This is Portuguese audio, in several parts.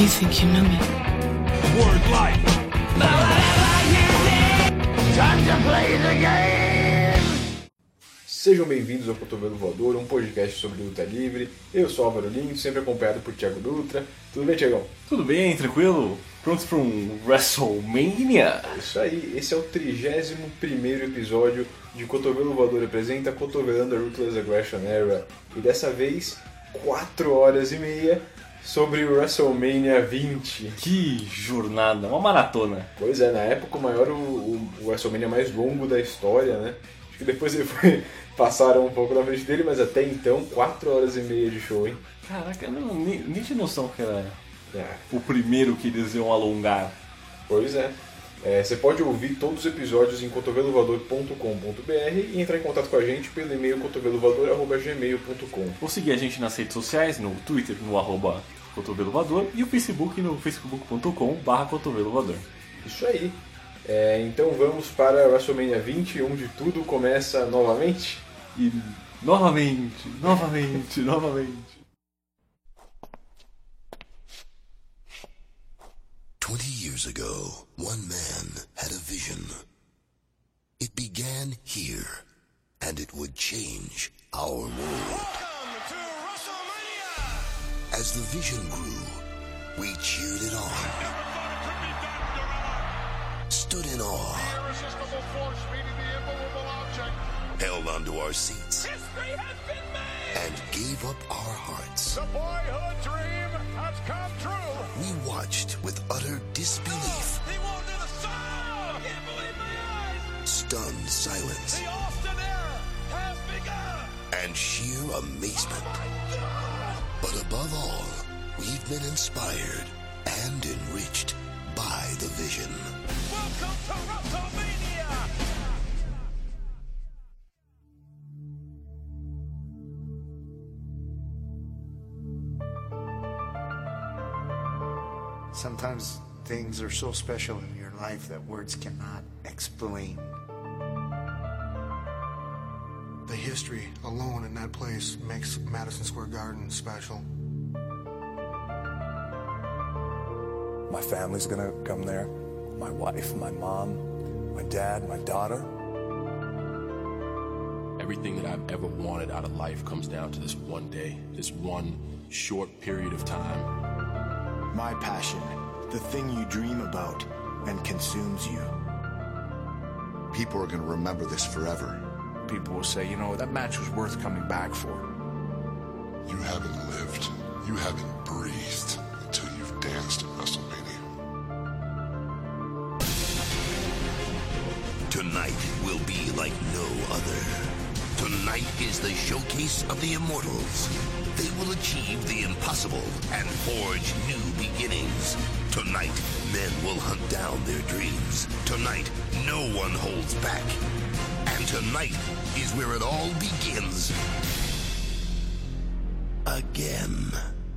You think you know me? Word life. Time to play the game! Sejam bem-vindos ao Cotovelo Voador, um podcast sobre luta livre. Eu sou Álvaro Lindo, sempre acompanhado por Thiago Dutra. Tudo bem, Thiagão? Tudo bem, tranquilo? Prontos para um WrestleMania? Isso aí, esse é o 31º episódio de Cotovelo Voador apresenta Cotovelando a Ruthless Aggression Era. E dessa vez, 4 horas e meia sobre o WrestleMania 20. Que jornada, uma maratona. Pois é, na época o WrestleMania mais longo da história, né? Acho que depois ele foi, passaram um pouco na frente dele, mas até então, 4 horas e meia de show, hein? Caraca, nem tinha noção que era o primeiro que eles iam alongar. Pois é. Você pode ouvir todos os episódios em cotovelovoador.com.br e entrar em contato com a gente pelo e-mail cotovelovoador@gmail.com. Ou seguir a gente nas redes sociais, no Twitter, no @cotovelovoador e o Facebook no facebook.com/cotovelovoador. Isso aí. Então vamos para a WrestleMania 20, onde tudo começa novamente. E novamente. 20 years ago, one man had a vision. It began here, and it would change our world. Welcome to WrestleMania! As the vision grew, we cheered it on, stood in awe, Irresistible force meeting the immovable object. held onto our seats, History has been made! and gave up our hearts. The boyhood dream has come true! We watched with utter disbelief, He won't do the song! Can't believe my eyes! stunned silence, The Austin era has begun! and sheer amazement. But above all, we've been inspired and enriched by the vision. Welcome to WrestleMania! Sometimes things are so special in your life that words cannot explain. The history alone in that place makes Madison Square Garden special. My family's gonna come there. My wife, my mom, my dad, my daughter. Everything that I've ever wanted out of life comes down to this one day, this one short period of time. My passion, the thing you dream about and consumes you. People are going to remember this forever. People will say, you know, that match was worth coming back for. You haven't lived, you haven't breathed until you've danced at WrestleMania. Tonight will be like no other. Tonight is the showcase of the immortals. They will achieve the impossible and forge new beginnings. Tonight, men will hunt down their dreams. Tonight, no one holds back. And tonight is where it all begins. Again.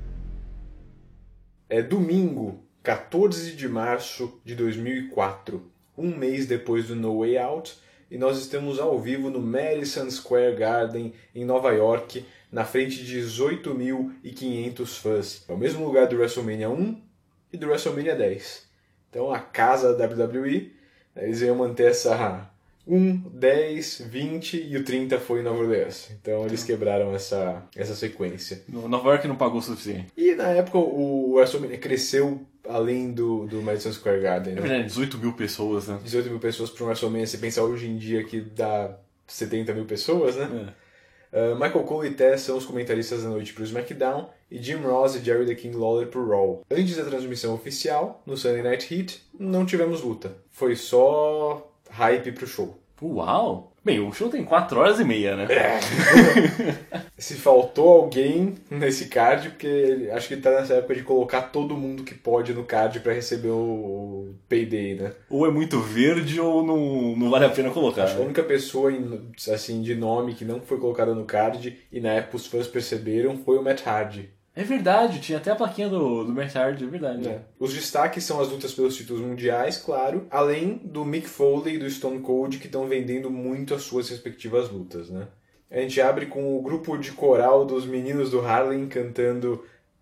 É domingo, 14 de março de 2004, um mês depois do No Way Out, e nós estamos ao vivo no Madison Square Garden, em Nova York, na frente de 18.500 fãs. É o mesmo lugar do WrestleMania 1 e do WrestleMania 10. Então a casa da WWE, eles iam manter essa 1, 10, 20 e o 30 foi em Nova Orleans. Então eles quebraram essa sequência. Nova York não pagou o suficiente. E na época o WrestleMania cresceu além do Madison Square Garden. É Né? verdade, 18 mil pessoas, né? 18 mil pessoas para um WrestleMania. Você pensar hoje em dia que dá 70 mil pessoas, né? Michael Cole e Tess são os comentaristas da noite para o SmackDown e Jim Ross e Jerry the King Lawler para o Raw. Antes da transmissão oficial, no Sunday Night Heat, não tivemos luta. Foi só hype pro show. Uau! Bem, o show tem 4 horas e meia, né? Se faltou alguém nesse card, porque acho que ele tá nessa época de colocar todo mundo que pode no card pra receber o payday, né? Ou é muito verde ou não vale a pena colocar. Acho que a única pessoa assim, de nome que não foi colocada no card e na época os fãs perceberam foi o Matt Hardy. É verdade, tinha até a plaquinha do Matt Hardy, é verdade. Os destaques são as lutas pelos títulos mundiais, claro, além do Mick Foley e do Stone Cold, que estão vendendo muito as suas respectivas lutas, né? A gente abre com o grupo de coral dos meninos do Harlem cantando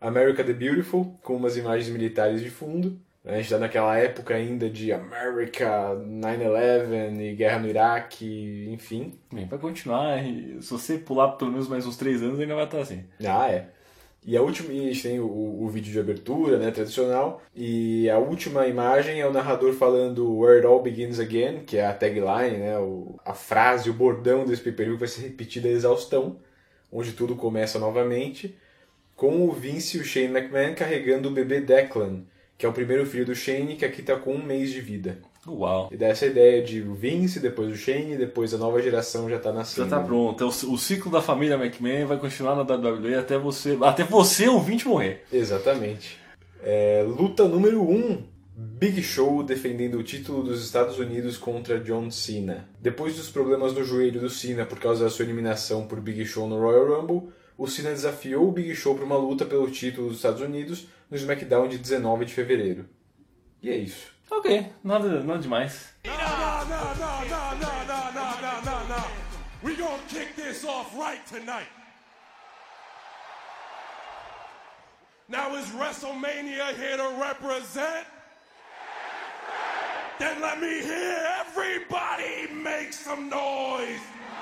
America the Beautiful, com umas imagens militares de fundo. A gente tá naquela época ainda de America, 9/11 e guerra no Iraque, enfim. Bem, vai continuar, e se você pular pelo menos mais uns 3 anos, ainda vai estar assim. Ah, é. E a última, e a gente tem o vídeo de abertura, né, tradicional, e a última imagem é o narrador falando Where it all begins again, que é a tagline, né, a frase, o bordão desse pay-per-view que vai ser repetida a exaustão, onde tudo começa novamente, com o Vince e o Shane McMahon carregando o bebê Declan, que é o primeiro filho do Shane, que aqui está com 1 mês de vida. Uau. E dá essa ideia de o Vince, depois o Shane, depois a nova geração já está nascendo. Já está pronto. Então, o ciclo da família McMahon vai continuar na WWE até você ouvinte, morrer. Exatamente. Luta número 1. Big Show defendendo o título dos Estados Unidos contra John Cena. Depois dos problemas no joelho do Cena por causa da sua eliminação por Big Show no Royal Rumble, o Cena desafiou o Big Show para uma luta pelo título dos Estados Unidos no SmackDown de 19 de fevereiro. E é isso. Ok, nada demais. No. We gonna kick this off right tonight. Now is WrestleMania here to represent? Then let me hear everybody make some noise.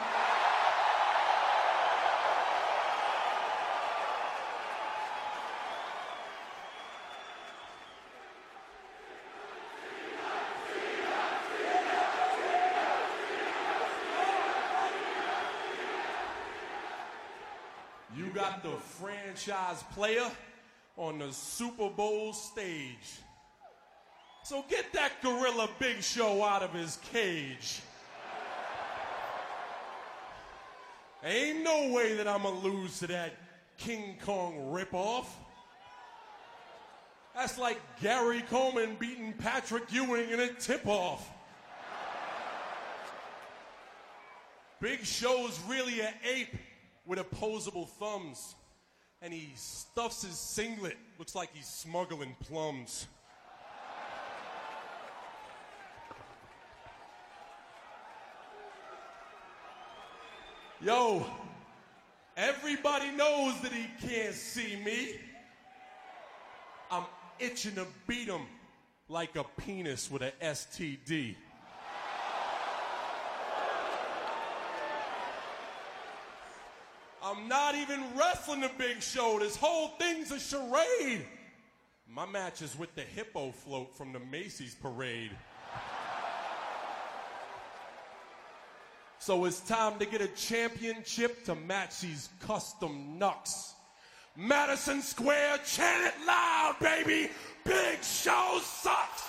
You got the franchise player on the Super Bowl stage. So get that gorilla Big Show out of his cage. Ain't no way that I'ma lose to that King Kong ripoff. That's like Gary Coleman beating Patrick Ewing in a tip-off. Big Show's really an ape with opposable thumbs. And he stuffs his singlet. Looks like he's smuggling plums. Yo, everybody knows that he can't see me. I'm itching to beat him like a penis with an STD. I'm not even wrestling the Big Show. This whole thing's a charade. My match is with the hippo float from the Macy's parade. So it's time to get a championship to match these custom knucks. Madison Square, chant it loud, baby. Big Show sucks.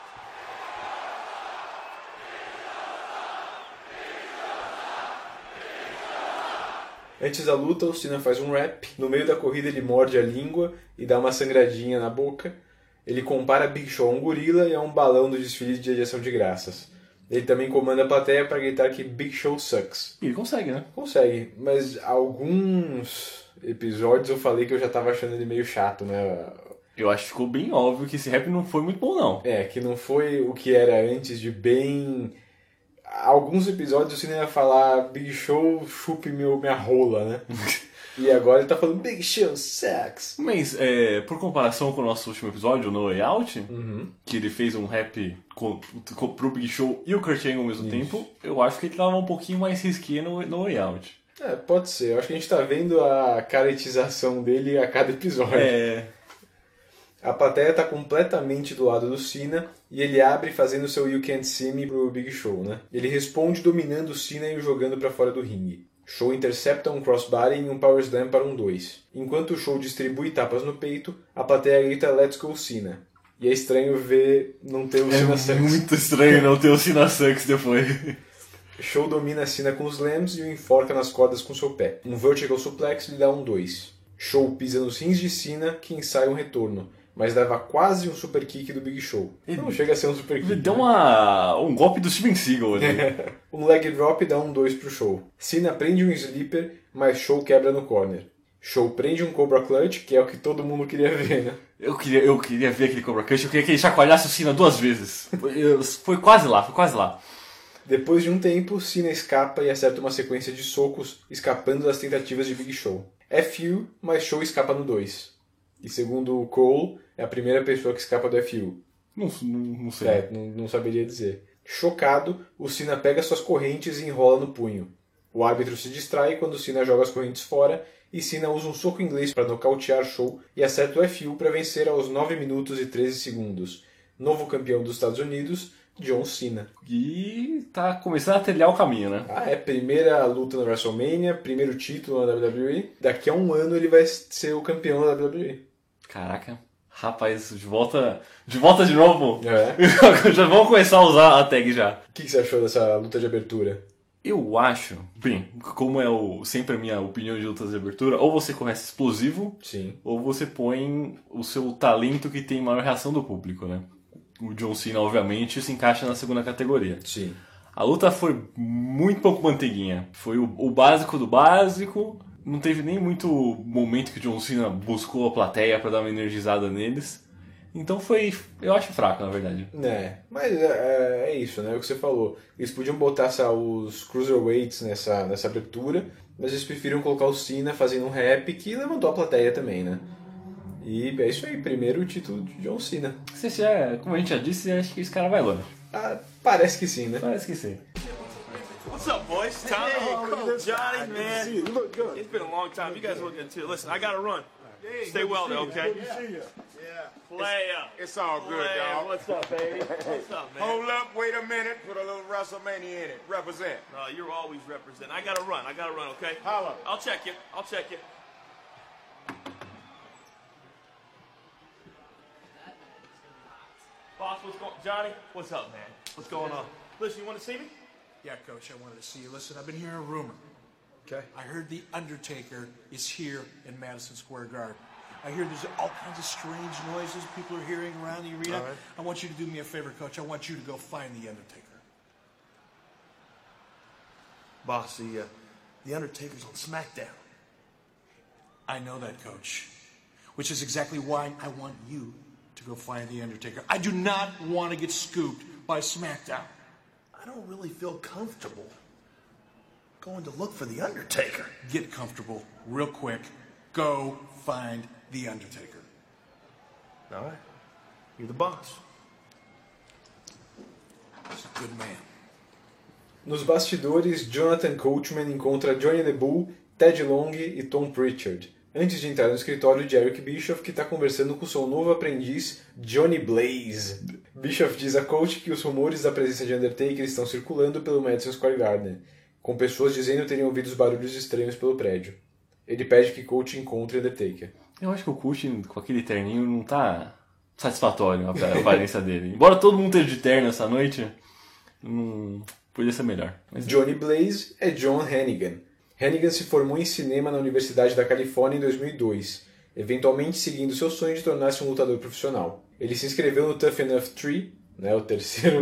Antes da luta, o Cena faz um rap. No meio da corrida, ele morde a língua e dá uma sangradinha na boca. Ele compara Big Show a um gorila e a um balão do desfile de ação de graças. Ele também comanda a plateia para gritar que Big Show sucks. E ele consegue, né? Consegue, mas alguns episódios eu falei que eu já tava achando ele meio chato, né? Eu acho que ficou bem óbvio que esse rap não foi muito bom, não. Que não foi o que era antes de bem... Alguns episódios o Cena ia falar Big Show, chupe minha rola, né? E agora ele tá falando Big Show sucks. Mas, por comparação com o nosso último episódio, No Way Out, que ele fez um rap pro Big Show e o Kurt Angle ao mesmo tempo, eu acho que ele tava um pouquinho mais risquinho no Way Out. Pode ser. Eu acho que a gente tá vendo a caretização dele a cada episódio. A plateia tá completamente do lado do Cena e ele abre fazendo seu You Can't See Me pro Big Show, né? Ele responde dominando o Cena e o jogando pra fora do ringue. Show intercepta um crossbody e um power slam para um 2. Enquanto o Show distribui tapas no peito, a plateia grita Let's Go Cena. E é estranho ver não ter o Cena Sucks. É muito estranho não ter o Cena Sucks depois. Show domina Cena com os slams e o enforca nas cordas com seu pé. Um vertical suplex lhe dá um 2. Show pisa nos rins de Cena, que ensaia um retorno, mas leva quase um super kick do Big Show. Não chega a ser um super kick. Ele deu um golpe do Steven Seagal ali. Um leg drop dá um 2 pro Show. Cena prende um sleeper, mas Show quebra no corner. Show prende um Cobra Clutch, que é o que todo mundo queria ver, né? Eu queria ver aquele Cobra Clutch, eu queria que ele chacoalhasse o Cena 2 vezes. Foi quase lá. Depois de um tempo, Cena escapa e acerta uma sequência de socos, escapando das tentativas de Big Show. FU, mas Show escapa no 2. E segundo o Cole, é a primeira pessoa que escapa do FU. Não sei. Não saberia dizer. Chocado, o Cena pega suas correntes e enrola no punho. O árbitro se distrai quando o Cena joga as correntes fora e Cena usa um soco inglês para nocautear Show e acerta o FU para vencer aos 9 minutos e 13 segundos. Novo campeão dos Estados Unidos, John Cena. E tá começando a trilhar o caminho, né? Primeira luta na WrestleMania, primeiro título na WWE. Daqui a um ano ele vai ser o campeão da WWE. Caraca. Rapaz, de volta de novo? Já vamos começar a usar a tag já. O que você achou dessa luta de abertura? Eu acho, bem, como é sempre a minha opinião de lutas de abertura, ou você começa explosivo, sim, ou você põe o seu talento que tem maior reação do público, né? O John Cena, obviamente, se encaixa na segunda categoria. Sim. A luta foi muito pouco manteiguinha. Foi o básico do básico. Não teve nem muito momento que o John Cena buscou a plateia para dar uma energizada neles. Então eu acho fraco, na verdade. Mas é isso, né? O que você falou. Eles podiam botar os Cruiserweights nessa abertura, mas eles preferiram colocar o Cena fazendo um rap que levantou a plateia também, né? E é isso aí, primeiro título de John Cena. Como a gente já disse, acho que esse cara vai longe. Parece que sim, né? Parece que sim. What's up, boys? Tom, cool, Johnny, man. You look good. It's been a long time. You guys look good too. Listen, I gotta run. Stay well, though, okay? Good to see you. Yeah. Player. It's all good, dog. What's up, baby? What's up, man? Hold up, wait a minute. Put a little WrestleMania in it. Represent. You're always representing. I gotta run, okay? Holla. I'll check you. Boss, Johnny, what's up, man? What's going on? Listen, you want to see me? Yeah, Coach, I wanted to see you. Listen, I've been hearing a rumor. Okay. I heard The Undertaker is here in Madison Square Garden. I hear there's all kinds of strange noises people are hearing around the arena. All right. I want you to do me a favor, Coach. I want you to go find The Undertaker. Boss, the Undertaker's on SmackDown. I know that, Coach. Which is exactly why I want you to go find The Undertaker. I do not want to get scooped by SmackDown. I don't really feel comfortable going to look for The Undertaker. Get comfortable real quick. Go find The Undertaker. All right. You're the boss. He's a good man. Nos bastidores, Jonathan Coachman encontra Johnny the Bull, Ted Long e Tom Pritchard, antes de entrar no escritório de Eric Bischoff, que está conversando com seu novo aprendiz, Johnny Blaze. Bischoff diz a Coach que os rumores da presença de Undertaker estão circulando pelo Madison Square Garden, com pessoas dizendo terem ouvido os barulhos estranhos pelo prédio. Ele pede que Coach encontre Undertaker. Eu acho que o Coach, com aquele terninho, não tá satisfatório a aparência dele. Embora todo mundo esteja de terno essa noite, podia ser melhor. Mas... Johnny Blaze é John Hannigan. Hannigan se formou em cinema na Universidade da Califórnia em 2002, eventualmente seguindo seu sonho de tornar-se um lutador profissional. Ele se inscreveu no Tough Enough 3, né, o terceiro...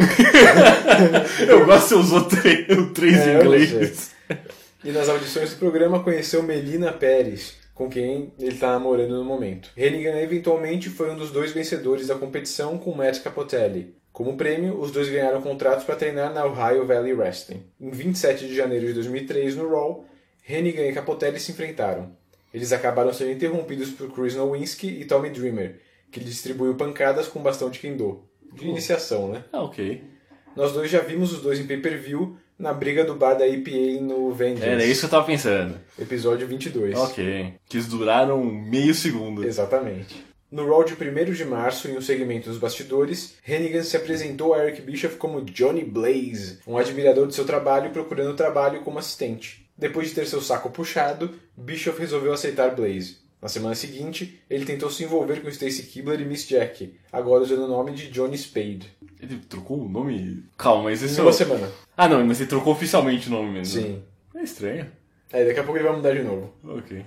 Eu gosto que você usou o 3 em inglês. E nas audições do programa conheceu Melina Pérez, com quem ele está namorando no momento. Hannigan eventualmente foi um dos 2 vencedores da competição com Matt Capotelli. Como prêmio, os 2 ganharam contratos para treinar na Ohio Valley Wrestling. Em 27 de janeiro de 2003, no Raw, Hannigan e Capotelli se enfrentaram. Eles acabaram sendo interrompidos por Chris Nowinski e Tommy Dreamer, que distribuiu pancadas com bastão de kendo. De iniciação, né? Ok. Nós 2 já vimos os 2 em pay-per-view na briga do bar da EPA no Vengeance. Era isso que eu tava pensando. Episódio 22. Ok. Que eles duraram meio segundo. Exatamente. No Raw de 1º de março, em um segmento dos bastidores, Hannigan se apresentou a Eric Bischoff como Johnny Blaze, um admirador de seu trabalho procurando trabalho como assistente. Depois de ter seu saco puxado, Bischoff resolveu aceitar Blaze. Na semana seguinte, ele tentou se envolver com Stacy Keibler e Miss Jack, agora usando o nome de Johnny Spade. Ele trocou o nome? Calma, mas isso... Em uma semana. Ah, não, mas ele trocou oficialmente o nome mesmo. Sim. É estranho. Daqui a pouco ele vai mudar de novo. Ok.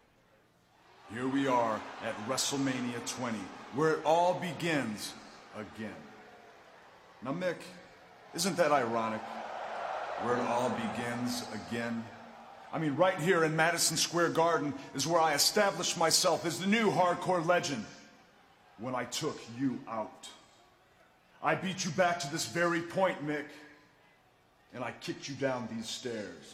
Here we are at WrestleMania 20, where it all begins again. Now, Mick, isn't that ironic? Where it all begins again? I mean, right here in Madison Square Garden is where I established myself as the new hardcore legend. When I took you out. I beat you back to this very point, Mick. And I kicked you down these stairs.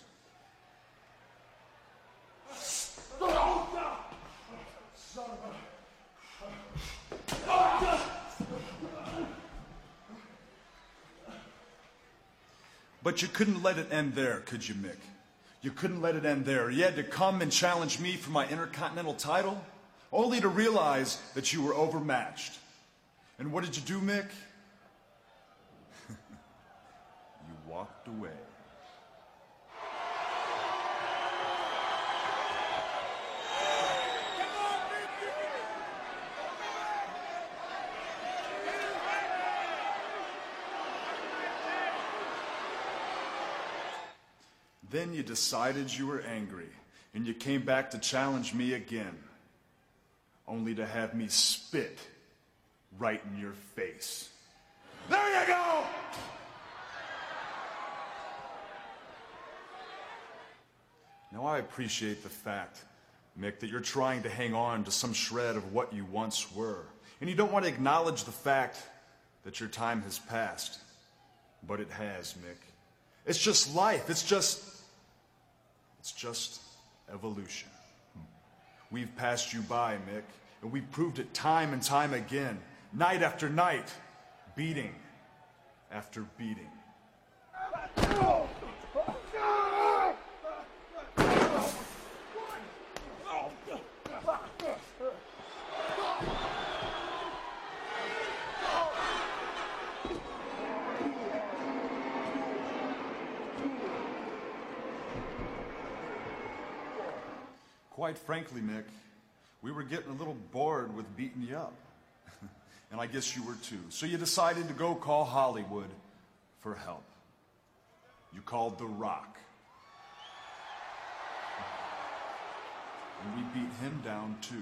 But you couldn't let it end there, could you, Mick? You couldn't let it end there. You had to come and challenge me for my Intercontinental title, only to realize that you were overmatched. And what did you do, Mick? You walked away. Then you decided you were angry, and you came back to challenge me again, only to have me spit right in your face. There you go! Now I appreciate the fact, Mick, that you're trying to hang on to some shred of what you once were, and you don't want to acknowledge the fact that your time has passed. But it has, Mick. It's just life. It's just evolution. We've passed you by, Mick, and we've proved it time and time again, night after night, beating after beating. Quite frankly, Mick, we were getting a little bored with beating you up. And I guess you were too. So you decided to go call Hollywood for help. You called The Rock. And we beat him down too.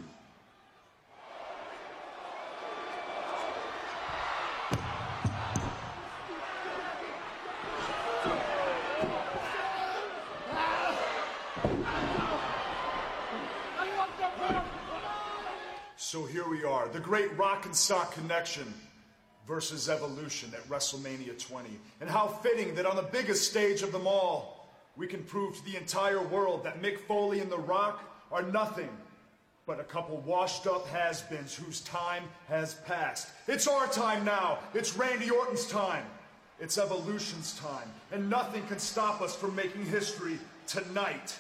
So here we are, the great Rock and Sock connection versus Evolution at WrestleMania 20. And how fitting that on the biggest stage of them all, we can prove to the entire world that Mick Foley and The Rock are nothing but a couple washed up has-beens whose time has passed. It's our time now. It's Randy Orton's time. It's Evolution's time. And nothing can stop us from making history tonight.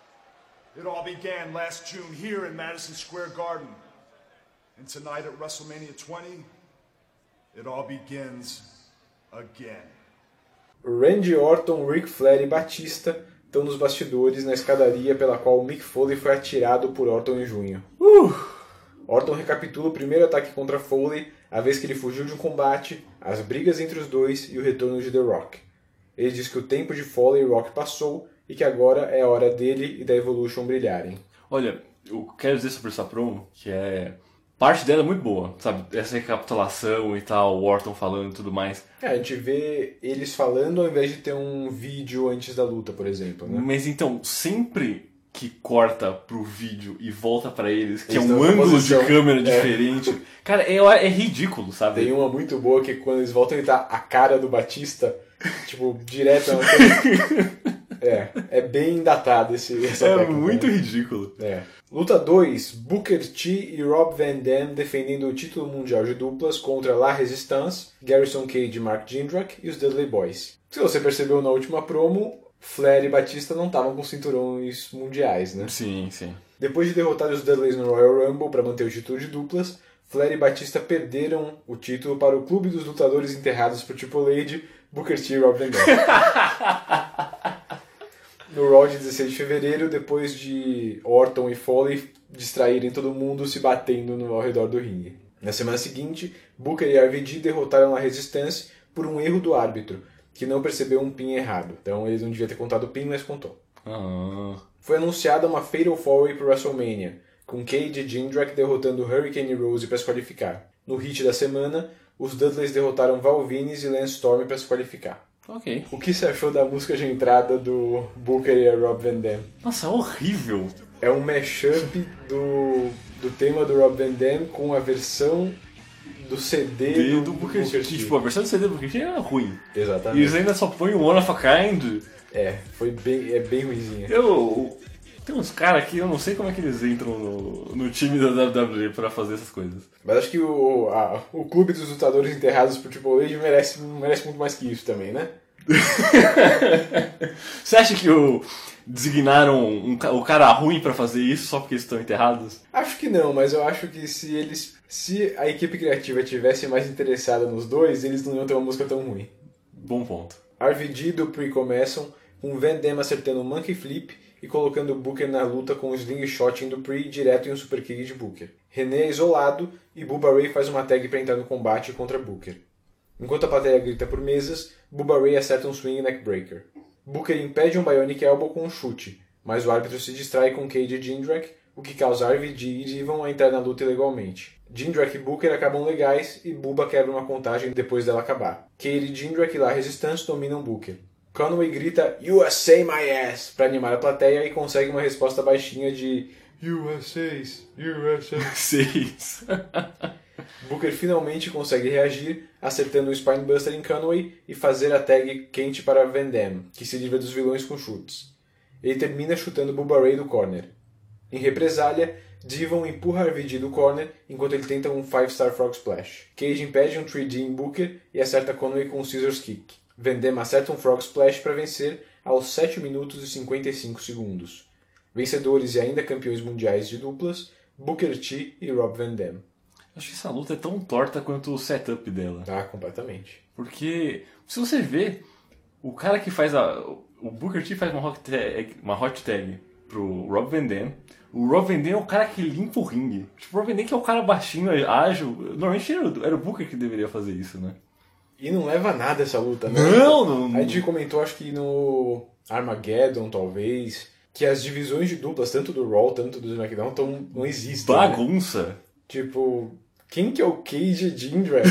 It all began last June here in Madison Square Garden. And tonight at WrestleMania 20, it all begins again. Randy Orton, Ric Flair e Batista estão nos bastidores na escadaria pela qual Mick Foley foi atirado por Orton em junho. Orton recapitula o primeiro ataque contra Foley, a vez que ele fugiu de um combate, as brigas entre os dois e o retorno de The Rock. Ele diz que o tempo de Foley e Rock passou e que agora é a hora dele e da Evolution brilharem. Olha, eu quero dizer sobre essa promo que parte dela é muito boa, sabe? Essa recapitulação e tal, o Orton falando e tudo mais. A gente vê eles falando ao invés de ter um vídeo antes da luta, por exemplo, né? Mas então, sempre que corta pro vídeo e volta pra eles, que é um ângulo de câmera diferente, cara, é ridículo, sabe? Tem uma muito boa que quando eles voltam ele tá a cara do Batista, tipo, direto na coisa. É bem datado essa técnica. Muito ridículo. Luta 2, Booker T e Rob Van Dam defendendo o título mundial de duplas contra La Resistance, Garrison Cage e Mark Jindrak e os Dudley Boys. Se você percebeu na última promo, Flair e Batista não estavam com cinturões mundiais, né? Sim, sim. Depois de derrotar os Dudleys no Royal Rumble para manter o título de duplas, Flair e Batista perderam o título para o clube dos lutadores enterrados por Triple H, Booker T e Rob Van Dam. No Raw de 16 de fevereiro, depois de Orton e Foley distraírem todo mundo se batendo ao redor do ringue. Na semana seguinte, Booker e RVD derrotaram a Resistance por um erro do árbitro, que não percebeu um pin errado. Então ele não devia ter contado o pin, mas contou. Foi anunciada uma Fatal 4-Way para WrestleMania, com Cage e Jindrak derrotando Hurricane e Rose para se qualificar. No hit da semana, os Dudleys derrotaram Val Venis e Lance Storm para se qualificar. Ok. O que você achou da música de entrada do Booker e Rob Van Dam? Nossa, é horrível. É um mashup do tema do Rob Van Dam com a versão do CD do Booker T. Tipo, a versão do CD do Booker T era ruim. Exatamente. E eles ainda só põem o One of a Kind. É bem ruimzinha. Tem uns caras aqui, eu não sei como é que eles entram no time da WWE pra fazer essas coisas. Mas acho que o clube dos lutadores enterrados por Triple H merece muito mais que isso também, né? Você acha que designaram o cara ruim pra fazer isso só porque eles estão enterrados? Acho que não, mas eu acho que se a equipe criativa tivesse mais interessada nos dois, eles não iam ter uma música tão ruim. Bom ponto. RVD e Dupree começam com Van Damme acertando um Monkey Flip e colocando Booker na luta com o Slingshot em Dupree direto em um Super Kick de Booker. René é isolado e Bubba Ray faz uma tag para entrar no combate contra Booker. Enquanto a plateia grita por mesas, Bubba Ray acerta um Swing Neckbreaker. Booker impede um Bionic Elbow com um chute, mas o árbitro se distrai com Cage e Jindrak, o que causa RVD e Devon a entrar na luta ilegalmente. Jindrak e Booker acabam legais e Bubba quebra uma contagem depois dela acabar. Cage e Jindrak e La Resistance dominam Booker. Conway grita USA my ass para animar a plateia e consegue uma resposta baixinha de USA. Booker finalmente consegue reagir, acertando um Spinebuster em Conway e fazer a tag quente para Van Damme, que se livra dos vilões com chutes. Ele termina chutando Bubba Ray do corner. Em represália, Devon empurra RVD do corner enquanto ele tenta um 5-Star Frog Splash. Cage impede um 3D em Booker e acerta Conway com um Scissors Kick. Van Damme acerta um Frog Splash para vencer aos 7 minutos e 55 segundos. Vencedores e ainda campeões mundiais de duplas, Booker T e Rob Van Damme. Acho que essa luta é tão torta quanto o setup dela. Ah, completamente. Porque, se você ver, o cara que faz o Booker T faz uma hot tag pro Rob Van Damme. O Rob Van Damme é o cara que limpa o ringue. Tipo, o Rob Van Damme que é o cara baixinho, ágil. Normalmente era o Booker que deveria fazer isso, né? E não leva a nada essa luta, né? Não. A gente comentou, acho que no Armageddon, talvez, que as divisões de duplas, tanto do Raw, tanto do SmackDown, não existem. Bagunça. Né? Tipo, quem que é o Cage e Jindrak?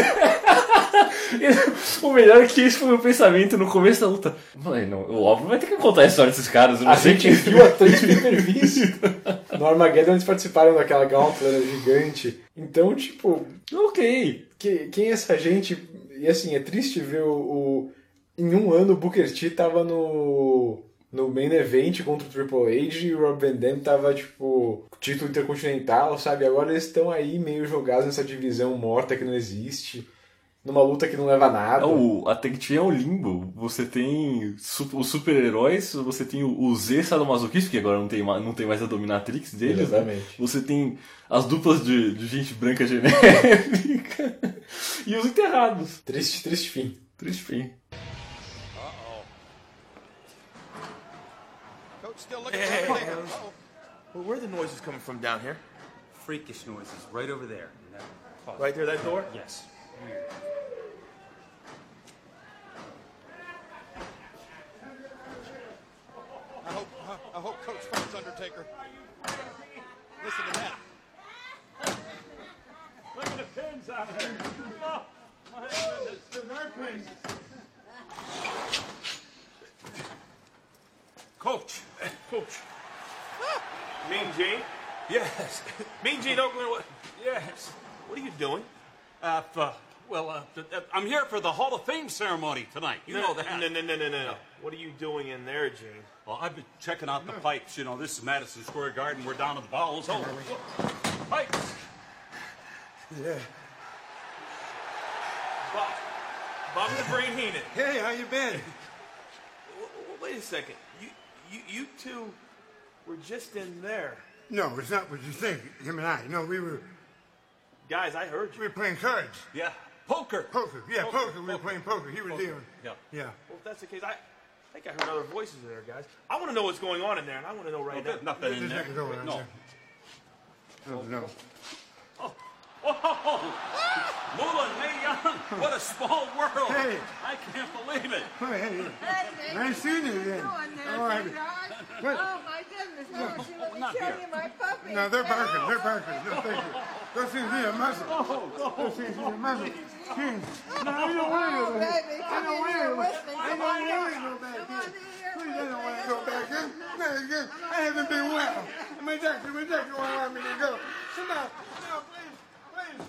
O melhor é que esse foi o meu pensamento no começo da luta. Falei, não, o óbvio vai ter que contar a história desses caras. Eu não sei gente viu a 3 pay-per-views. No Armageddon eles participaram daquela Gauntlet gigante. Então, tipo... Ok. Quem é essa gente? E assim, é triste ver em um ano o Booker T tava no main event contra o Triple H e o Rob Van Damme tava, tipo, título intercontinental, sabe? Agora eles estão aí meio jogados nessa divisão morta que não existe. Numa luta que não leva a nada. A Tag Team é o limbo. Você tem os super-heróis, você tem o Z sadomasoquista, que agora não tem mais a dominatrix deles. Exatamente. Né? Você tem as duplas de gente branca genérica e os enterrados. Triste fim. Triste fim. Hey. Well, where are the noises coming from down here? Freakish noises, right over there. Right there, that door? Yes. I hope Coach finds Undertaker. Listen to that. Look at the pins out here. Oh, my goodness, the nerve pins. Coach. Mean Gene? Yes. Mean Gene Oakland, what? Yes. What are you doing? I'm here for the Hall of Fame ceremony tonight. You know that. No. What are you doing in there, Gene? Well, I've been checking out the pipes. You know, this is Madison Square Garden. We're down to the bowels. Oh, pipes. Yeah. Bob the Brain Heenan. Hey, how you been? Wait a second. You two were just in there. No, it's not what you think. Him and I. No, we were... Guys, I heard you. We were playing cards. Yeah. Poker. Yeah, poker. We were playing poker. He was dealing. Yeah. Well, if that's the case, I think I heard other voices in there, guys. I want to know what's going on in there, and I want to know right now. Nothing in there. No. No. Oh, Moolah Mae Young, what a small world. Hey. I can't believe it. Hey. Nice seeing you again. Oh, my goodness. Let me show you my puppy. No, they're barking. No, thank you. Those things need a muzzle. Those things need a muzzle. No, I don't want to go back. I don't want to go back. Please, I don't want to go back. I haven't been well. My doctor won't want me to go. Come on. No, please.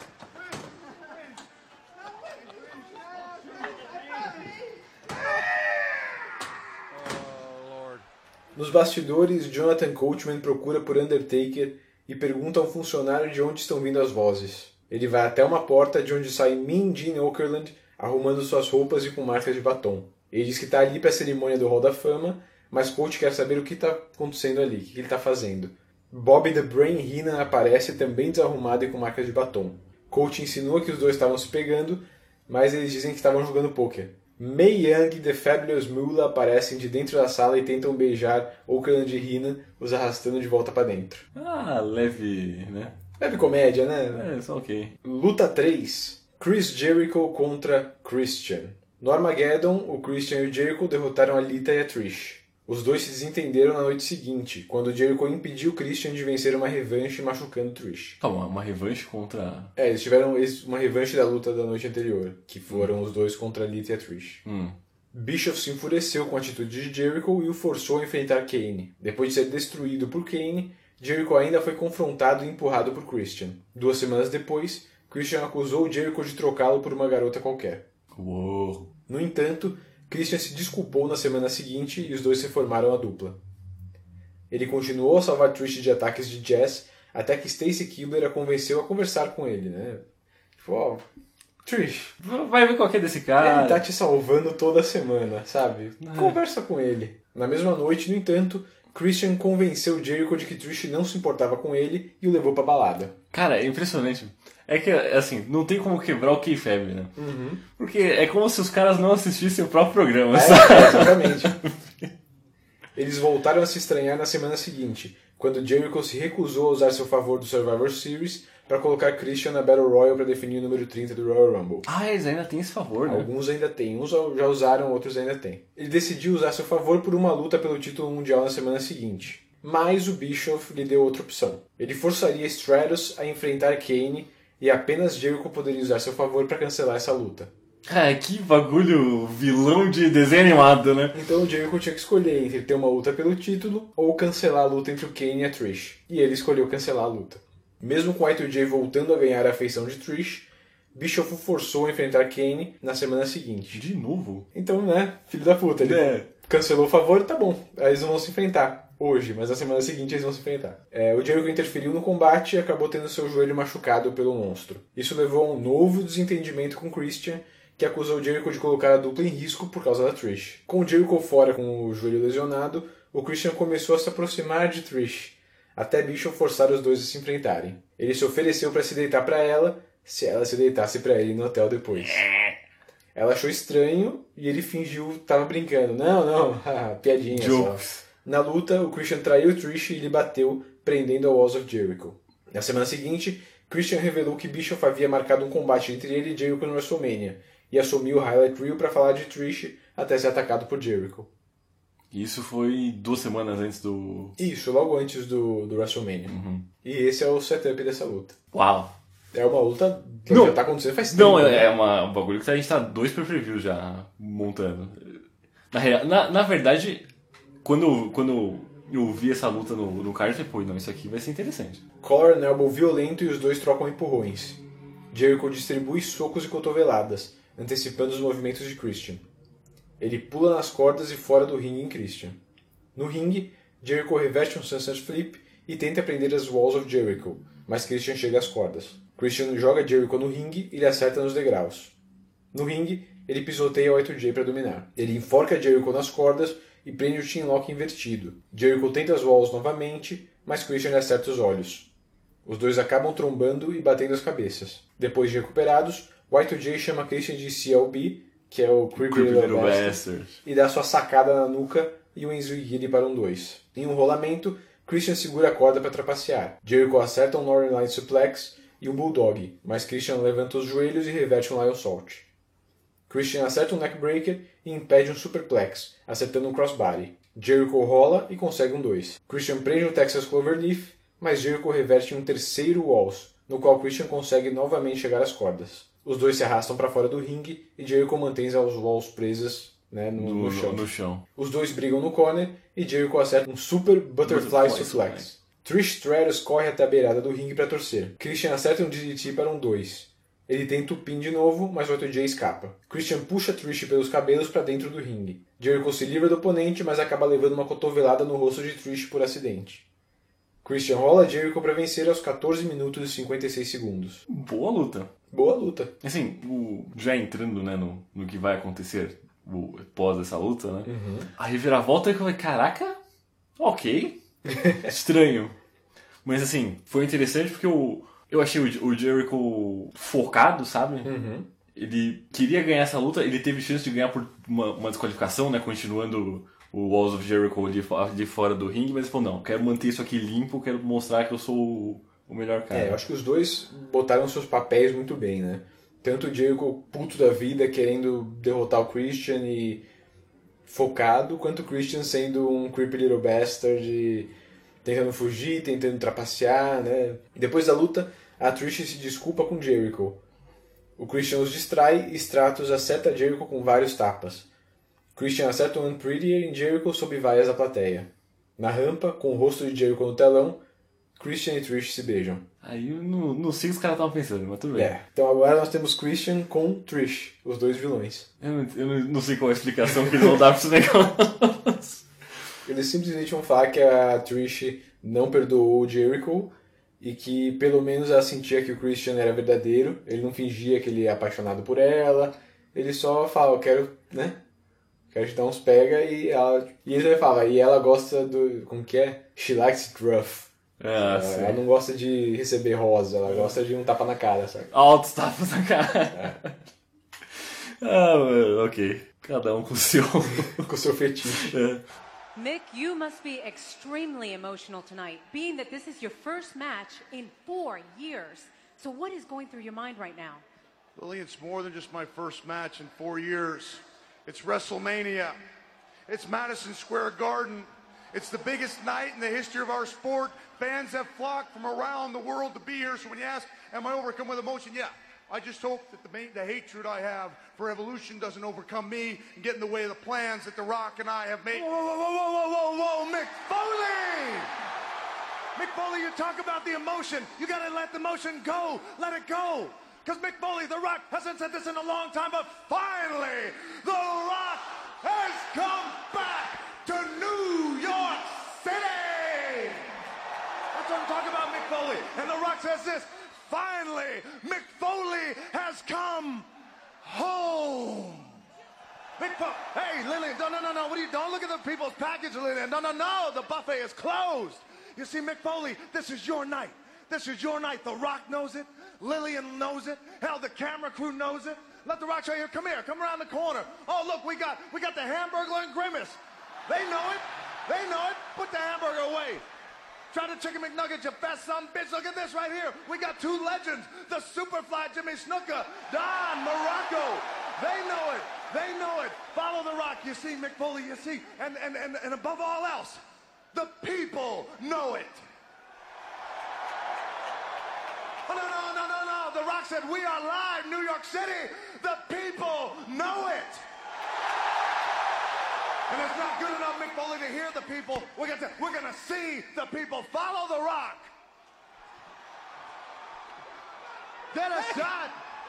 Nos bastidores, Jonathan Coachman procura por Undertaker e pergunta a um funcionário de onde estão vindo as vozes. Ele vai até uma porta de onde sai Mean Gene Okerlund arrumando suas roupas e com marcas de batom. Ele diz que está ali para a cerimônia do Hall da Fama, mas Colt quer saber o que está acontecendo ali, o que ele está fazendo. Bobby the Brain Heenan aparece também desarrumado e com marcas de batom. Colt insinua que os dois estavam se pegando, mas eles dizem que estavam jogando pôquer. Mae Young e The Fabulous Moolah aparecem de dentro da sala e tentam beijar Oakland e Heenan, os arrastando de volta para dentro. Ah, leve, né? Leve comédia, né? É, só ok. Luta 3. Chris Jericho contra Christian. No Armageddon, o Christian e o Jericho derrotaram a Lita e a Trish. Os dois se desentenderam na noite seguinte, quando o Jericho impediu o Christian de vencer uma revanche machucando Trish. Calma, uma revanche contra... Eles tiveram uma revanche da luta da noite anterior, que foram os dois contra a Lita e a Trish. Bischoff se enfureceu com a atitude de Jericho e o forçou a enfrentar Kane. Depois de ser destruído por Kane, Jericho ainda foi confrontado e empurrado por Christian. 2 semanas depois, Christian acusou Jericho de trocá-lo por uma garota qualquer. Uou. No entanto, Christian se desculpou na semana seguinte e os dois se formaram a dupla. Ele continuou a salvar Trish de ataques de Jazz até que Stacy Keibler a convenceu a conversar com ele, né? Tipo, Trish, vai ver qualquer desse cara. Ele tá te salvando toda semana, sabe? Conversa com ele. Na mesma noite, no entanto, Christian convenceu Jericho de que Trish não se importava com ele e o levou pra balada. Cara, é impressionante. É que, assim, não tem como quebrar o kayfabe, né? Porque é como se os caras não assistissem o próprio programa, sabe? Exatamente. Eles voltaram a se estranhar na semana seguinte, quando Jericho se recusou a usar seu favor do Survivor Series para colocar Christian na Battle Royal para definir o número 30 do Royal Rumble. Ah, eles ainda têm esse favor, né? Alguns ainda têm. Uns já usaram, outros ainda têm. Ele decidiu usar seu favor por uma luta pelo título mundial na semana seguinte. Mas o Bischoff lhe deu outra opção. Ele forçaria Stratus a enfrentar Kane e apenas Jericho poderia usar seu favor para cancelar essa luta. Cara, que bagulho vilão de desenho animado, né? Então o Jericho tinha que escolher entre ter uma luta pelo título ou cancelar a luta entre o Kane e a Trish. E ele escolheu cancelar a luta. Mesmo com Y2J voltando a ganhar a afeição de Trish, Bischoff o forçou a enfrentar Kane na semana seguinte. De novo? Então, né, filho da puta, ele cancelou o favor, tá bom. Aí eles não vão se enfrentar hoje, mas na semana seguinte eles vão se enfrentar. O Jericho interferiu no combate e acabou tendo seu joelho machucado pelo monstro. Isso levou a um novo desentendimento com Christian, que acusou o Jericho de colocar a dupla em risco por causa da Trish. Com o Jericho fora com o joelho lesionado, o Christian começou a se aproximar de Trish, até Bischoff forçar os dois a se enfrentarem. Ele se ofereceu para se deitar para ela, se ela se deitasse para ele no hotel depois. Ela achou estranho e ele fingiu que tava brincando. Não, piadinha só. Na luta, o Christian traiu Trish e lhe bateu, prendendo a Walls of Jericho. Na semana seguinte, Christian revelou que Bischoff havia marcado um combate entre ele e Jericho no WrestleMania, e assumiu o Highlight Reel para falar de Trish até ser atacado por Jericho. Isso foi 2 semanas antes do... Isso, logo antes do WrestleMania. E esse é o setup dessa luta. Uau! É uma luta que já tá acontecendo faz tempo. Não, é um bagulho que a gente tá 2 pay-per-views já montando. Na verdade, quando eu vi essa luta no card, eu falei, pô, não, isso aqui vai ser interessante. Collar and elbow violento e os dois trocam empurrões. Jericho distribui socos e cotoveladas, antecipando os movimentos de Christian. Ele pula nas cordas e fora do ringue em Christian. No ringue, Jericho reverte um Sunset Flip e tenta prender as Walls of Jericho, mas Christian chega às cordas. Christian joga Jericho no ringue e lhe acerta nos degraus. No ringue, ele pisoteia o Y2J para dominar. Ele enforca Jericho nas cordas e prende o Chin Lock invertido. Jericho tenta as Walls novamente, mas Christian lhe acerta os olhos. Os dois acabam trombando e batendo as cabeças. Depois de recuperados, Y2J chama Christian de CLB, que é o Creepy Little Bastard, e dá sua sacada na nuca e o Enziguri para um 2. Em um rolamento, Christian segura a corda para trapacear. Jericho acerta um Northern Light Suplex e um Bulldog, mas Christian levanta os joelhos e reverte um Lion Salt. Christian acerta um Neckbreaker e impede um Superplex, acertando um Crossbody. Jericho rola e consegue um 2. Christian prende um Texas Cloverleaf, mas Jericho reverte um terceiro Walls, no qual Christian consegue novamente chegar às cordas. Os dois se arrastam para fora do ringue e Jericho mantém as Walls presas, né, no chão. Os dois brigam no corner e Jericho acerta um Super Butterfly Suplex. Trish Stratus corre até a beirada do ringue para torcer. Christian acerta um DDT para um 2. Ele tenta o pin de novo, mas o Y2J escapa. Christian puxa Trish pelos cabelos para dentro do ringue. Jericho se livra do oponente, mas acaba levando uma cotovelada no rosto de Trish por acidente. Christian rola Jericho para vencer aos 14 minutos e 56 segundos. Boa luta. Boa luta. Assim, já entrando, né, no que vai acontecer pós essa luta, né? A reviravolta é que eu falei, caraca, ok, estranho. Mas assim, foi interessante porque eu achei o Jericho focado, sabe? Ele queria ganhar essa luta, ele teve chance de ganhar por uma desqualificação, né? Continuando o Walls of Jericho ali fora do ringue, mas ele falou, não, quero manter isso aqui limpo, quero mostrar que eu sou o melhor cara. Eu acho que os dois botaram seus papéis muito bem, né? Tanto o Jericho puto da vida, querendo derrotar o Christian e focado, quanto o Christian sendo um creepy little bastard e tentando fugir, tentando trapacear, né? E depois da luta, a Trish se desculpa com Jericho. O Christian os distrai e Stratus acerta Jericho com vários tapas. Christian acerta o Unprettier e Jericho sob vaias da plateia. Na rampa, com o rosto de Jericho no telão, Christian e Trish se beijam. Aí eu não sei o que os caras estavam pensando, mas tudo bem. Então agora nós temos Christian com Trish, os dois vilões. Eu não sei qual é a explicação que eles vão dar pra esse negócio. Eles simplesmente vão falar que a Trish não perdoou o Jericho e que pelo menos ela sentia que o Christian era verdadeiro, ele não fingia que ele é apaixonado por ela, ele só fala, eu quero, né? Quero te dar uns pega e ele fala, e ela gosta do, como que é? She likes it rough. Ela não gosta de receber rosa, ela gosta de um tapa na cara, sabe? Altos tapas na cara. Ok. Cada um com o seu... com o seu fetiche. Mick, you must be extremely emotional tonight, being that this is your first match in 4 years. So what is going through your mind right now? Lily, it's more than just my first match in 4 years. It's WrestleMania. It's Madison Square Garden. It's the biggest night in the history of our sport. Fans have flocked from around the world to be here. So when you ask, am I overcome with emotion? Yeah. I just hope that the hatred I have for Evolution doesn't overcome me and get in the way of the plans that The Rock and I have made. Whoa, whoa, whoa, whoa, whoa, whoa, Mick Foley! Mick Foley, you talk about the emotion. You gotta let the emotion go. Let it go. Because Mick Foley, The Rock, hasn't said this in a long time, but finally, The Rock has come back to New York City! That's what I'm talking about, Mick Foley. And The Rock says this, finally, Mick Foley has come home. Mick Foley, hey, Lillian, no, what are you, don't look at the people's package, Lillian. No, the buffet is closed. You see, Mick Foley, this is your night. This is your night. The Rock knows it. Lillian knows it. Hell, the camera crew knows it. Let The Rock show you. Come here. Come around the corner. Oh, look, we got the Hamburglar and Grimace. They know it. They know it. Put the hamburger away. Try the Chicken McNuggets, you fat son bitch. Look at this right here. We got two legends. The Superfly Jimmy Snuka. Don Morocco. They know it. They know it. Follow The Rock. You see, Mick Foley, you see. And above all else, the people know it. Oh, no. The Rock said, we are live, New York City. The people know it. And it's not good enough, Mick Foley, to hear the people. We're gonna see the people. Follow The Rock. Get a shot.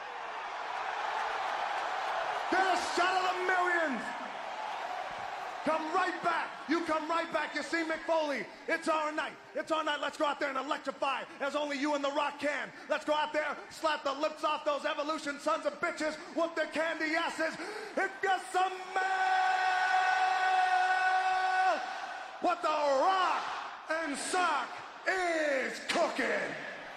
Get a shot of the millions. Come right back. You come right back. You see, Mick Foley, it's our night. It's our night. Let's go out there and electrify as only you and The Rock can. Let's go out there, slap the lips off those Evolution sons of bitches, whoop their candy asses. If you smell what The Rock and Sock is cooking.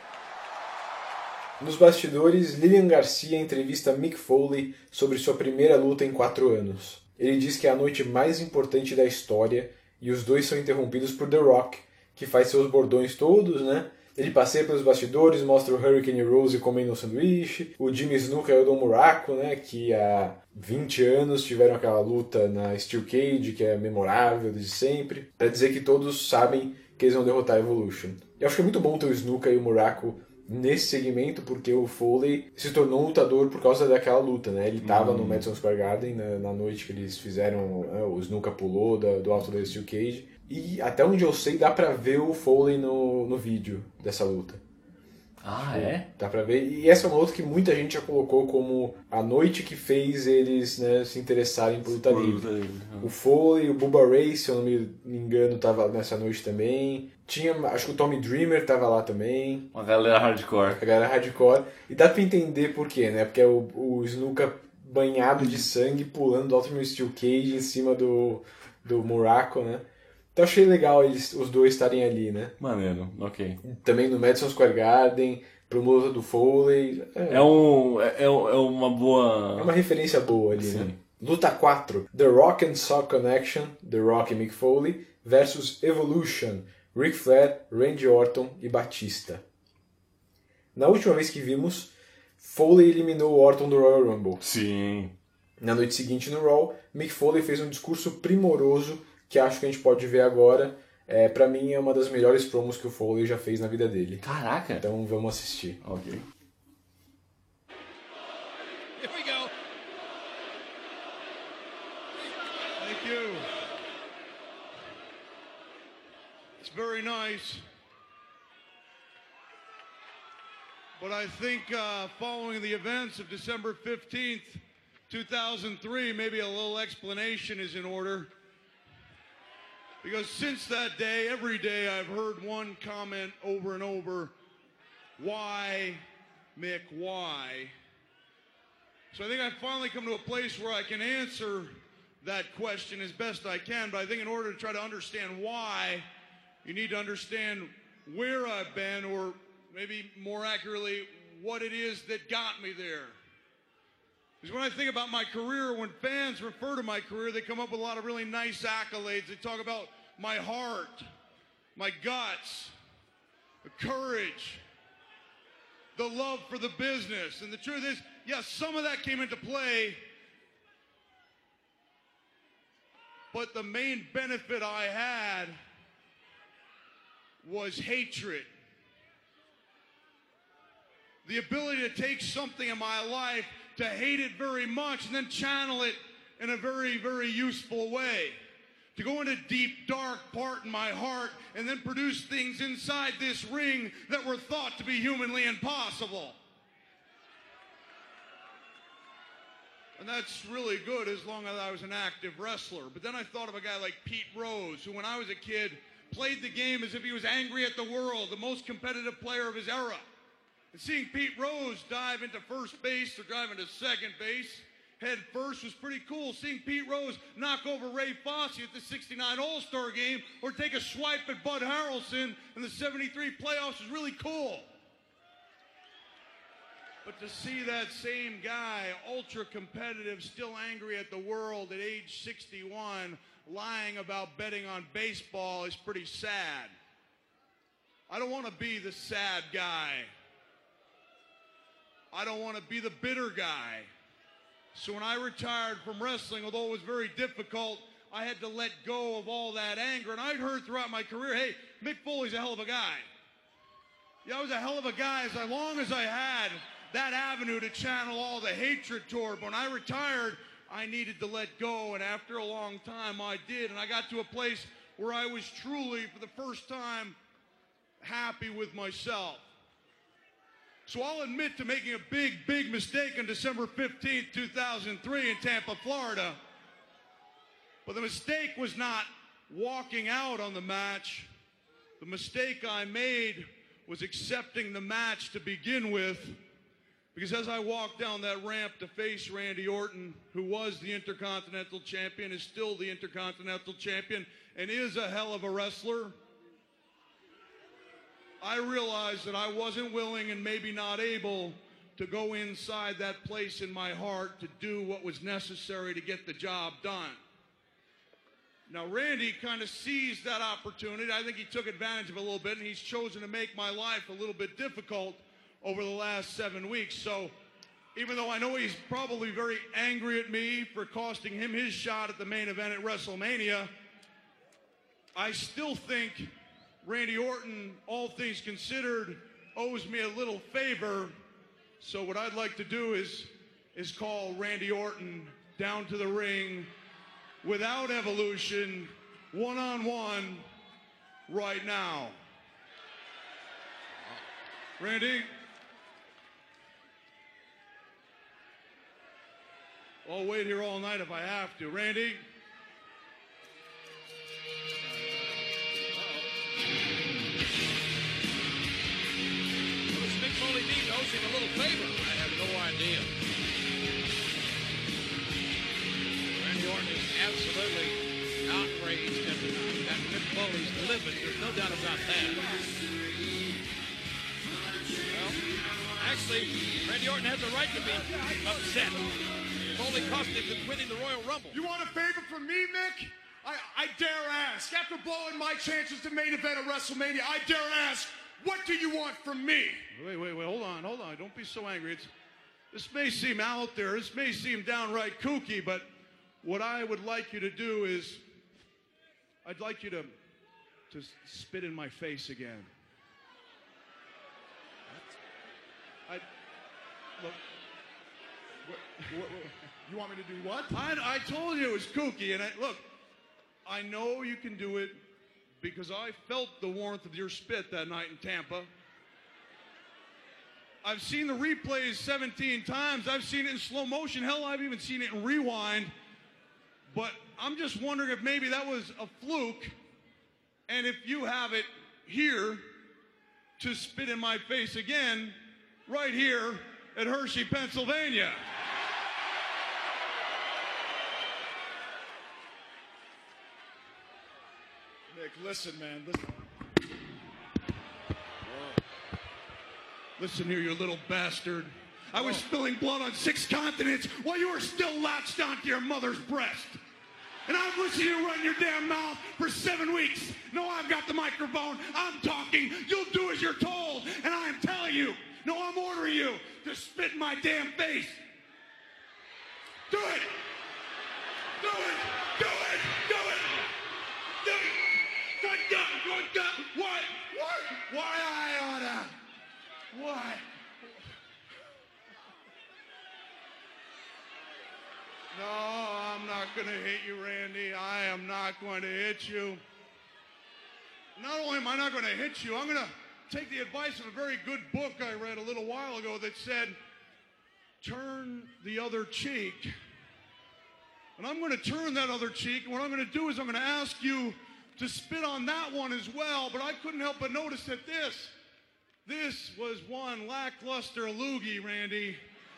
Nos bastidores, Lillian Garcia entrevista Mick Foley sobre sua primeira luta em 4 anos. Ele diz que é a noite mais importante da história e os dois são interrompidos por The Rock, que faz seus bordões todos, né? Ele passeia pelos bastidores, mostra o Hurricane Rose comendo um sanduíche, o Jimmy Snuka e o Don Muraco, né? Que há 20 anos tiveram aquela luta na Steel Cage, que é memorável desde sempre, para dizer que todos sabem que eles vão derrotar a Evolution. Eu acho que é muito bom ter o Snuka e o Muraco nesse segmento, porque o Foley se tornou um lutador por causa daquela luta, né? Ele estava no Madison Square Garden na noite que eles fizeram, o Snuka pulou do alto da Steel Cage, e até onde eu sei dá pra ver o Foley no vídeo dessa luta. É? Dá pra ver, e essa é uma luta que muita gente já colocou como a noite que fez eles, né, se interessarem por luta livre. O Foley, o Bubba Ray, se eu não me engano, tava nessa noite também. Tinha, acho que o Tommy Dreamer tava lá também. Uma galera hardcore. A galera hardcore. E dá pra entender por quê, né? Porque o Snuka banhado de sangue, pulando do Ultimate Steel Cage em cima do Muraco, né? Então achei legal os dois estarem ali, né? Maneiro, ok. Também no Madison Square Garden, pro luta do Foley. É uma boa... É uma referência boa ali, Sim. né? Luta 4. The Rock and Sock Connection, The Rock e Mick Foley, versus Evolution, Ric Flair, Randy Orton e Batista. Na última vez que vimos, Foley eliminou o Orton do Royal Rumble. Sim. Na noite seguinte no Raw, Mick Foley fez um discurso primoroso que acho que a gente pode ver agora. Pra mim é uma das melhores promos que o Foley já fez na vida dele. Caraca! Então vamos assistir. Ok. Here we go. Thank you. It's very nice. But I think following the events of December 15th, 2003, maybe a little explanation is in order. Because since that day, every day I've heard one comment over and over, why, Mick, why? So I think I've finally come to a place where I can answer that question as best I can, but I think in order to try to understand why, you need to understand where I've been, or maybe more accurately, what it is that got me there. Because when I think about my career, when fans refer to my career, they come up with a lot of really nice accolades. They talk about my heart, my guts, the courage, the love for the business. And the truth is, yes, some of that came into play, but the main benefit I had was hatred. The ability to take something in my life, to hate it very much, and then channel it in a very, very useful way. To go into deep, dark part in my heart and then produce things inside this ring that were thought to be humanly impossible. And that's really good as long as I was an active wrestler. But then I thought of a guy like Pete Rose, who when I was a kid played the game as if he was angry at the world, the most competitive player of his era. And seeing Pete Rose dive into first base or drive into second base head first was pretty cool. Seeing Pete Rose knock over Ray Fosse at the 69 All-Star game or take a swipe at Bud Harrelson in the 73 playoffs was really cool. But to see that same guy, ultra competitive, still angry at the world at age 61, lying about betting on baseball is pretty sad. I don't want to be the sad guy. I don't want to be the bitter guy. So when I retired from wrestling, although it was very difficult, I had to let go of all that anger. And I'd heard throughout my career, hey, Mick Foley's a hell of a guy. Yeah, I was a hell of a guy as long as I had that avenue to channel all the hatred toward. But when I retired, I needed to let go. And after a long time, I did. And I got to a place where I was truly, for the first time, happy with myself. So I'll admit to making a big, big mistake on December 15th, 2003 in Tampa, Florida. But the mistake was not walking out on the match. The mistake I made was accepting the match to begin with. Because as I walked down that ramp to face Randy Orton, who was the Intercontinental Champion, is still the Intercontinental Champion, and is a hell of a wrestler, I realized that I wasn't willing and maybe not able to go inside that place in my heart to do what was necessary to get the job done. Now, Randy kind of seized that opportunity. I think he took advantage of it a little bit, and he's chosen to make my life a little bit difficult over the last 7 weeks. So even though I know he's probably very angry at me for costing him his shot at the main event at WrestleMania, I still think Randy Orton, all things considered, owes me a little favor. So what I'd like to do is call Randy Orton down to the ring without Evolution, one-on-one, right now. Randy? I'll wait here all night if I have to. Randy? Mick Foley Dean owes him a little favor. I have no idea. Orton is absolutely outraged at Mick Foley's livid. There's no doubt about that. Well, actually, Randy Orton has a right to be upset. Foley cost him from winning the Royal Rumble. You want a favor from me, Mick? I dare ask. After blowing my chances to main event at WrestleMania, I dare ask, what do you want from me? Wait, hold on. Don't be so angry. This may seem out there, this may seem downright kooky, but what I would like you to do is, I'd like you to spit in my face again. Look, you want me to do what? I told you it was kooky, and look, I know you can do it because I felt the warmth of your spit that night in Tampa. I've seen the replays 17 times. I've seen it in slow motion. Hell, I've even seen it in rewind. But I'm just wondering if maybe that was a fluke, and if you have it here to spit in my face again, right here at Hershey, Pennsylvania. Nick, listen, man. Listen. Listen here, you little bastard. I was spilling blood on 6 continents while you were still latched onto your mother's breast. And I've listened to you run your damn mouth for 7 weeks. No, I've got the microphone. I'm talking. You'll do as you're told. And I'm telling you, no, I'm ordering you to spit in my damn face. Do it. Do it. Do it. Do it. Do it. Good God. Good God. What? What? Why I oughta? Why? No, I'm not going to hit you, Randy. I am not going to hit you. Not only am I not going to hit you, I'm going to take the advice of a very good book I read a little while ago that said, turn the other cheek. And I'm going to turn that other cheek, and what I'm going to do is I'm going to ask you to spit on that one as well, but I couldn't help but notice that this was one lackluster loogie, Randy.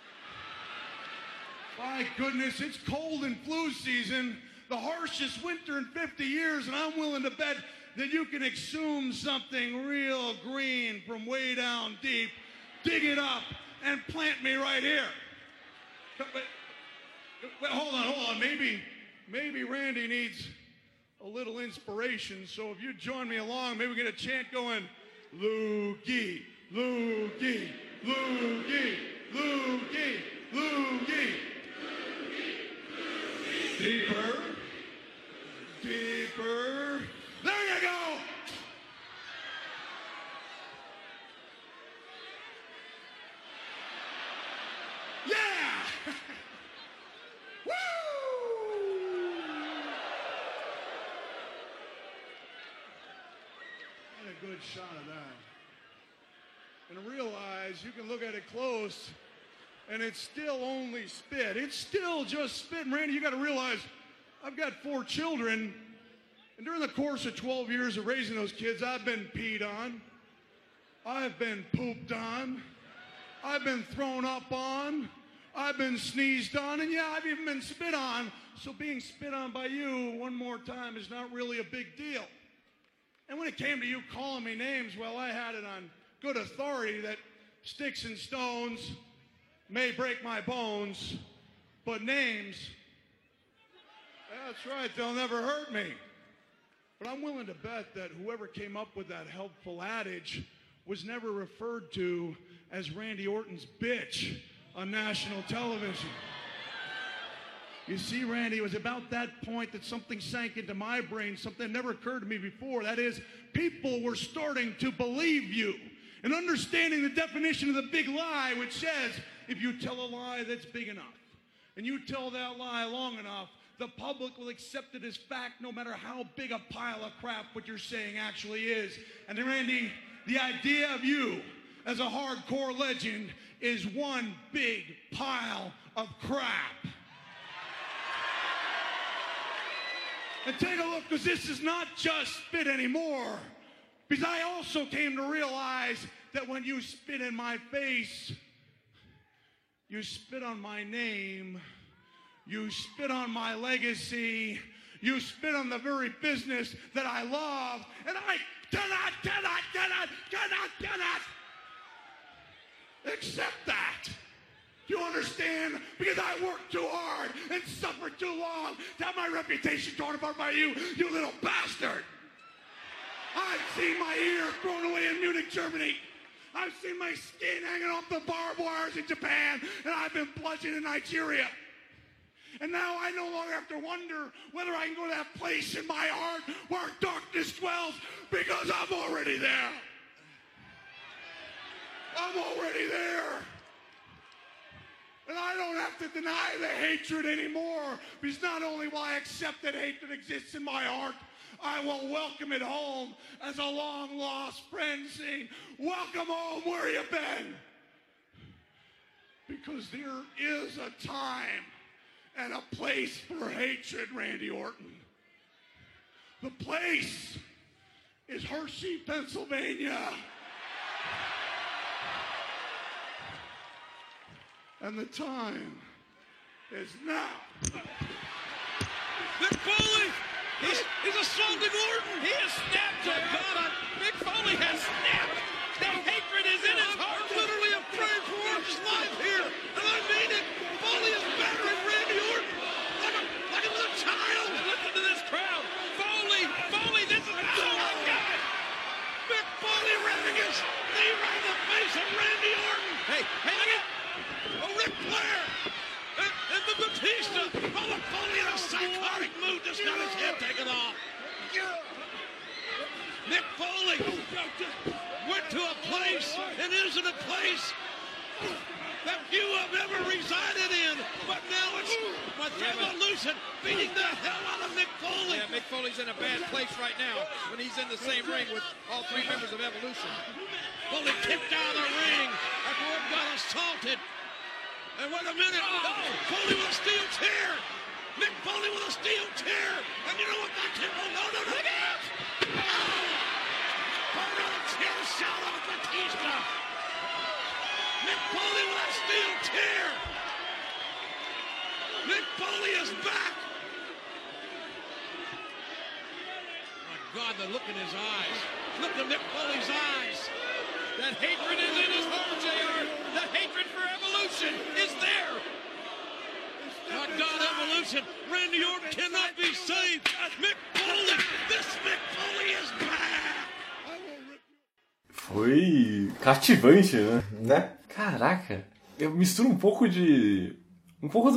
My goodness, it's cold and flu season, the harshest winter in 50 years, and I'm willing to bet that you can exhume something real green from way down deep, dig it up, and plant me right here. But hold on. Maybe Randy needs a little inspiration, so if you join me along, maybe we get a chant going, loogie, loogie, loogie, loogie, loogie. Deeper. Deeper. There you go. Yeah. Woo. What a good shot of that. And realize you can look at it close, and it's still only spit. It's still just spit. And Randy, you got to realize, I've got 4 children, and during the course of 12 years of raising those kids, I've been peed on. I've been pooped on. I've been thrown up on. I've been sneezed on. And yeah, I've even been spit on. So being spit on by you one more time is not really a big deal. And when it came to you calling me names, well, I had it on good authority that sticks and stones may break my bones, but names, that's right, they'll never hurt me. But I'm willing to bet that whoever came up with that helpful adage was never referred to as Randy Orton's bitch on national television. You see, Randy, it was about that point that something sank into my brain, something that never occurred to me before. That is, people were starting to believe you and understanding the definition of the big lie, which says, if you tell a lie that's big enough, and you tell that lie long enough, the public will accept it as fact no matter how big a pile of crap what you're saying actually is. And Randy, the idea of you as a hardcore legend is one big pile of crap. And take a look, because this is not just spit anymore. Because I also came to realize that when you spit in my face, you spit on my name, You spit on my legacy. You spit on the very business that I love. And I cannot accept that. You understand? Because I worked too hard and suffered too long to have my reputation torn apart by you, you little bastard. I've seen my ear thrown away in Munich, Germany. I've seen my skin hanging off the barbed wires in Japan, and I've been bludgeoned in Nigeria. And now I no longer have to wonder whether I can go to that place in my heart where darkness dwells, because I'm already there. I'm already there. And I don't have to deny the hatred anymore, because not only will I accept that hatred exists in my heart, I will welcome it home as a long-lost friend saying, welcome home, where you been? Because there is a time and a place for hatred, Randy Orton. The place is Hershey, Pennsylvania. And the time is now. Mick Foley! He's assaulting Orton! He has snapped, JR! Mick Foley has snapped! That hatred is in his heart! I'm literally afraid for Orton's life here! And I mean it! Foley is battering Randy Orton! Like a little child! And listen to this crowd! Foley! This is... Oh my God! Mick Foley wrapping his knee right in the face of Randy Orton! Hey, look at... Oh, Ric Flair! And the Batista! Oh, look, Foley in a psychotic mood just got his head taken off! Mick Foley went to a place and is in a place that few have ever resided in, but now it's Evolution beating the hell out of Mick Foley. Yeah, Mick Foley's in a bad place right now when he's in the same ring with all three members of Evolution. Foley kicked out of the ring after Orton got assaulted. And wait a minute, Foley with a steel chair. Mick Foley with a steel chair. And you know what that can... Oh, no. Look out! Another chair shot of Batista. Mick Foley with a steel chair. Mick Foley is back. My God, the look in his eyes. Look at Mick Foley's eyes. That hatred is in his heart, JR. The hatred for Evolution is there. My God, Evolution. Randy Orton cannot be saved. Mick Foley. This Mick Foley is back. Foi cativante, né? Caraca. Eu misturo um pouco de... Um pouco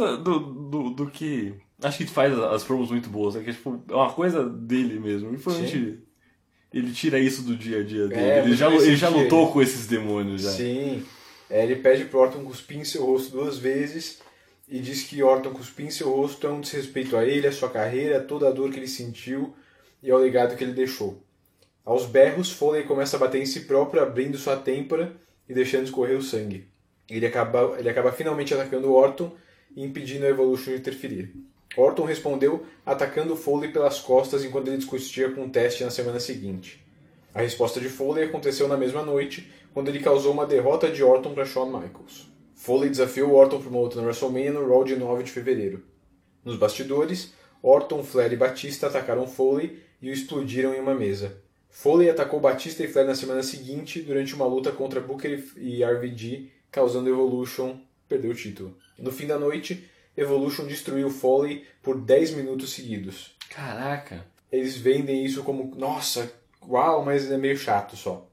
do que... Acho que faz as promos muito boas, né? Que tipo, é uma coisa dele mesmo. Infelizmente, ele tira isso do dia a dia dele. Ele já lutou com esses demônios, já. Sim. Ele pede pro Orton cuspir em seu rosto 2 vezes e diz que Orton cuspir em seu rosto é um desrespeito a ele, a sua carreira, toda a dor que ele sentiu e ao legado que ele deixou. Aos berros, Foley começa a bater em si próprio, abrindo sua têmpora e deixando escorrer o sangue. Ele acaba finalmente atacando Orton e impedindo a Evolution de interferir. Orton respondeu atacando Foley pelas costas enquanto ele discutia com o teste na semana seguinte. A resposta de Foley aconteceu na mesma noite, quando ele causou uma derrota de Orton para Shawn Michaels. Foley desafiou Orton para uma luta na WrestleMania no Raw de 9 de fevereiro. Nos bastidores, Orton, Flair e Batista atacaram Foley e o explodiram em uma mesa. Foley atacou Batista e Flair na semana seguinte durante uma luta contra Booker e RVD, causando Evolution perder o título. No fim da noite, Evolution destruiu Foley por 10 minutos seguidos. Caraca! Eles vendem isso como, nossa, uau, mas é meio chato só.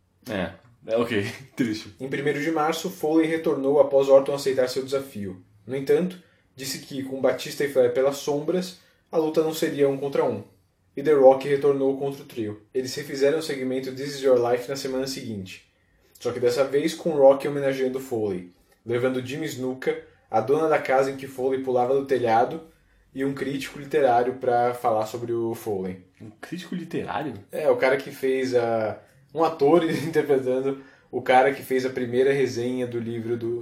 É ok, triste. Em 1º de março, Foley retornou após Orton aceitar seu desafio. No entanto, disse que com Batista e Flair pelas sombras, a luta não seria 1 contra 1. E The Rock retornou contra o trio. Eles refizeram o segmento This Is Your Life na semana seguinte. Só que dessa vez com Rock homenageando Foley, levando Jimmy Snuka, a dona da casa em que Foley pulava do telhado, e um crítico literário para falar sobre o Foley. Um crítico literário? É, o cara que fez um ator interpretando o cara que fez a primeira resenha do livro do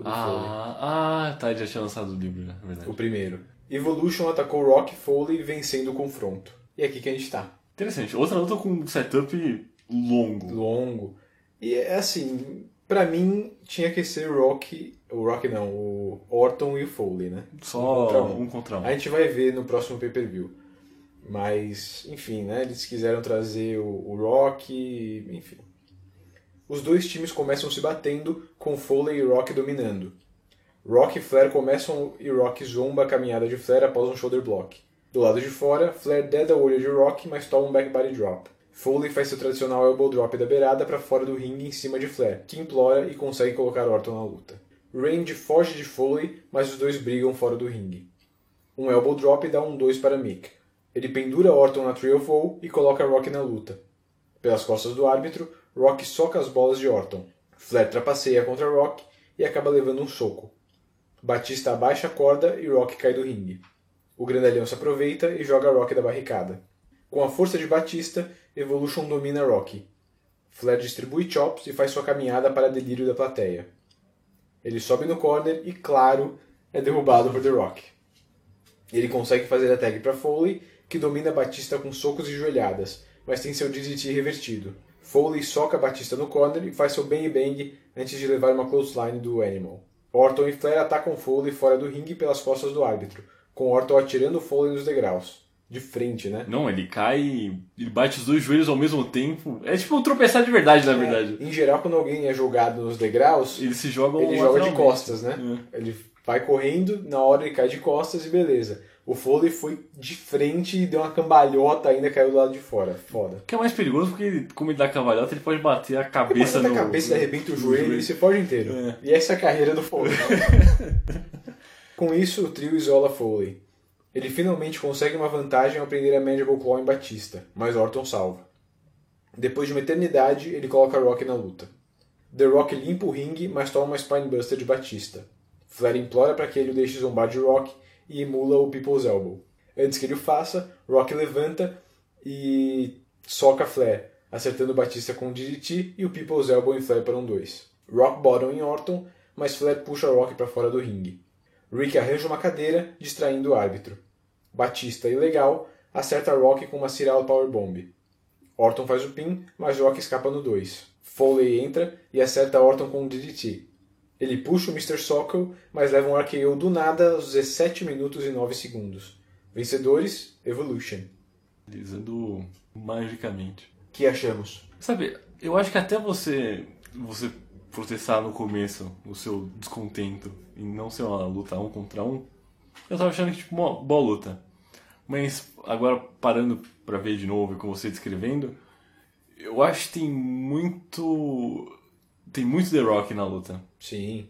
Foley. Tá, já tinha lançado o livro, na verdade. O primeiro. Evolution atacou Rock e Foley vencendo o confronto. E é aqui que a gente tá. Interessante. Outra luta com um setup longo. E é assim, pra mim tinha que ser Rock O Rock não, o Orton e o Foley, né? Só um contra um. A gente vai ver no próximo pay-per-view. Mas, enfim, né? Eles quiseram trazer o Rock, enfim. Os dois times começam se batendo, com Foley e Rock dominando. Rock e Flair começam e Rock zomba a caminhada de Flair após um shoulder block. Do lado de fora, Flair deda o olho de Rock, mas toma um back body drop. Foley faz seu tradicional elbow drop da beirada para fora do ringue em cima de Flair, que implora e consegue colocar Orton na luta. Randy foge de Foley, mas os dois brigam fora do ringue. Um elbow drop dá um 2 para Mick. Ele pendura Orton na Tree of Woe e coloca Rock na luta. Pelas costas do árbitro, Rock soca as bolas de Orton. Flair trapaceia contra Rock e acaba levando um soco. Batista abaixa a corda e Rock cai do ringue. O grandalhão se aproveita e joga Rock da barricada. Com a força de Batista, Evolution domina Rock. Flair distribui chops e faz sua caminhada para delírio da plateia. Ele sobe no corner e, claro, é derrubado por The Rock. Ele consegue fazer a tag para Foley, que domina Batista com socos e joelhadas, mas tem seu DDT revertido. Foley soca Batista no corner e faz seu bang bang antes de levar uma clothesline do Animal. Orton e Flair atacam Foley fora do ringue pelas costas do árbitro, com Orton atirando Foley nos degraus. De frente, né? Não, ele cai e ele bate os dois joelhos ao mesmo tempo. É tipo um tropeçar de verdade, na verdade. Em geral, quando alguém é jogado nos degraus, ele se joga de costas, né? Ele vai correndo, na hora ele cai de costas e beleza. O Foley foi de frente e deu uma cambalhota ainda, caiu do lado de fora. Foda. O que é mais perigoso, porque como ele dá cambalhota, ele pode bater a cabeça no... a cabeça, de repente o joelho e se foge inteiro. E essa é a carreira do Foley. Com isso, o trio isola Foley. Ele finalmente consegue uma vantagem ao prender a Mandible Claw em Batista, mas Orton salva. Depois de uma eternidade, ele coloca Rock na luta. The Rock limpa o ringue, mas toma uma Spinebuster de Batista. Flair implora para que ele o deixe zombar de Rock e emula o People's Elbow. Antes que ele o faça, Rock levanta e soca Flair, acertando Batista com o DDT e o People's Elbow em Flair para um 2. Rock bottom em Orton, mas Flair puxa Rock para fora do ringue. Rick arranja uma cadeira, distraindo o árbitro. Batista, ilegal, acerta Rock com uma Ciral Powerbomb. Orton faz o pin, mas Rock escapa no 2. Foley entra e acerta Orton com um DDT. Ele puxa o Mr. Sokol, mas leva um RKO do nada aos 17 minutos e 9 segundos. Vencedores, Evolution. Dizendo magicamente. O que achamos? Sabe, eu acho que até você protestar no começo o seu descontento em não ser uma luta 1 contra 1, eu tava achando que tipo uma boa luta. Mas agora parando pra ver de novo e com você descrevendo, eu acho que tem muito The Rock na luta. Sim.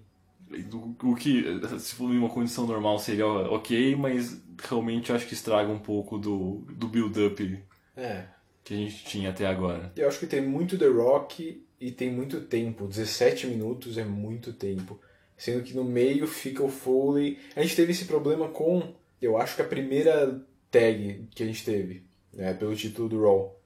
O que, se for em uma condição normal, seria ok, mas realmente eu acho que estraga um pouco do build-up que a gente tinha até agora. Eu acho que tem muito The Rock e tem muito tempo. 17 minutos é muito tempo. Sendo que no meio fica o Foley. A gente teve esse problema com, eu acho que a primeira tag que a gente teve, né, pelo título do Raw.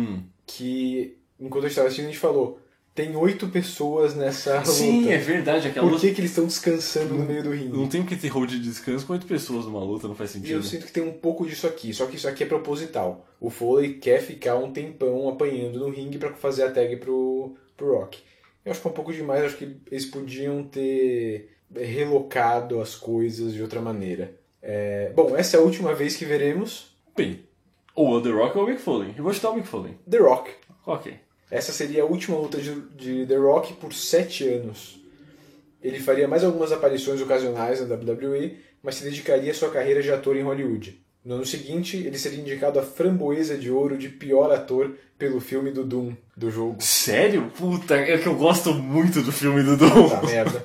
Que, enquanto eu estava assistindo, a gente falou, tem 8 pessoas nessa luta. Sim, é verdade. Aquela Por que eles estão descansando no meio do ringue? Não tem que ter hold de descanso com 8 pessoas numa luta, não faz sentido. E eu sinto que tem um pouco disso aqui, só que isso aqui é proposital. O Foley quer ficar um tempão apanhando no ringue para fazer a tag pro Rock. Eu acho que é um pouco demais, acho que eles podiam ter relocado as coisas de outra maneira. Bom, essa é a última vez que veremos. Bem, ou o The Rock ou o Mick Foley. Eu vou chutar o Mick Foley. The Rock. Ok. Essa seria a última luta de The Rock por 7 anos. Ele faria mais algumas aparições ocasionais na WWE, mas se dedicaria à sua carreira de ator em Hollywood. No ano seguinte, ele seria indicado a Framboesa de Ouro de pior ator pelo filme do Doom, do jogo. Sério? Puta, é que eu gosto muito do filme do Doom. Tá merda.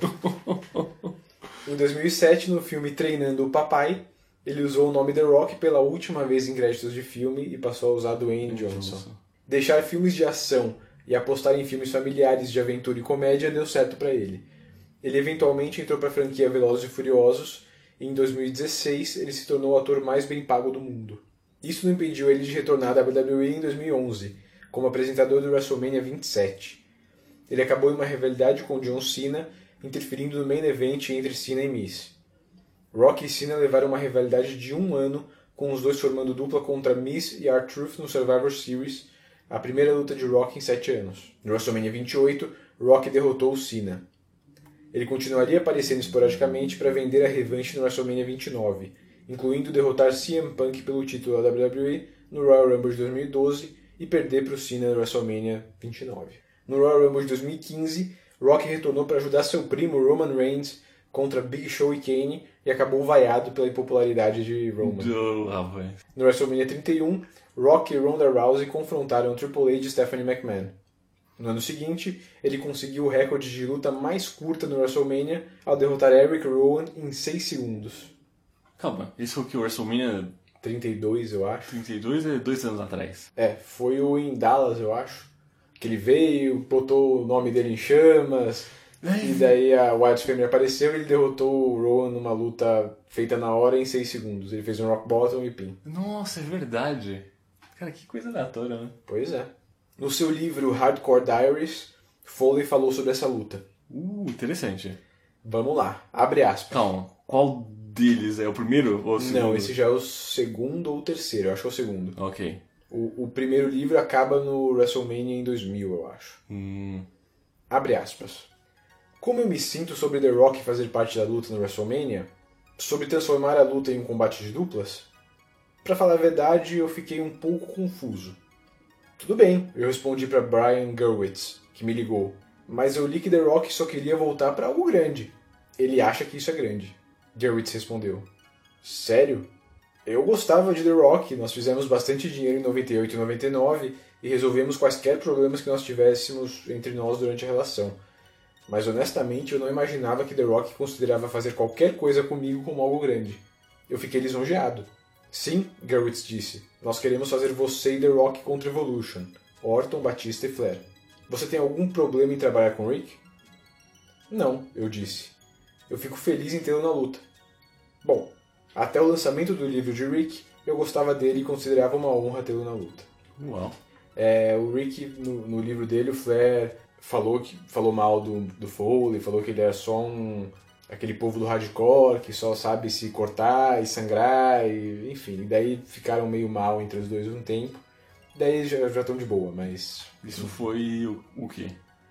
Em 2007, no filme Treinando o Papai, ele usou o nome The Rock pela última vez em créditos de filme e passou a usar Dwayne Johnson. Deixar filmes de ação e apostar em filmes familiares de aventura e comédia deu certo pra ele. Ele eventualmente entrou pra franquia Velozes e Furiosos e em 2016 ele se tornou o ator mais bem pago do mundo. Isso não impediu ele de retornar à WWE em 2011, como apresentador do WrestleMania 27. Ele acabou em uma rivalidade com John Cena, interferindo no main event entre Cena e Miz. Rock e Cena levaram uma rivalidade de 1 ano, com os dois formando dupla contra Miz e R-Truth no Survivor Series, a primeira luta de Rock em 7 anos. No WrestleMania 28, Rock derrotou o Cena. Ele continuaria aparecendo esporadicamente para vender a revanche no WrestleMania 29, incluindo derrotar CM Punk pelo título da WWE no Royal Rumble de 2012 e perder para o Cena no WrestleMania 29. No Royal Rumble de 2015, Rock retornou para ajudar seu primo Roman Reigns contra Big Show e Kane e acabou vaiado pela impopularidade de Roman. No WrestleMania 31, Rock e Ronda Rousey confrontaram Triple H e Stephanie McMahon. No ano seguinte, ele conseguiu o recorde de luta mais curta no WrestleMania ao derrotar Eric Rowan em 6 segundos. Calma, esse foi o que? O WrestleMania 32, eu acho. 32 é 2 anos atrás. Foi o em Dallas, eu acho. Que ele veio, botou o nome dele em chamas, e daí a Wyatt Family apareceu e ele derrotou o Rowan numa luta feita na hora em 6 segundos. Ele fez um rock bottom e pin. Nossa, é verdade. Cara, que coisa aleatória, né? Pois é. No seu livro Hardcore Diaries, Foley falou sobre essa luta. Interessante. Vamos lá, abre aspas. Calma, qual deles? É o primeiro ou o segundo? Não, esse já é o segundo ou o terceiro, eu acho que é o segundo. Ok. O primeiro livro acaba no WrestleMania em 2000, eu acho. Abre aspas. Como eu me sinto sobre The Rock fazer parte da luta no WrestleMania? Sobre transformar a luta em um combate de duplas? Pra falar a verdade, eu fiquei um pouco confuso. Tudo bem, eu respondi para Brian Gerwitz, que me ligou. Mas eu li que The Rock só queria voltar para algo grande. Ele acha que isso é grande. Gerwitz respondeu. Sério? Eu gostava de The Rock, nós fizemos bastante dinheiro em 98 e 99 e resolvemos quaisquer problemas que nós tivéssemos entre nós durante a relação. Mas honestamente eu não imaginava que The Rock considerava fazer qualquer coisa comigo como algo grande. Eu fiquei lisonjeado. Sim, Gerwitz disse, nós queremos fazer você e The Rock contra Evolution, Orton, Batista e Flair. Você tem algum problema em trabalhar com Rick? Não, eu disse. Eu fico feliz em tê-lo na luta. Bom, até o lançamento do livro de Rick, eu gostava dele e considerava uma honra tê-lo na luta. Uau. O Rick, no livro dele, o Flair falou mal do Foley, falou que ele era só aquele povo do hardcore que só sabe se cortar e sangrar, enfim. E daí ficaram meio mal entre os dois um tempo. Daí já estão de boa, mas... Isso foi o quê?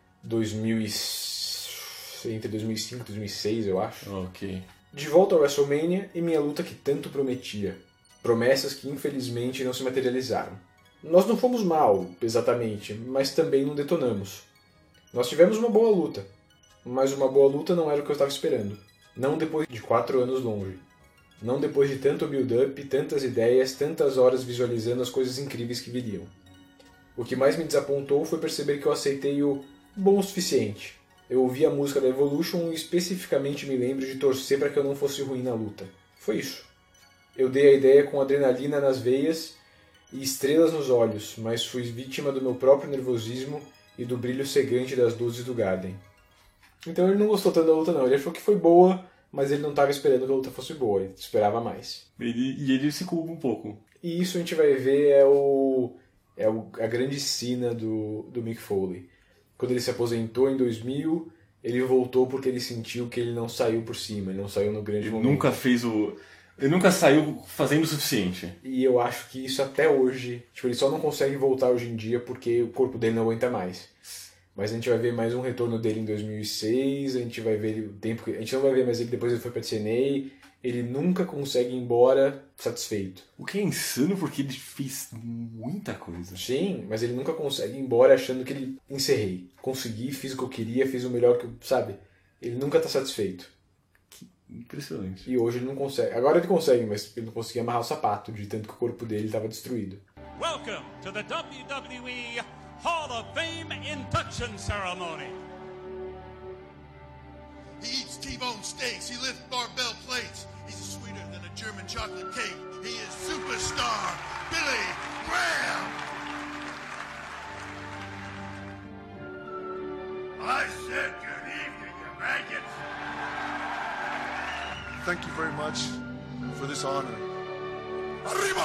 Entre 2005 e 2006, eu acho. Ok. De volta ao WrestleMania e minha luta que tanto prometia. Promessas que infelizmente não se materializaram. Nós não fomos mal, exatamente, mas também não detonamos. Nós tivemos uma boa luta. Mas uma boa luta não era o que eu estava esperando. Não depois de 4 anos longe. Não depois de tanto build-up, tantas ideias, tantas horas visualizando as coisas incríveis que viriam. O que mais me desapontou foi perceber que eu aceitei o bom o suficiente. Eu ouvi a música da Evolution e especificamente me lembro de torcer para que eu não fosse ruim na luta. Foi isso. Eu dei a ideia com adrenalina nas veias e estrelas nos olhos, mas fui vítima do meu próprio nervosismo e do brilho cegante das luzes do Garden. Então ele não gostou tanto da luta não, ele achou que foi boa, mas ele não estava esperando que a luta fosse boa, ele esperava mais. Ele se culpa um pouco. E isso a gente vai ver a grande sina do Mick Foley. Quando ele se aposentou em 2000, ele voltou porque ele sentiu que ele não saiu por cima, ele não saiu no grande momento. Ele nunca saiu fazendo o suficiente. E eu acho que isso até hoje, ele só não consegue voltar hoje em dia porque o corpo dele não aguenta mais. Mas a gente vai ver mais um retorno dele em 2006, a gente vai ver o tempo que... A gente não vai ver mais ele depois ele foi pra TNA, ele nunca consegue ir embora satisfeito. O que é insano porque ele fez muita coisa. Sim, mas ele nunca consegue ir embora achando que ele encerrei. Consegui, fiz o que eu queria, fiz o melhor que eu... Sabe? Ele nunca tá satisfeito. Que impressionante. E hoje ele não consegue. Agora ele consegue, mas ele não conseguia amarrar o sapato, de tanto que o corpo dele estava destruído. Welcome to the WWE Hall of Fame induction ceremony. He eats T-bone steaks. He lifts barbell plates. He's sweeter than a German chocolate cake. He is superstar Billy Graham. I said good evening, you maggots. Thank you very much for this honor. Arriba!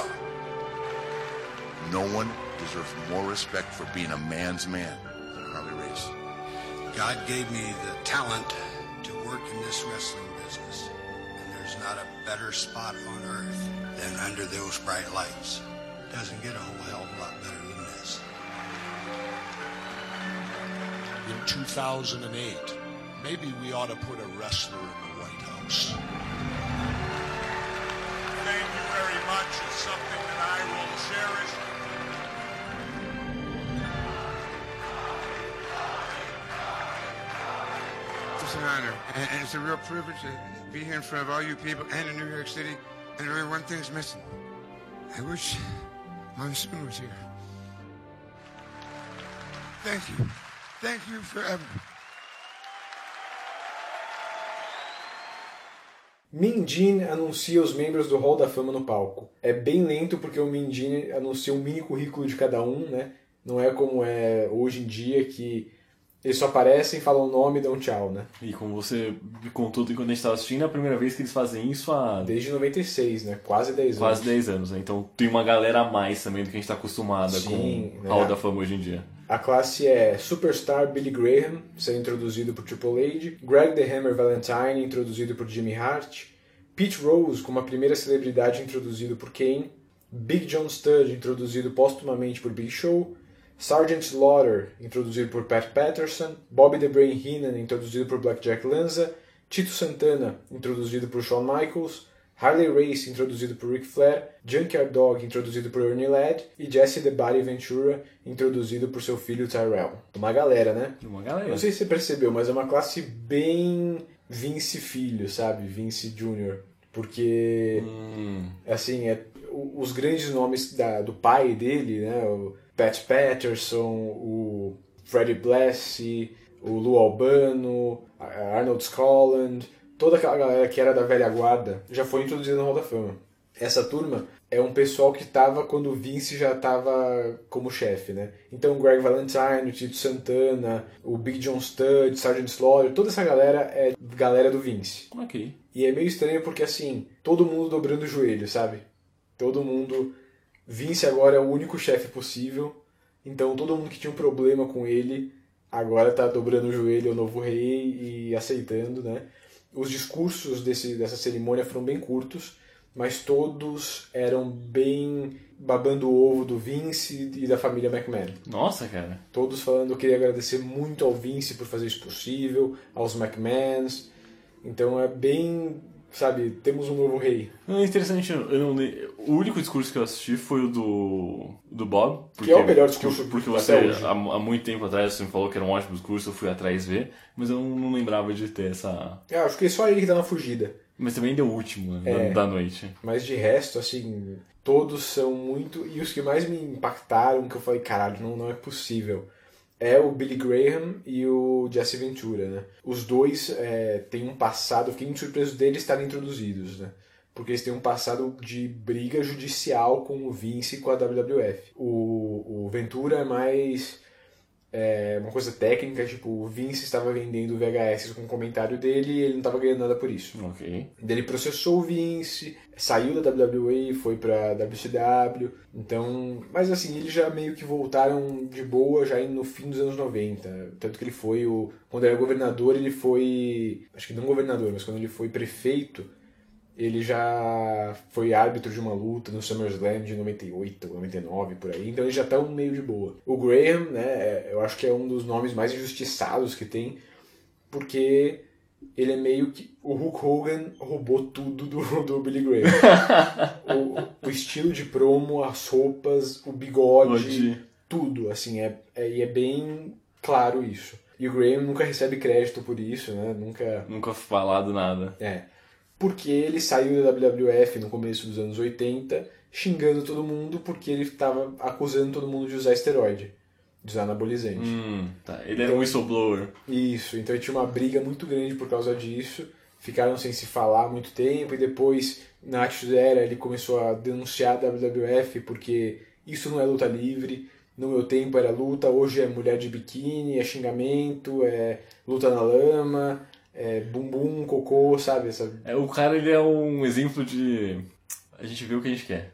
No one deserves more respect for being a man's man than Harley Race. God gave me the talent to work in this wrestling business, and there's not a better spot on earth than under those bright lights. Doesn't get a whole hell of a lot better than this. In 2008, maybe we ought to put a wrestler in the White House. Thank you very much. It's something that I will cherish. It's an honor, and it's a real privilege to be here in front of all you people and in New York City. And only one thing's missing. I wish Monsoon was here. Thank you. Thank you forever. Mindine anuncia os membros do Hall da Fama no palco. É bem lento porque o Mindine anuncia um mini currículo de cada um, né? Não é como é hoje em dia que eles só aparecem, falam o nome e dão tchau, né? E como você me contou quando a gente estava assistindo, é a primeira vez que eles fazem isso há... Desde 96, né? Quase 10 anos. Quase 10 anos, né? Então tem uma galera a mais também do que a gente está acostumada com o Hall da Fama hoje em dia. A classe é Superstar Billy Graham, sendo introduzido por Triple H, Greg the Hammer Valentine, introduzido por Jimmy Hart, Pete Rose, como a primeira celebridade, introduzido por Kane, Big John Studd, introduzido póstumamente por Big Show, Sergeant Slaughter, introduzido por Pat Patterson, Bobby the Brain Heenan, introduzido por Blackjack Lanza, Tito Santana, introduzido por Shawn Michaels, Harley Race, introduzido por Ric Flair, Junkyard Dog, introduzido por Ernie Ladd, e Jesse the Body Ventura, introduzido por seu filho Tyrell. Uma galera, né? Uma galera. Não sei se você percebeu, mas é uma classe bem Vince filho, sabe? Vince Jr. Porque, assim, os grandes nomes do pai dele, né? O Pat Patterson, o Freddie Blassie, o Lou Albano, Arnold Scotland, toda aquela galera que era da velha guarda já foi introduzida no Hall da Fama. Essa turma é um pessoal que estava quando o Vince já estava como chefe, né? Então o Greg Valentine, o Tito Santana, o Big John Studd, Sergeant Slaughter, toda essa galera é galera do Vince. Ok. E é meio estranho porque, assim, todo mundo dobrando o joelho, sabe? Todo mundo... Vince agora é o único chefe possível, então todo mundo que tinha um problema com ele agora tá dobrando o joelho ao novo rei e aceitando, né? Os discursos dessa cerimônia foram bem curtos, mas todos eram bem babando o ovo do Vince e da família McMahon. Nossa, cara. Todos falando, eu queria agradecer muito ao Vince por fazer isso possível, aos McMahons. Então é bem, sabe, temos um novo rei. É interessante, o único discurso que eu assisti foi o do Bob. Que é o melhor discurso porque você, há muito tempo atrás, você me falou que era um ótimo discurso, eu fui atrás ver, mas eu não lembrava de ter essa... Eu acho que só ele que dá uma fugida. Mas também deu o último da noite. Mas de resto, assim, todos são muito... E os que mais me impactaram, que eu falei, caralho, não é possível, é o Billy Graham e o Jesse Ventura, né? Os dois têm um passado, eu fiquei muito surpreso deles estarem introduzidos, né? Porque eles têm um passado de briga judicial com o Vince e com a WWF. O Ventura é mais uma coisa técnica, tipo, o Vince estava vendendo VHS com o comentário dele e ele não estava ganhando nada por isso. Ok. Ele processou o Vince, saiu da WWE, foi pra WCW, então... Mas assim, eles já meio que voltaram de boa já no fim dos anos 90. Tanto que ele foi quando ele era governador, ele foi... Acho que não governador, mas quando ele foi prefeito, ele já foi árbitro de uma luta no SummerSlam de 98, 99, por aí. Então eles já estão meio de boa. O Graham, né, eu acho que é um dos nomes mais injustiçados que tem, porque ele é meio que... O Hulk Hogan roubou tudo do Billy Graham. o estilo de promo, as roupas, o bigode, tudo, assim, e é bem claro isso. E o Graham nunca recebe crédito por isso, né? Nunca falado nada. Porque ele saiu da WWF no começo dos anos 80, xingando todo mundo porque ele estava acusando todo mundo de usar esteroide, de usar anabolizante. Tá. Ele era um whistleblower. Isso, então tinha uma briga muito grande por causa disso, ficaram sem se falar há muito tempo, e depois, na Attitude Era, ele começou a denunciar a WWF porque isso não é luta livre, no meu tempo era luta, hoje é mulher de biquíni, é xingamento, é luta na lama... bumbum, cocô, sabe? O cara, ele é um exemplo de... A gente vê o que a gente quer.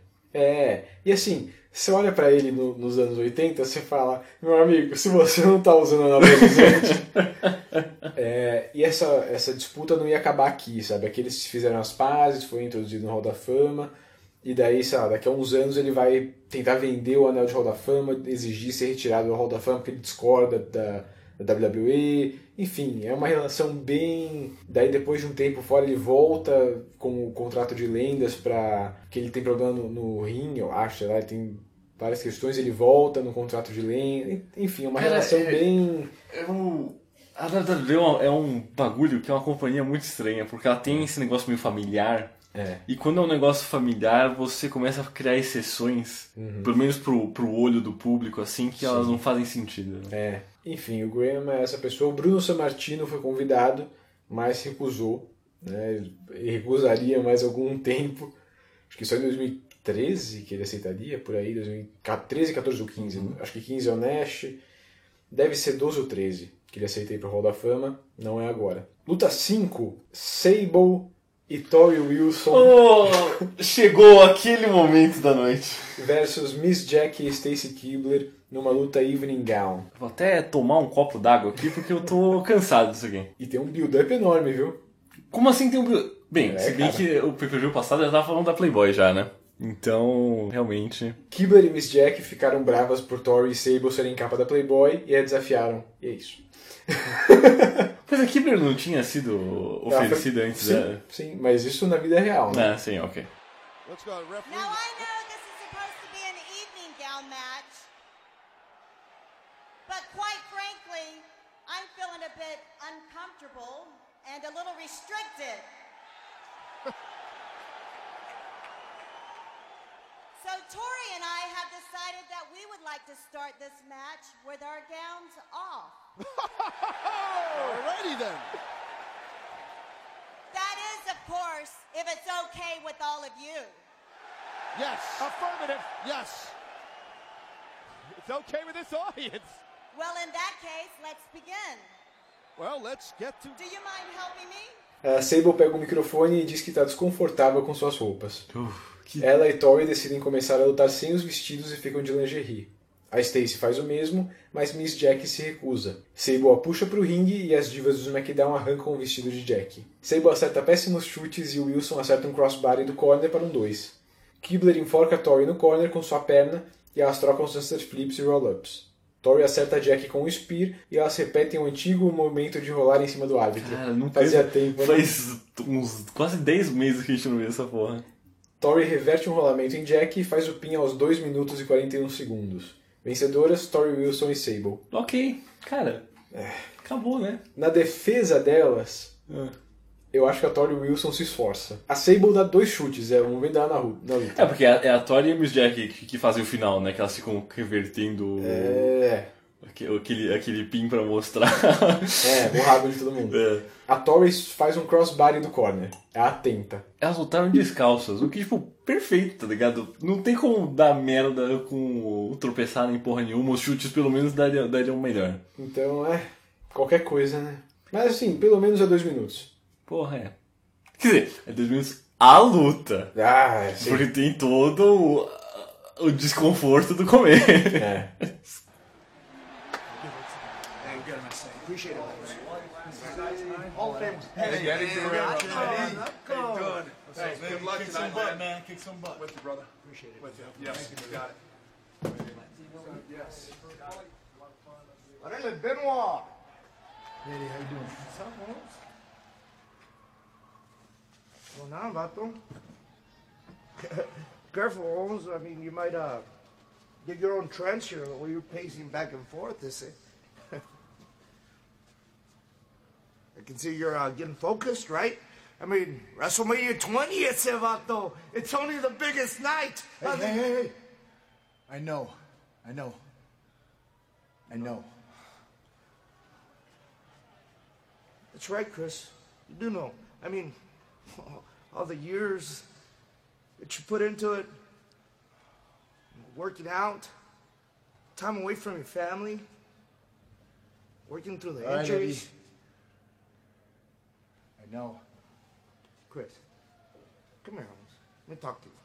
E assim, você olha pra ele nos anos 80, você fala, meu amigo, se você não tá usando anabolizante... E essa disputa não ia acabar aqui, sabe? Aqui eles fizeram as pazes, foi introduzido no Hall da Fama, e daí, sei lá, daqui a uns anos ele vai tentar vender o anel de Hall da Fama, exigir ser retirado do Hall da Fama, porque ele discorda da WWE, enfim, é uma relação bem... Daí depois de um tempo fora ele volta com o contrato de lendas para que ele tem problema no rim, eu acho, sei lá, ele tem várias questões, ele volta no contrato de lenda, enfim, é uma relação bem... A WWE é um bagulho que é uma companhia muito estranha, porque ela tem esse negócio meio familiar. E quando é um negócio familiar, você começa a criar exceções, pelo menos pro olho do público, assim, que elas não fazem sentido. Enfim, o Graham é essa pessoa. O Bruno Sammartino foi convidado, mas recusou. Né? Ele recusaria mais algum tempo. Acho que só em 2013 que ele aceitaria, por aí, 2013, 14 ou 15. Acho que 15 é o Nash. Deve ser 12 ou 13 que ele aceita ir pro Hall da Fama. Não é agora. Luta 5, Sable e Torrie Wilson. Chegou aquele momento da noite. Versus Miss Jack e Stacy Keibler numa luta Evening Gown. Vou até tomar um copo d'água aqui porque eu tô cansado disso aqui. E tem um build-up enorme, viu? Como assim tem um build-up? Bem, se bem que o pay-per-view passado já tava falando da Playboy já, né? Então, realmente... Keibler e Miss Jack ficaram bravas por Torrie e Sable serem capa da Playboy e a desafiaram. E é isso. Mas a Keibler não tinha sido oferecida antes da... Sim, mas isso na vida real, né? Sim, ok. Let's go, referee. Now I know this is supposed to be an evening gown match, but quite frankly, I'm feeling a bit uncomfortable and a little restricted. So Torrie and I have decided that we would like to start this match with our gowns off. Alrighty then. That is, of course, if it's okay with all of you. Yes. Affirmative. Yes. It's okay with this audience. Well, in that case, let's begin. Well, let's get to... Do you mind helping me? Sable pega o microfone e diz que está desconfortável com suas roupas. Ela e Torrie decidem começar a lutar sem os vestidos e ficam de lingerie. A Stacy faz o mesmo, mas Miss Jack se recusa. Sable a puxa para o ringue e as divas do SmackDown arrancam o vestido de Jack. Sable acerta péssimos chutes e o Wilson acerta um crossbody do corner para um 2. Keibler enforca Torrie no corner com sua perna e elas trocam sunset flips e roll-ups. Torrie acerta Jack com um spear e elas repetem o antigo movimento de rolar em cima do árbitro. Cara, não fazia tempo. Né? Faz uns quase 10 meses que a gente não vê essa porra. Torrie reverte um rolamento em Jack e faz o pin aos 2 minutos e 41 segundos. Vencedoras, Torrie Wilson e Sable. Ok, cara. Acabou, né? Na defesa delas, eu acho que a Torrie Wilson se esforça. A Sable dá 2 chutes, vamos ver na luta. Porque é a Torrie e a Miss Jack que fazem o final, né? Que elas ficam revertendo aquele pin pra mostrar. O rabo de todo mundo. A Torrie faz um crossbody do corner. Ela tenta. Elas lutaram descalças, o que, tipo, perfeito, tá ligado? Não tem como dar merda com tropeçar em porra nenhuma, os chutes pelo menos dariam melhor. Então, qualquer coisa, né? Mas assim, pelo menos é 2 minutos. Porra, Quer dizer, é 2 minutos a luta. Sim. Porque tem todo o desconforto do começo. Appreciate it. Hall of Fame. Hey, Eddie, How good? Hey, good luck kick tonight, some butt, man. man. Kick some butt. With you, brother. Appreciate it. With you. Yes, you got it. Yes. Arele Benoit. Hey, how you doing? What's up, Holmes? What's going on, Vato? Careful, Holmes. I mean, you might get your own trench here while you're pacing back and forth, they say. I can see you're getting focused, right? I mean, WrestleMania 20, it's Vato. It's only the biggest night. Hey. I know. That's right, Chris. You do know. I mean, all the years that you put into it, working out, time away from your family, working through the injuries. I know. Chris, come here, Holmes. Let me talk to you.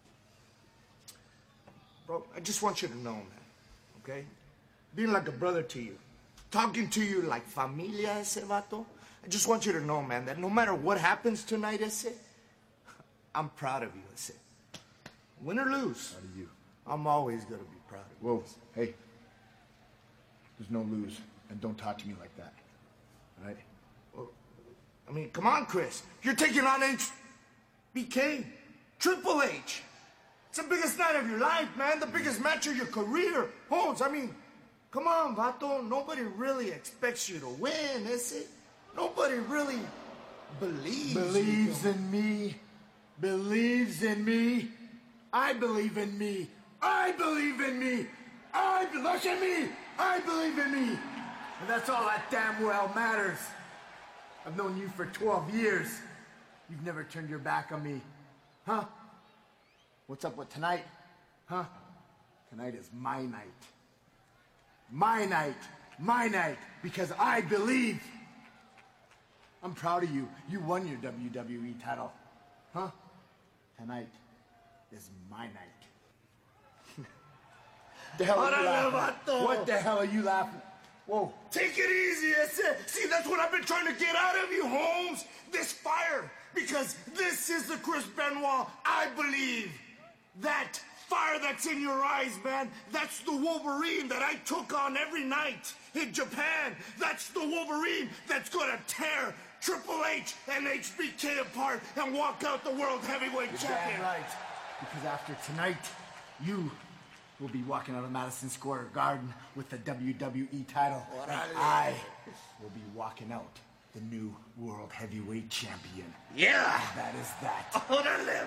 Bro, I just want you to know, man, okay? Being like a brother to you, talking to you like familia, ese vato. I just want you to know, man, that no matter what happens tonight, ese, I'm proud of you, ese. Win or lose, Proud of you. I'm always gonna be proud of you. Whoa, hey. there's no lose. And don't talk to me like that. All right? Well, I mean, come on, Chris. You're taking on HBK, Triple H. It's the biggest night of your life, man. The biggest match of your career. Holmes, I mean, come on, Vato. Nobody really expects you to win, is it? Nobody really believes in me. Believes in me. I believe in me. I believe in me. Look at me. I believe in me. And that's all that damn well matters. I've known you for 12 years. You've never turned your back on me. Huh? What's up with tonight? Huh? Tonight is my night. My night. My night. Because I believe. I'm proud of you. You won your WWE title. Huh? Tonight is my night. The hell are you laughing? What the hell are you laughing? Whoa. Take it easy, I said. See, that's what I've been trying to get out of you, Holmes. This fire. Because this is the Chris Benoit I believe. That fire that's in your eyes, man. That's the Wolverine that I took on every night in Japan. That's the Wolverine that's gonna tear Triple H and HBK apart and walk out the World Heavyweight Champion. Damn right. Because after tonight, you will be walking out of Madison Square Garden with the WWE title. And I will be walking out the new World Heavyweight Champion. Yeah! And that is that.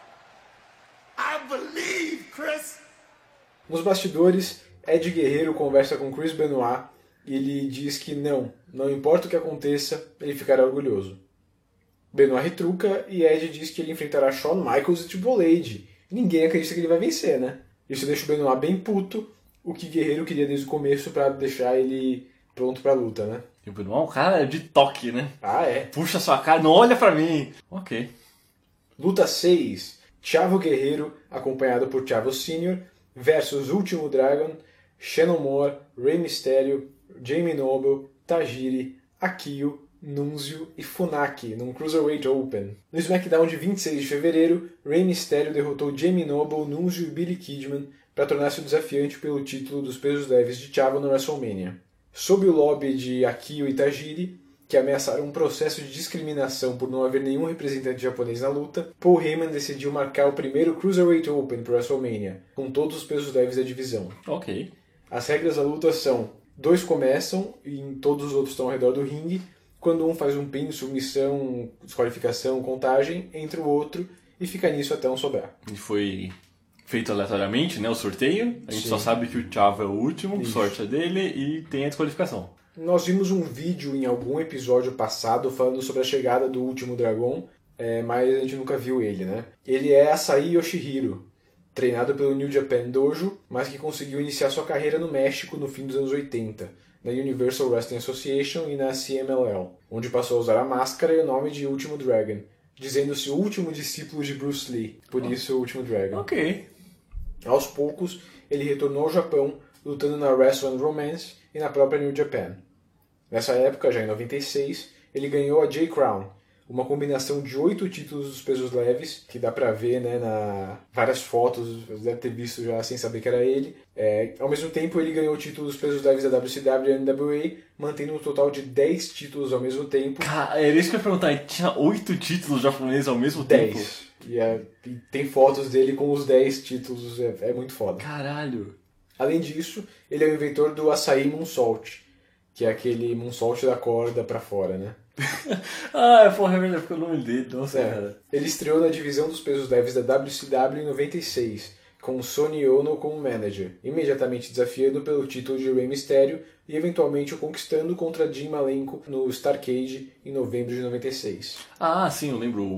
I believe, Chris! Nos bastidores, Ed Guerreiro conversa com Chris Benoit e ele diz que não importa o que aconteça, ele ficará orgulhoso. Benoit retruca e Ed diz que ele enfrentará Shawn Michaels e Triple H. Ninguém acredita que ele vai vencer, né? Isso deixa o Benoit bem puto, o que Guerreiro queria desde o começo pra deixar ele pronto pra luta, né? E o Benoit é um cara de toque, né? Ah, é? Puxa sua cara, não olha pra mim. Ok. Luta 6. Chavo Guerreiro, acompanhado por Chavo Sr., versus Último Dragon, Shannon Moore, Rey Mysterio, Jamie Noble, Tajiri, Akio, Nunzio e Funaki, num Cruiserweight Open. No SmackDown de 26 de fevereiro, Rey Mysterio derrotou Jamie Noble, Nunzio e Billy Kidman para tornar-se o desafiante pelo título dos pesos leves de Chavo no WrestleMania. Sob o lobby de Akio e Tajiri, que ameaçaram um processo de discriminação por não haver nenhum representante japonês na luta, Paul Heyman decidiu marcar o primeiro Cruiserweight Open para WrestleMania, com todos os pesos leves da divisão. Ok. As regras da luta são: 2 começam e todos os outros estão ao redor do ringue. Quando um faz um pin, submissão, desqualificação, contagem, entra o outro e fica nisso até um sobrar. E foi feito aleatoriamente, né, o sorteio. A gente só sabe que o Chavo é o último, sorte é dele e tem a desqualificação. Nós vimos um vídeo em algum episódio passado falando sobre a chegada do Último Dragão, mas a gente nunca viu ele, né? Ele é Asahi Yoshihiro, treinado pelo New Japan Dojo, mas que conseguiu iniciar sua carreira no México no fim dos anos 80, na Universal Wrestling Association e na CMLL, onde passou a usar a máscara e o nome de Último Dragon, dizendo-se o último discípulo de Bruce Lee, por isso o Último Dragon. Ok. Aos poucos, ele retornou ao Japão, lutando na Wrestle and Romance e na própria New Japan. Nessa época, já em 96, ele ganhou a J-Crown, uma combinação de 8 títulos dos pesos leves, que dá pra ver, né, na várias fotos, você deve ter visto já sem saber que era ele. Ao mesmo tempo, ele ganhou o título dos pesos leves da WCW e NWA, mantendo um total de 10 títulos ao mesmo tempo. Cara, era isso que eu ia perguntar, ele tinha 8 títulos japoneses ao mesmo tempo? 10. E tem fotos dele com os 10 títulos, é muito foda. Caralho! Além disso, ele é o inventor do Asahi Moonsault, que é aquele moonsault da corda pra fora, né? Porra, é verdade, ficou o nome dele, nossa, cara. Ele estreou na divisão dos pesos leves da WCW em 96, com Sonny Ono como manager, imediatamente desafiando pelo título de Rey Mysterio e eventualmente o conquistando contra Dean Malenko no Starrcade em novembro de 96. Ah, sim, eu lembro.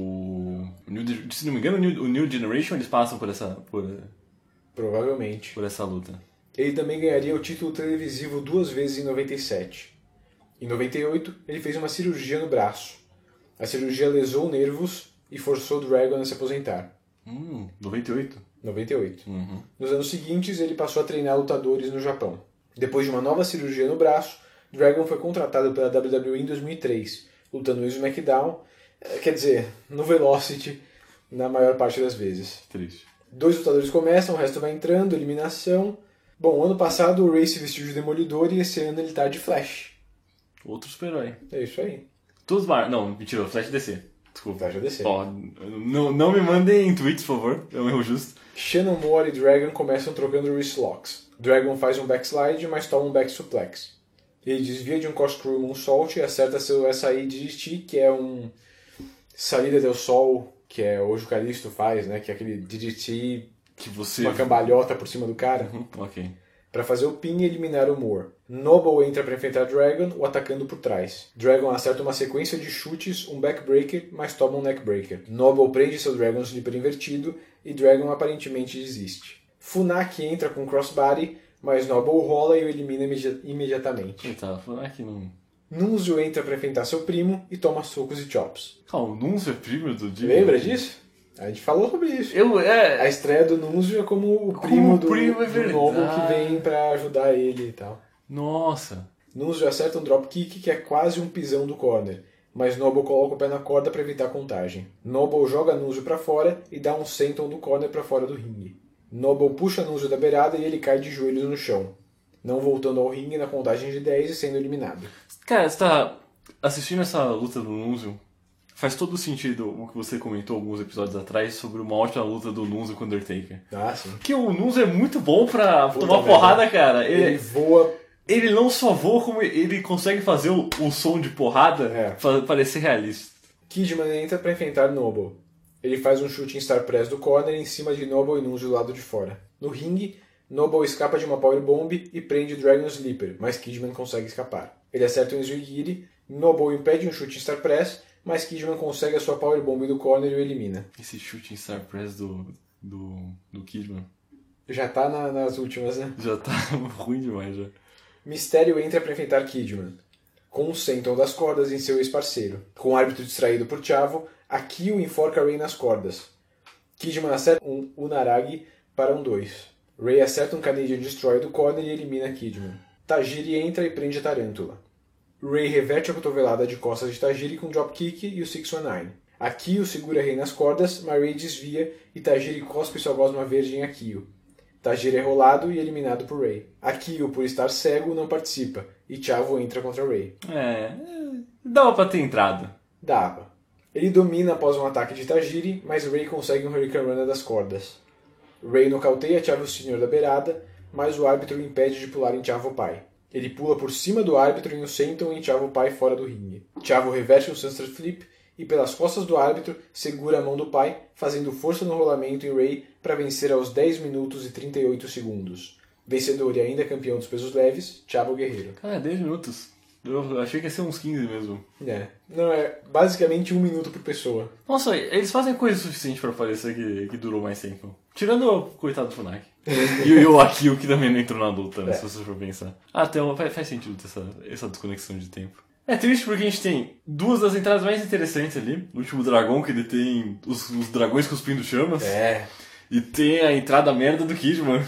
Se não me engano, o New Generation eles passam por essa... Provavelmente. Por essa luta. Ele também ganharia o título televisivo 2 vezes em 97. Em 98, ele fez uma cirurgia no braço. A cirurgia lesou nervos e forçou o Dragon a se aposentar. 98? 98. Nos anos seguintes, ele passou a treinar lutadores no Japão. Depois de uma nova cirurgia no braço, Dragon foi contratado pela WWE em 2003, lutando no SmackDown, quer dizer, no Velocity, na maior parte das vezes. Triste. 2 lutadores começam, o resto vai entrando, eliminação. Bom, ano passado o Ray se vestiu de Demolidor e esse ano ele tá de Flash. Outro super-herói. É isso aí. Todos Não, mentira, Flash DC. Desculpa. Flash DC. Ó, não me mandem tweets, por favor. É um erro justo. Shannon Moore e Dragon começam trocando wristlocks. Dragon faz um backslide, mas toma um back suplex. Ele desvia de um corkscrew moonsault e acerta seu SAI DDT, que é um Salida del Sol, que é hoje o Kalisto faz, né? Que é aquele DDT que você... uma cambalhota por cima do cara. Ok. Para fazer o pin e eliminar o Moore. Noble entra para enfrentar Dragon, o atacando por trás. Dragon acerta uma sequência de chutes, um backbreaker, mas toma um neckbreaker. Noble prende seu Dragon Sleeper invertido e Dragon aparentemente desiste. Funaki entra com crossbody, mas Noble rola e o elimina imediatamente. Eita, Funaki não... Nunzio entra para enfrentar seu primo e toma socos e chops. Calma, o Nunzio é primo do Jimmy? Lembra disso? A gente falou sobre isso. A estreia do Nunzio é como o primo do Noble que vem pra ajudar ele e tal. Nossa. Nunzio acerta um dropkick que é quase um pisão do corner, mas Noble coloca o pé na corda para evitar a contagem. Noble joga Nunzio para fora e dá um senton do corner para fora do ringue. Noble puxa Nunzio da beirada e ele cai de joelhos no chão, não voltando ao ringue na contagem de 10 e sendo eliminado. Cara, você tá assistindo essa luta do Nunzio? Faz todo sentido o que você comentou alguns episódios atrás sobre uma ótima luta do Nunzio com o Undertaker. Ah, sim. Porque o Nunzio é muito bom pra tomar porrada, cara. Ele voa. Ele não só voa, como ele consegue fazer o som de porrada pra parecer realista. Kidman entra pra enfrentar Noble. Ele faz um shooting star press do corner em cima de Noble e Nunzio do lado de fora. No ringue, Noble escapa de uma powerbomb e prende Dragon Sleeper, mas Kidman consegue escapar. Ele acerta um Zwingiri, Noble impede um shooting star press, mas Kidman consegue a sua powerbomb do corner e o elimina. Esse shooting star press do Kidman já tá nas últimas, né? Já tá ruim demais, já. Mistério entra para enfrentar Kidman, com um senton das cordas em seu ex-parceiro. Com o árbitro distraído por Chavo, Akio enforca Ray nas cordas. Kidman acerta um Unaragi para um 2. Ray acerta um Canadian Destroy do corner e elimina Kidman. Tajiri entra e prende a Tarântula. Ray reverte a cotovelada de costas de Tajiri com um dropkick e o 619. Akio segura Ray nas cordas, mas Ray desvia e Tajiri cospe sua gosma verde em Akio. Tajiri é rolado e eliminado por Ray. Akio, por estar cego, não participa, e Chavo entra contra Ray. Dava pra ter entrado. Dava. Ele domina após um ataque de Tajiri, mas Ray consegue um Hurricane Runner das cordas. Ray nocauteia Chavo Sr. da beirada, mas o árbitro o impede de pular em Chavo Pai. Ele pula por cima do árbitro em um senton em Chavo Pai fora do ringue. Chavo reverte um Sunset Flip e pelas costas do árbitro segura a mão do pai, fazendo força no rolamento em Ray para vencer aos 10 minutos e 38 segundos. Vencedor e ainda campeão dos pesos leves, Chavo Guerreiro. Cara, 10 minutos. Eu achei que ia ser uns 15 mesmo. Não, é basicamente 1 minuto por pessoa. Nossa, eles fazem coisa suficiente pra parecer que durou mais tempo. Tirando o coitado do Funaki. E o Akio, que também não entrou na luta, né, se você for pensar. Faz sentido ter essa desconexão de tempo. É triste porque a gente tem duas das entradas mais interessantes ali. O último dragão, que ele tem os dragões cuspindo chamas. E tem a entrada merda do Kidman.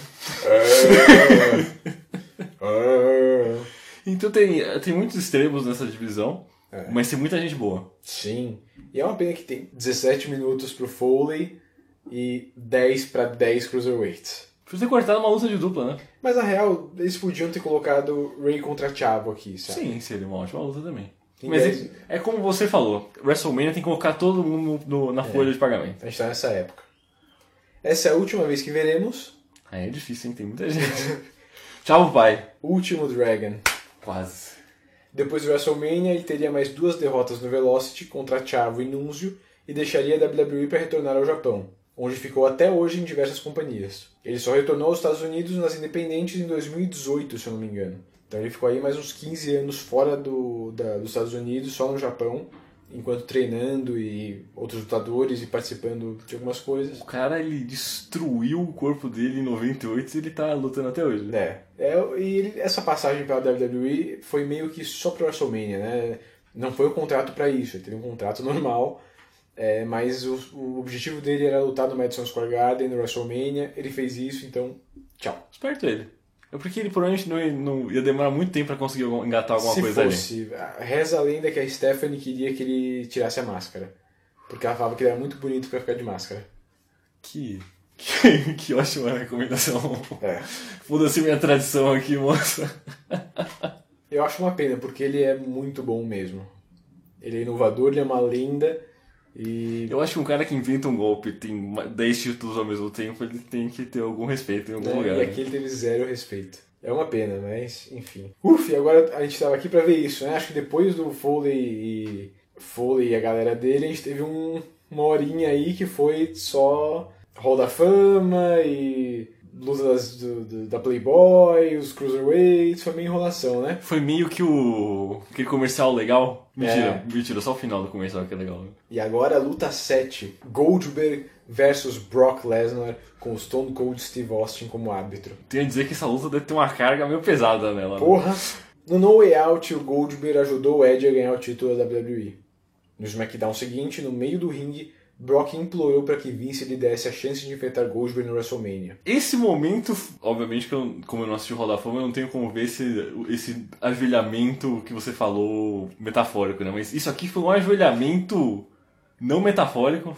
Então tem muitos extremos nessa divisão, mas tem muita gente boa. Sim. E é uma pena que tem 17 minutos pro Foley e 10 para 10 Cruiserweights. Podia ter cortado uma luta de dupla, né? Mas na real, eles podiam ter colocado Ray contra Chavo aqui, sabe? Sim, seria uma ótima luta também. Mas é como você falou, WrestleMania tem que colocar todo mundo na folha de pagamento. A gente tá nessa época. Essa é a última vez que veremos. É difícil, hein? Tem muita gente. Tchau, pai. Último Dragon. Quase. Depois do WrestleMania, ele teria mais 2 derrotas no Velocity contra Chavo e Nunzio e deixaria a WWE para retornar ao Japão, onde ficou até hoje em diversas companhias. Ele só retornou aos Estados Unidos nas independentes em 2018, se eu não me engano. Então ele ficou aí mais uns 15 anos fora dos Estados Unidos, só no Japão, enquanto treinando e outros lutadores e participando de algumas coisas. O cara, ele destruiu o corpo dele em 98 e ele tá lutando até hoje. E essa passagem pela WWE foi meio que só pro WrestleMania, né? Não foi um contrato para isso, ele teve um contrato normal, mas o objetivo dele era lutar no Madison Square Garden, no WrestleMania, ele fez isso, então tchau. Esperto ele. É porque ele provavelmente não ia demorar muito tempo pra conseguir engatar alguma coisa ali. Se fosse, reza a lenda que a Stephanie queria que ele tirasse a máscara. Porque ela falava que ele era muito bonito pra ficar de máscara. Que Que ótima recomendação. Foda-se minha tradição aqui, moça. Eu acho uma pena, porque ele é muito bom mesmo. Ele é inovador, ele é uma lenda e... Eu acho que um cara que inventa um golpe e tem 10 títulos ao mesmo tempo, ele tem que ter algum respeito em algum lugar. E aqui ele teve 0 respeito. É uma pena, mas enfim. E agora a gente estava aqui para ver isso, né? Acho que depois do Foley e a galera dele, a gente teve uma horinha aí que foi só Hall da Fama e lutas da Playboy, os Cruiserweights, foi meio enrolação, né? Foi meio que aquele comercial legal. Mentira, só o final do comercial que é legal. E agora a luta 7, Goldberg versus Brock Lesnar, com o Stone Cold Steve Austin como árbitro. Tenho a dizer que essa luta deve ter uma carga meio pesada nela. Porra! No No Way Out, o Goldberg ajudou o Edge a ganhar o título da WWE. No SmackDown seguinte, no meio do ringue, Brock implorou para que Vince lhe desse a chance de enfrentar Goldberg no WrestleMania. Esse momento, obviamente, como eu não assisti o Hall da Fama, eu não tenho como ver esse ajoelhamento que você falou metafórico, né? Mas isso aqui foi um ajoelhamento não metafórico.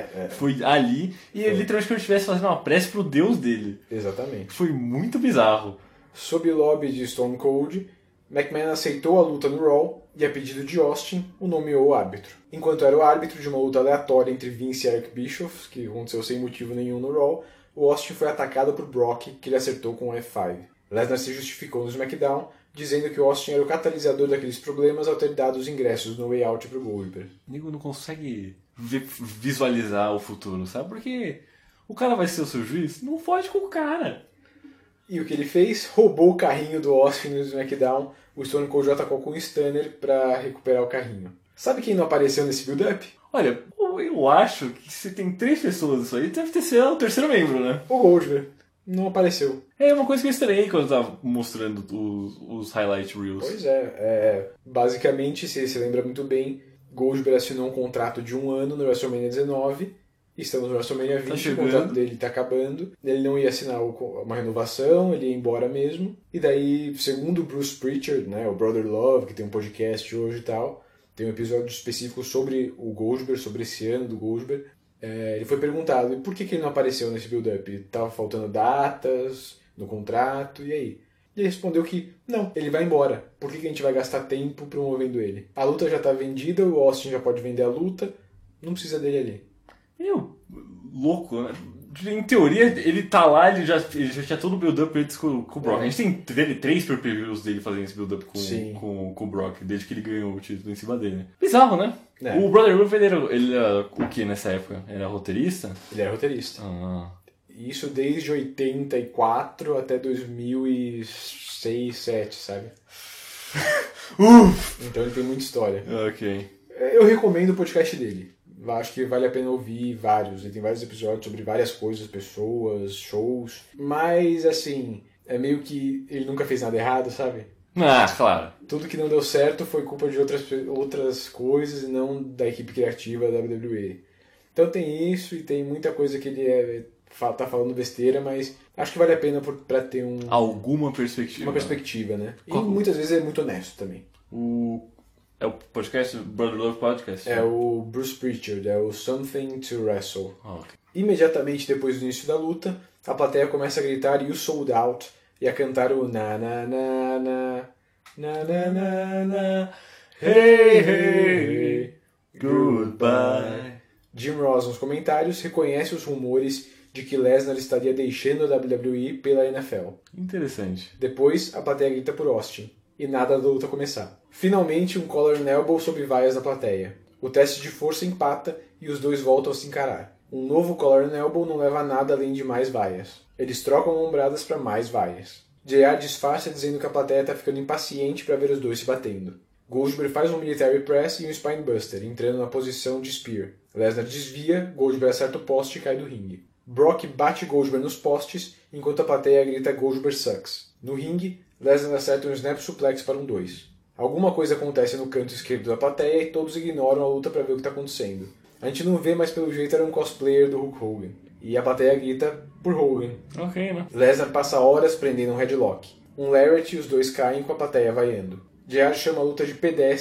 Foi ali e é literalmente que eu estivesse fazendo uma prece pro Deus dele. Exatamente. Foi muito bizarro. Sob o lobby de Stone Cold, McMahon aceitou a luta no Raw e, a pedido de Austin, o nomeou árbitro. Enquanto era o árbitro de uma luta aleatória entre Vince e Eric Bischoff, que aconteceu sem motivo nenhum no Raw, o Austin foi atacado por Brock, que ele acertou com um F5. Lesnar se justificou no SmackDown, dizendo que o Austin era o catalisador daqueles problemas ao ter dado os ingressos no Way Out pro Goldberg. O nego não consegue visualizar o futuro, sabe? Porque o cara vai ser o seu juiz, não fode com o cara. E o que ele fez? Roubou o carrinho do Austin no SmackDown. O Stone Cold atacou com o Stunner para recuperar o carrinho. Sabe quem não apareceu nesse build-up? Olha, eu acho que se tem 3 pessoas isso aí, deve ter sido o terceiro membro, né? O Goldberg. Não apareceu. É uma coisa que eu estranhei quando eu tava mostrando os highlight reels. Pois basicamente, se você lembra muito bem, Goldberg assinou um contrato de 1 ano no WrestleMania 19. Estamos no WrestleMania 20, o contrato dele está acabando. Ele não ia assinar uma renovação, ele ia embora mesmo. E daí, segundo o Bruce Pritchard, né, o Brother Love, que tem um podcast hoje e tal, tem um episódio específico sobre o Goldberg, sobre esse ano do Goldberg. Ele foi perguntado, e por que ele não apareceu nesse build-up? Estava faltando datas no contrato, e aí? E ele respondeu que, não, ele vai embora. Por que a gente vai gastar tempo promovendo ele? A luta já está vendida, o Austin já pode vender a luta, não precisa dele ali. Louco, né? Em teoria, ele tá lá, ele já tinha todo o build-up antes com o Brock. A gente tem 3 pay-per-views dele fazendo esse build-up com o Brock, desde que ele ganhou o título em cima dele. Bizarro, né? O Brother Love, ele era o que nessa época? Era roteirista? Ele era roteirista. Isso desde 84 até 2006, 2007, sabe? Então ele tem muita história. Ok. Eu recomendo o podcast dele. Acho que vale a pena ouvir vários. Ele tem vários episódios sobre várias coisas, pessoas, shows. Mas, assim, é meio que ele nunca fez nada errado, sabe? Claro. Tudo que não deu certo foi culpa de outras coisas e não da equipe criativa da WWE. Então tem isso e tem muita coisa que ele tá falando besteira, mas acho que vale a pena pra ter alguma perspectiva. Uma perspectiva, né? E muitas vezes é muito honesto também. É o podcast, Brother Love Podcast? É o Bruce Pritchard, é o Something to Wrestle. Okay. Imediatamente depois do início da luta, a plateia começa a gritar "You sold out" e a cantar o na na na na na na na na hey hey goodbye. Jim Ross nos comentários reconhece os rumores de que Lesnar estaria deixando a WWE pela NFL. Interessante. Depois, a plateia grita por Austin. E nada da luta começar. Finalmente, um collar and elbow sob vaias da plateia. O teste de força empata e os dois voltam a se encarar. Um novo collar and elbow não leva a nada além de mais vaias. Eles trocam ombradas para mais vaias. JR disfarça dizendo que a plateia está ficando impaciente para ver os dois se batendo. Goldberg faz um military press e um spinebuster, entrando na posição de spear. Lesnar desvia, Goldberg acerta o poste e cai do ringue. Brock bate Goldberg nos postes, enquanto a plateia grita Goldberg sucks. No ringue, Lesnar acerta um snap suplex para um 2. Alguma coisa acontece no canto esquerdo da plateia e todos ignoram a luta para ver o que está acontecendo. A gente não vê, mas pelo jeito era um cosplayer do Hulk Hogan. E a plateia grita por Hogan. Ok, né? Lesnar passa horas prendendo um headlock. Um Lariat e os dois caem com a plateia vaiando. JR chama a luta de pedestre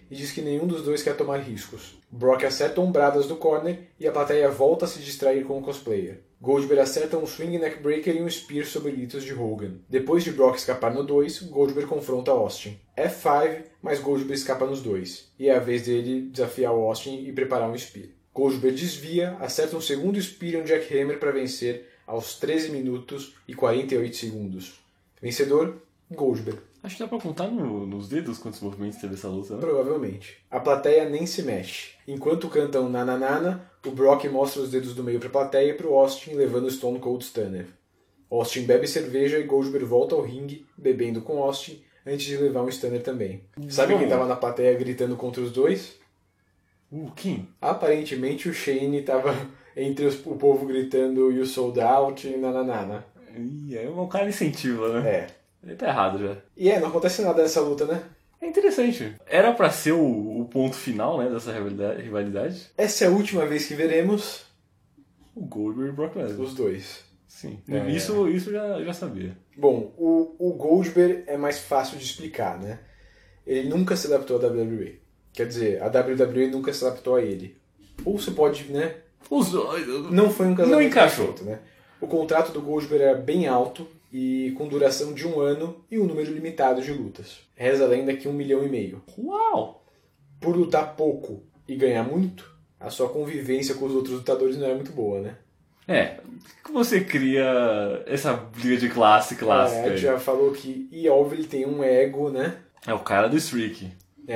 e diz que nenhum dos dois quer tomar riscos. Brock acerta ombradas do corner e a plateia volta a se distrair com o cosplayer. Goldberg acerta um swing neckbreaker e um spear sobre litos de Hogan. Depois de Brock escapar no 2, Goldberg confronta Austin. F5, mas Goldberg escapa nos dois. E é a vez dele desafiar o Austin e preparar um spear. Goldberg desvia, acerta um segundo spear e um jackhammer para vencer aos 13 minutos e 48 segundos. Vencedor, Goldberg. Acho que dá pra contar nos dedos quantos movimentos teve essa luta, né? Provavelmente. A plateia nem se mexe. Enquanto cantam Nananana, o Brock mostra os dedos do meio pra plateia e pro Austin, levando o Stone Cold Stunner. Austin bebe cerveja e Goldberg volta ao ringue, bebendo com Austin, antes de levar um Stunner também. Sabe quem tava na plateia gritando contra os dois? Quem? Aparentemente o Shane tava entre o povo gritando You Sold Out e Nananana. O cara incentiva, né? É. Ele tá errado já. E não acontece nada nessa luta, né? É interessante. Era pra ser o ponto final, né, dessa rivalidade. Essa é a última vez que veremos o Goldberg e o Brock Lesnar. Os dois. Sim. Isso já sabia. Bom, o Goldberg é mais fácil de explicar, né? Ele nunca se adaptou à WWE. Quer dizer, a WWE nunca se adaptou a ele. Ou você pode, né? Não foi um casamento não encaixou, perfeito, né? O contrato do Goldberg era bem alto e com duração de 1 ano e um número limitado de lutas. Reza a lenda que 1,5 milhão. Uau! Por lutar pouco e ganhar muito, a sua convivência com os outros lutadores não é muito boa, né? Como você cria essa briga de classe clássica? A gente já falou que, e óbvio, ele tem um ego, né? É o cara do streak.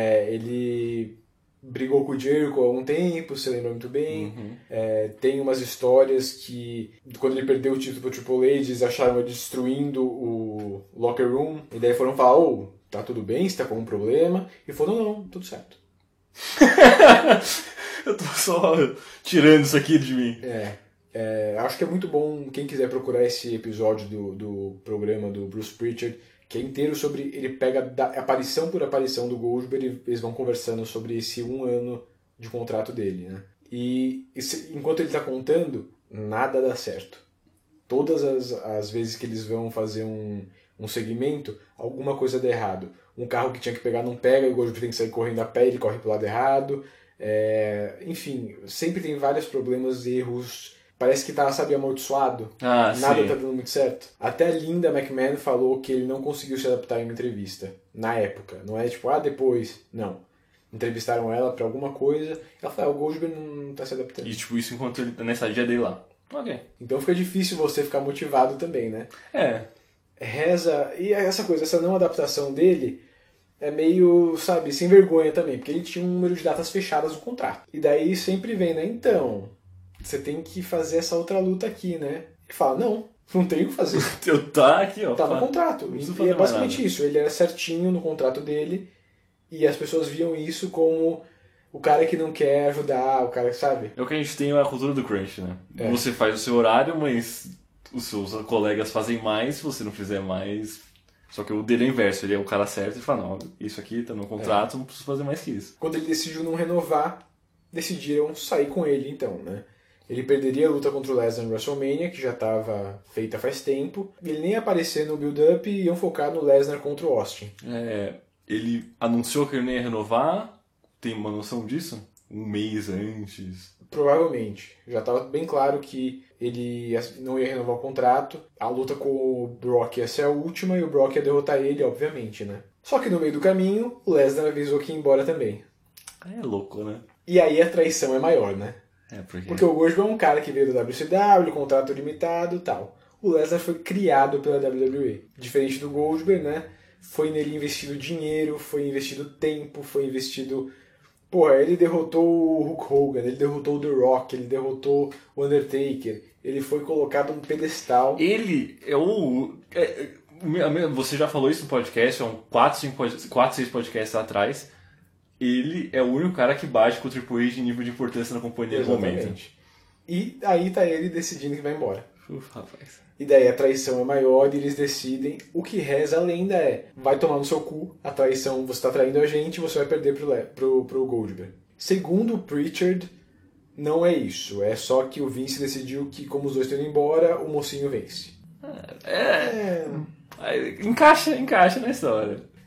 Ele brigou com o Jericho há algum tempo, você lembra muito bem. Tem umas histórias que, quando ele perdeu o título pro Triple H, eles acharam ele destruindo o locker room. E daí foram falar, tá tudo bem, você tá com um problema? E falou, não, tudo certo. Eu tô só tirando isso aqui de mim. Acho que é muito bom, quem quiser procurar esse episódio do programa do Bruce Pritchard, que é inteiro sobre, ele pega aparição por aparição do Goldberg e eles vão conversando sobre esse 1 ano de contrato dele, né? E enquanto ele tá contando, nada dá certo. Todas as vezes que eles vão fazer um segmento, alguma coisa dá errado. Um carro que tinha que pegar não pega, e o Goldberg tem que sair correndo a pé, ele corre pro lado errado. Enfim, sempre tem vários problemas, erros. Parece que tá, amaldiçoado. Nada tá dando muito certo. Até a Linda McMahon falou que ele não conseguiu se adaptar em uma entrevista. Na época. Não é tipo, depois. Não. Entrevistaram ela pra alguma coisa. Ela falou, o Goldberg não tá se adaptando. E tipo, isso enquanto ele tá nessa dia dele lá. Ok. Então fica difícil você ficar motivado também, né? Reza... E essa não adaptação dele é meio, sem vergonha também. Porque ele tinha um número de datas fechadas no contrato. E daí sempre vem, né? Então... Você tem que fazer essa outra luta aqui, né? Ele fala, não tenho o que fazer. Tá aqui, ó. Tá no contrato. E é basicamente isso. Ele era certinho no contrato dele e as pessoas viam isso como o cara que não quer ajudar, o cara que sabe. É o que a gente tem a cultura do crunch, né? Você faz o seu horário, mas os seus colegas fazem mais, se você não fizer mais... Só que o dele é o inverso, ele é o cara certo e fala, não, isso aqui tá no contrato, não preciso fazer mais que isso. Quando ele decidiu não renovar, decidiram sair com ele então, né? Ele perderia a luta contra o Lesnar no WrestleMania, que já estava feita faz tempo. Ele nem ia aparecer no build-up e iam focar no Lesnar contra o Austin. Ele anunciou que ele não ia renovar. Tem uma noção disso? 1 mês antes. Provavelmente. Já estava bem claro que ele não ia renovar o contrato. A luta com o Brock ia ser a última e o Brock ia derrotar ele, obviamente, né? Só que no meio do caminho, o Lesnar avisou que ia embora também. É louco, né? E aí a traição é maior, né? Porque o Goldberg é um cara que veio da WCW, contrato limitado e tal. O Lesnar foi criado pela WWE. Diferente do Goldberg, né? Foi nele investido dinheiro, foi investido tempo, foi investido... ele derrotou o Hulk Hogan, ele derrotou o The Rock, ele derrotou o Undertaker. Ele foi colocado no pedestal. Ele é o... Você já falou isso no podcast, há 4, 6 podcasts atrás. Ele é o único cara que bate com o Triple H em nível de importância na companhia no momento. E aí tá ele decidindo que vai embora. Rapaz. E daí a traição é maior e eles decidem. O que reza a lenda é, vai tomar no seu cu, a traição, você tá traindo a gente, você vai perder pro Goldberg. Segundo o Pritchard, não é isso. É só que o Vince decidiu que, como os dois estão indo embora, o mocinho vence. Encaixa na história.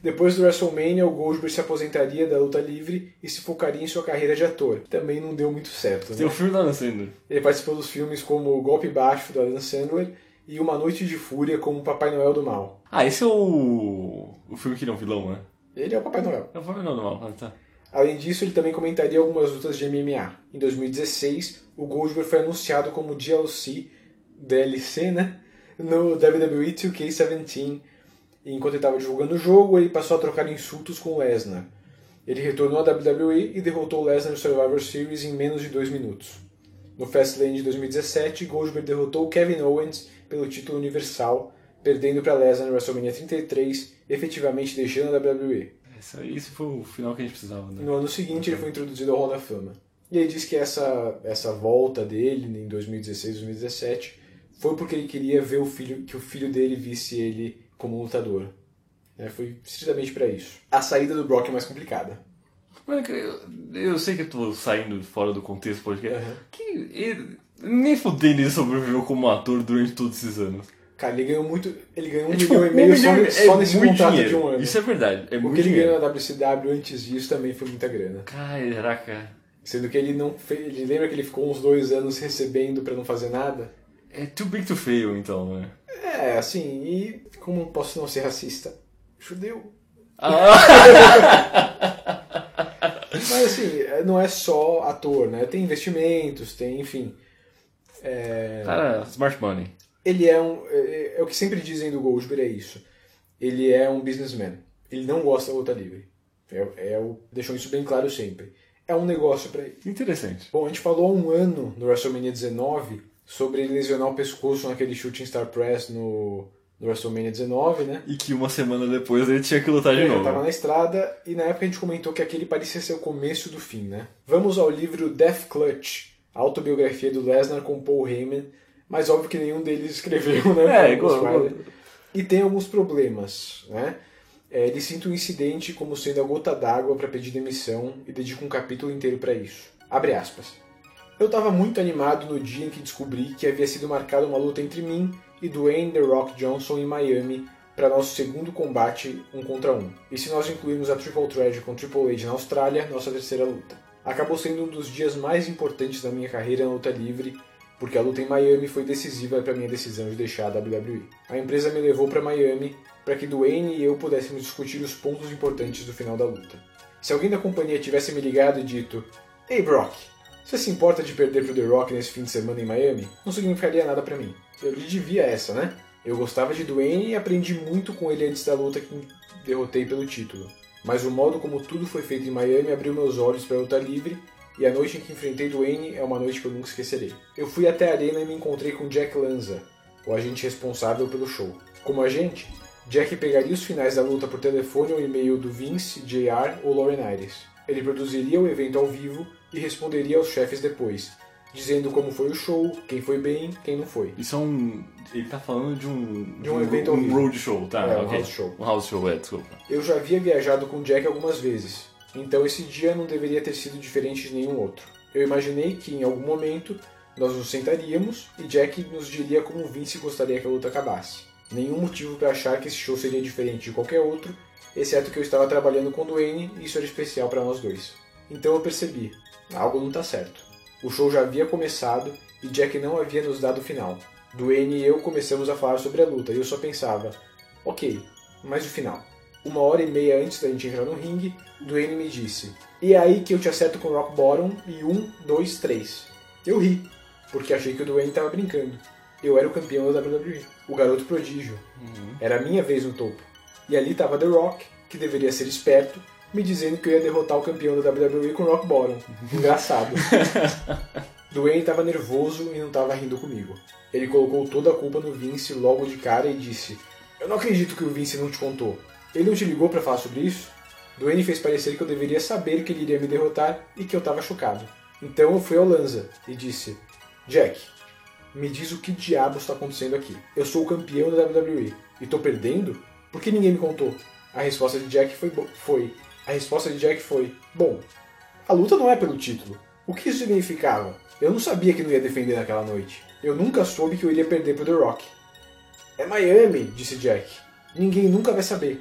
Depois do WrestleMania, o Goldberg se aposentaria da luta livre e se focaria em sua carreira de ator. Também não deu muito certo, né? Tem o filme do Adam Sandler. Ele participou dos filmes como O Golpe Baixo, do Adam Sandler, e Uma Noite de Fúria, como Papai Noel do Mal. Ah, esse é o filme que ele é um vilão, né? Ele é o Papai Noel. É o Papai Noel do Mal, tá. Além disso, ele também comentaria algumas lutas de MMA. Em 2016, o Goldberg foi anunciado como DLC, né? No WWE 2K17. E enquanto ele estava divulgando o jogo, ele passou a trocar insultos com Lesnar. Ele retornou à WWE e derrotou Lesnar no Survivor Series em menos de 2 minutos. No Fastlane de 2017, Goldberg derrotou Kevin Owens pelo título universal, perdendo para Lesnar no WrestleMania 33, efetivamente deixando a WWE. Esse foi o final que a gente precisava, né? No ano seguinte, ele foi introduzido ao Hall da Fama. E ele disse que essa volta dele em 2016, 2017 foi porque ele queria ver que o filho dele visse ele como lutador. Foi estritamente para isso. A saída do Brock é mais complicada. Eu sei que eu tô saindo fora do contexto do podcast. Nem fudendo ele sobreviveu como ator durante todos esses anos. Cara, ele ganhou muito. Ele ganhou $1,5 milhão só nesse contrato de um ano. Isso é verdade. É o muito que ele dinheiro. ganhou na WCW antes disso também foi muita grana. Caraca. Sendo que ele não fez. Ele lembra que ele ficou uns 2 anos recebendo pra não fazer nada? É too big to fail, então, né? É, assim, e como posso não ser racista? Judeu. Mas assim, não é só ator, né? Tem investimentos, tem, enfim. Cara, smart money. Ele é o que sempre dizem do Goldberg, é isso. Ele é um businessman. Ele não gosta da luta livre. Deixou isso bem claro sempre. É um negócio pra ele. Interessante. Bom, a gente falou há um ano no WrestleMania 19 sobre ele lesionar o pescoço naquele Shooting Star Press no WrestleMania 19, né? E que uma semana depois ele tinha que lutar de Ele novo. tava na estrada e na época a gente comentou que aquele parecia ser o começo do fim, né? Vamos ao livro Death Clutch, a autobiografia do Lesnar com Paul Heyman, mas óbvio que nenhum deles escreveu, né? E tem alguns problemas, né? Ele cita um incidente como sendo a gota d'água para pedir demissão e dedica um capítulo inteiro para isso. Abre aspas. Eu estava muito animado no dia em que descobri que havia sido marcada uma luta entre mim e Dwayne The Rock Johnson em Miami para nosso segundo combate 1 contra 1. E se nós incluirmos a Triple Threat com Triple H na Austrália, nossa terceira luta. Acabou sendo um dos dias mais importantes da minha carreira na luta livre, porque a luta em Miami foi decisiva para minha decisão de deixar a WWE. A empresa me levou para Miami para que Dwayne e eu pudéssemos discutir os pontos importantes do final da luta. Se alguém da companhia tivesse me ligado e dito: "Ei Brock, você se importa de perder pro The Rock nesse fim de semana em Miami?", não significaria nada pra mim. Eu lhe devia essa, né? Eu gostava de Dwayne e aprendi muito com ele antes da luta que derrotei pelo título. Mas o modo como tudo foi feito em Miami abriu meus olhos para a luta livre, e a noite em que enfrentei Dwayne é uma noite que eu nunca esquecerei. Eu fui até a arena e me encontrei com Jack Lanza, o agente responsável pelo show. Como agente, Jack pegaria os finais da luta por telefone ou e-mail do Vince, JR ou Laurinaitis. Ele produziria o evento ao vivo e responderia aos chefes depois, dizendo como foi o show, quem foi bem, quem não foi. Isso é um... Ele tá falando de um evento ao vivo. road show, tá? Um house show. Um house show, desculpa. Eu já havia viajado com Jack algumas vezes, então esse dia não deveria ter sido diferente de nenhum outro. Eu imaginei que, em algum momento, nós nos sentaríamos e Jack nos diria como Vince gostaria que a luta acabasse. Nenhum motivo para achar que esse show seria diferente de qualquer outro, exceto que eu estava trabalhando com Dwayne e isso era especial para nós dois. Então eu percebi, algo não está certo. O show já havia começado e Jack não havia nos dado o final. Dwayne e eu começamos a falar sobre a luta e eu só pensava, ok, mas o final? 1h30 antes da gente entrar no ringue, Dwayne me disse, e é aí que eu te acerto com o Rock Bottom e 1, 2, 3. Eu ri, porque achei que o Dwayne estava brincando. Eu era o campeão da WWE, o garoto prodígio. Era a minha vez no topo. E ali estava The Rock, que deveria ser esperto, me dizendo que eu ia derrotar o campeão da WWE com o Rock Bottom. Engraçado. Dwayne estava nervoso e não estava rindo comigo. Ele colocou toda a culpa no Vince logo de cara e disse, eu não acredito que o Vince não te contou. Ele não te ligou para falar sobre isso? Dwayne fez parecer que eu deveria saber que ele iria me derrotar e que eu estava chocado. Então eu fui ao Lanza e disse, Jack, me diz o que diabos está acontecendo aqui. Eu sou o campeão da WWE e estou perdendo? Por que ninguém me contou? A resposta de Jack foi, bom, a luta não é pelo título. O que isso significava? Eu não sabia que não ia defender naquela noite. Eu nunca soube que eu iria perder pro The Rock. É Miami, disse Jack. Ninguém nunca vai saber.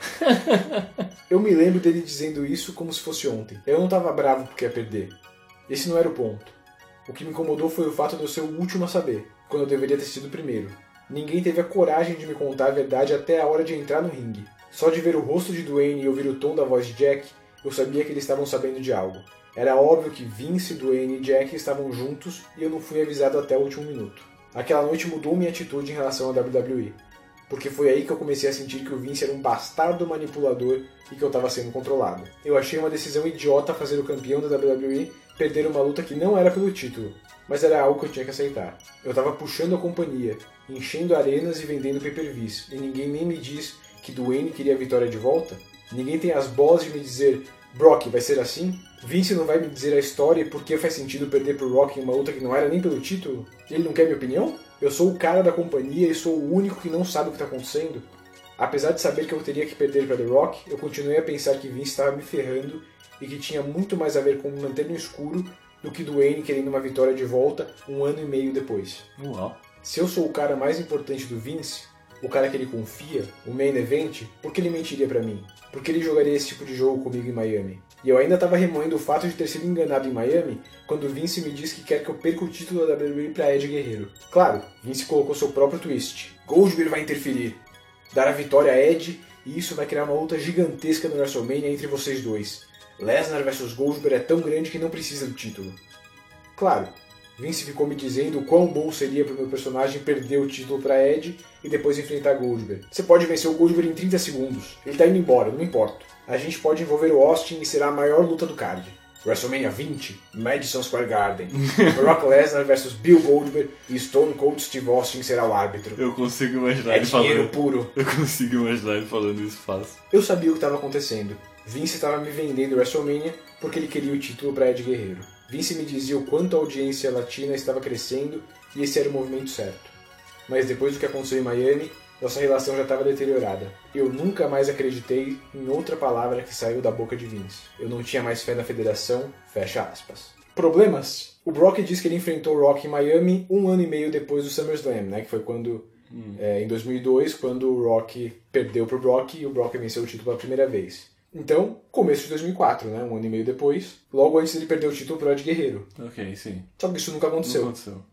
Eu me lembro dele dizendo isso como se fosse ontem. Eu não tava bravo porque ia perder. Esse não era o ponto. O que me incomodou foi o fato de eu ser o último a saber, quando eu deveria ter sido o primeiro. Ninguém teve a coragem de me contar a verdade até a hora de entrar no ringue. Só de ver o rosto de Dwayne e ouvir o tom da voz de Jack, eu sabia que eles estavam sabendo de algo. Era óbvio que Vince, Dwayne e Jack estavam juntos e eu não fui avisado até o último minuto. Aquela noite mudou minha atitude em relação à WWE, porque foi aí que eu comecei a sentir que o Vince era um bastardo manipulador e que eu estava sendo controlado. Eu achei uma decisão idiota fazer o campeão da WWE perder uma luta que não era pelo título, mas era algo que eu tinha que aceitar. Eu estava puxando a companhia, enchendo arenas e vendendo pay-per-views, e ninguém nem me diz que Dwayne queria a vitória de volta? Ninguém tem as bolas de me dizer, Brock, vai ser assim? Vince não vai me dizer a história e por que faz sentido perder pro Rock em uma luta que não era nem pelo título? Ele não quer minha opinião? Eu sou o cara da companhia e sou o único que não sabe o que está acontecendo? Apesar de saber que eu teria que perder para The Rock, eu continuei a pensar que Vince estava me ferrando e que tinha muito mais a ver com me manter no escuro do que Dwayne querendo uma vitória de volta 1 ano e meio depois. Uau. Se eu sou o cara mais importante do Vince, o cara que ele confia, o main event, por que ele mentiria pra mim? Por que ele jogaria esse tipo de jogo comigo em Miami? E eu ainda estava remoendo o fato de ter sido enganado em Miami quando Vince me diz que quer que eu perca o título da WWE pra Ed Guerreiro. Claro, Vince colocou seu próprio twist. Goldberg vai interferir, dar a vitória a Ed, e isso vai criar uma luta gigantesca no WrestleMania entre vocês dois. Lesnar vs Goldberg é tão grande que não precisa do título. Claro, Vince ficou me dizendo o quão bom seria para o meu personagem perder o título para Ed e depois enfrentar Goldberg. Você pode vencer o Goldberg em 30 segundos. Ele tá indo embora, não importa. A gente pode envolver o Austin e será a maior luta do card. WrestleMania 20, Madison Square Garden. Brock Lesnar vs Bill Goldberg e Stone Cold Steve Austin será o árbitro. Eu consigo imaginar ele falando. É dinheiro puro. Eu consigo imaginar ele falando isso fácil. Eu sabia o que estava acontecendo. Vince estava me vendendo WrestleMania porque ele queria o título para Ed Guerreiro. Vince me dizia o quanto a audiência latina estava crescendo e esse era o movimento certo. Mas depois do que aconteceu em Miami, nossa relação já estava deteriorada. Eu nunca mais acreditei em outra palavra que saiu da boca de Vince. Eu não tinha mais fé na federação, fecha aspas. Problemas? O Brock diz que ele enfrentou o Rock em Miami 1 ano e meio depois do SummerSlam, né? Que foi quando, em 2002, quando o Rock perdeu pro Brock e o Brock venceu o título pela primeira vez. Então, começo de 2004, né? 1 ano e meio depois, logo antes ele perder o título pro Ed Guerreiro. Ok, sim. Só que isso nunca aconteceu. Não aconteceu.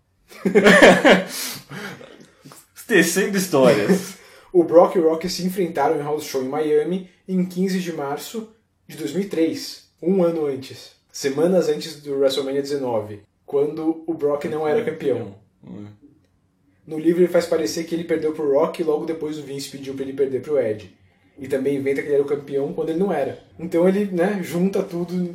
Tecendo histórias. O Brock e o Rock se enfrentaram em House Show em Miami em 15 de março de 2003, 1 ano antes. Semanas antes do WrestleMania 19, quando o Brock não era campeão. No livro ele faz parecer que ele perdeu pro Rock e logo depois o Vince pediu pra ele perder pro Ed. E também inventa que ele era o campeão quando ele não era. Então ele, né, junta tudo.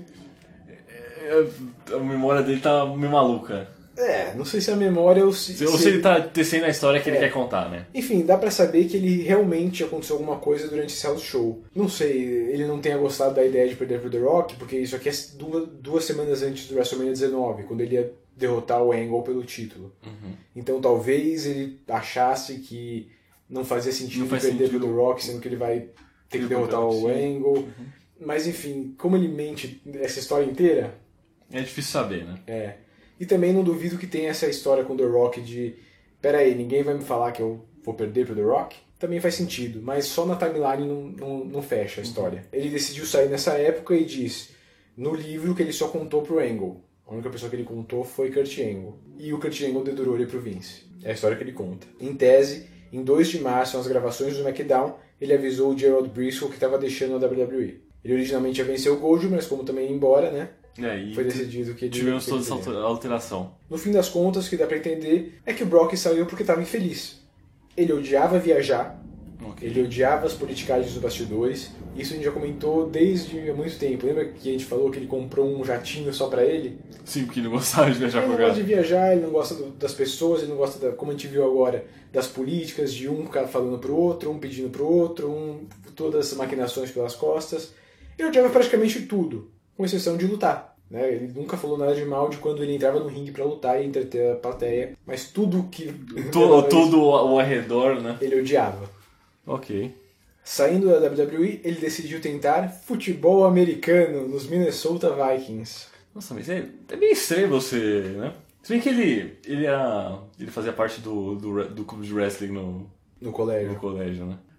A memória dele tá meio maluca. Não sei se a memória ou se ele tá tecendo a história que ele quer contar, né? Enfim, dá pra saber que ele realmente aconteceu alguma coisa durante esse house show. Não sei, ele não tenha gostado da ideia de perder pro The Rock, porque isso aqui é duas semanas antes do WrestleMania 19, quando ele ia derrotar o Angle pelo título. Então talvez ele achasse que não fazia sentido perder pro The Rock, sendo que ele vai ter que derrotar o Angle. Mas enfim, como ele mente essa história inteira... É difícil saber, né? E também não duvido que tenha essa história com The Rock de... Pera aí, ninguém vai me falar que eu vou perder pro The Rock? Também faz sentido, mas só na timeline não fecha a história. Ele decidiu sair nessa época e diz no livro que ele só contou pro Angle. A única pessoa que ele contou foi Kurt Angle. E o Kurt Angle dedurou ele pro Vince. É a história que ele conta. Em tese, em 2 de março, nas gravações do SmackDown, ele avisou o Gerald Briscoe que estava deixando a WWE. Ele originalmente ia vencer o Goldberg, mas como também ia embora, né? Foi decidido que ele... Tivemos toda essa alteração. No fim das contas, o que dá pra entender é que o Brock saiu porque estava infeliz. Ele odiava viajar, ele odiava as politicagens dos bastidores. Isso a gente já comentou desde há muito tempo. Lembra que a gente falou que ele comprou um jatinho só pra ele? Sim, porque ele não gostava de viajar com o Ele não gosta de viajar, ele não gosta das pessoas, ele não gosta, como a gente viu agora, das políticas, de um ficar falando pro outro, um pedindo pro outro, todas as maquinações pelas costas. Ele odiava praticamente tudo, com exceção de lutar. Né? Ele nunca falou nada de mal de quando ele entrava no ringue pra lutar e entreter a plateia, mas tudo que... Todo ao arredor, né? Ele odiava. Ok. Saindo da WWE, ele decidiu tentar futebol americano nos Minnesota Vikings. Nossa, mas é meio estranho você, né? Se bem que ele fazia parte do clube de wrestling no colégio. No colégio, né?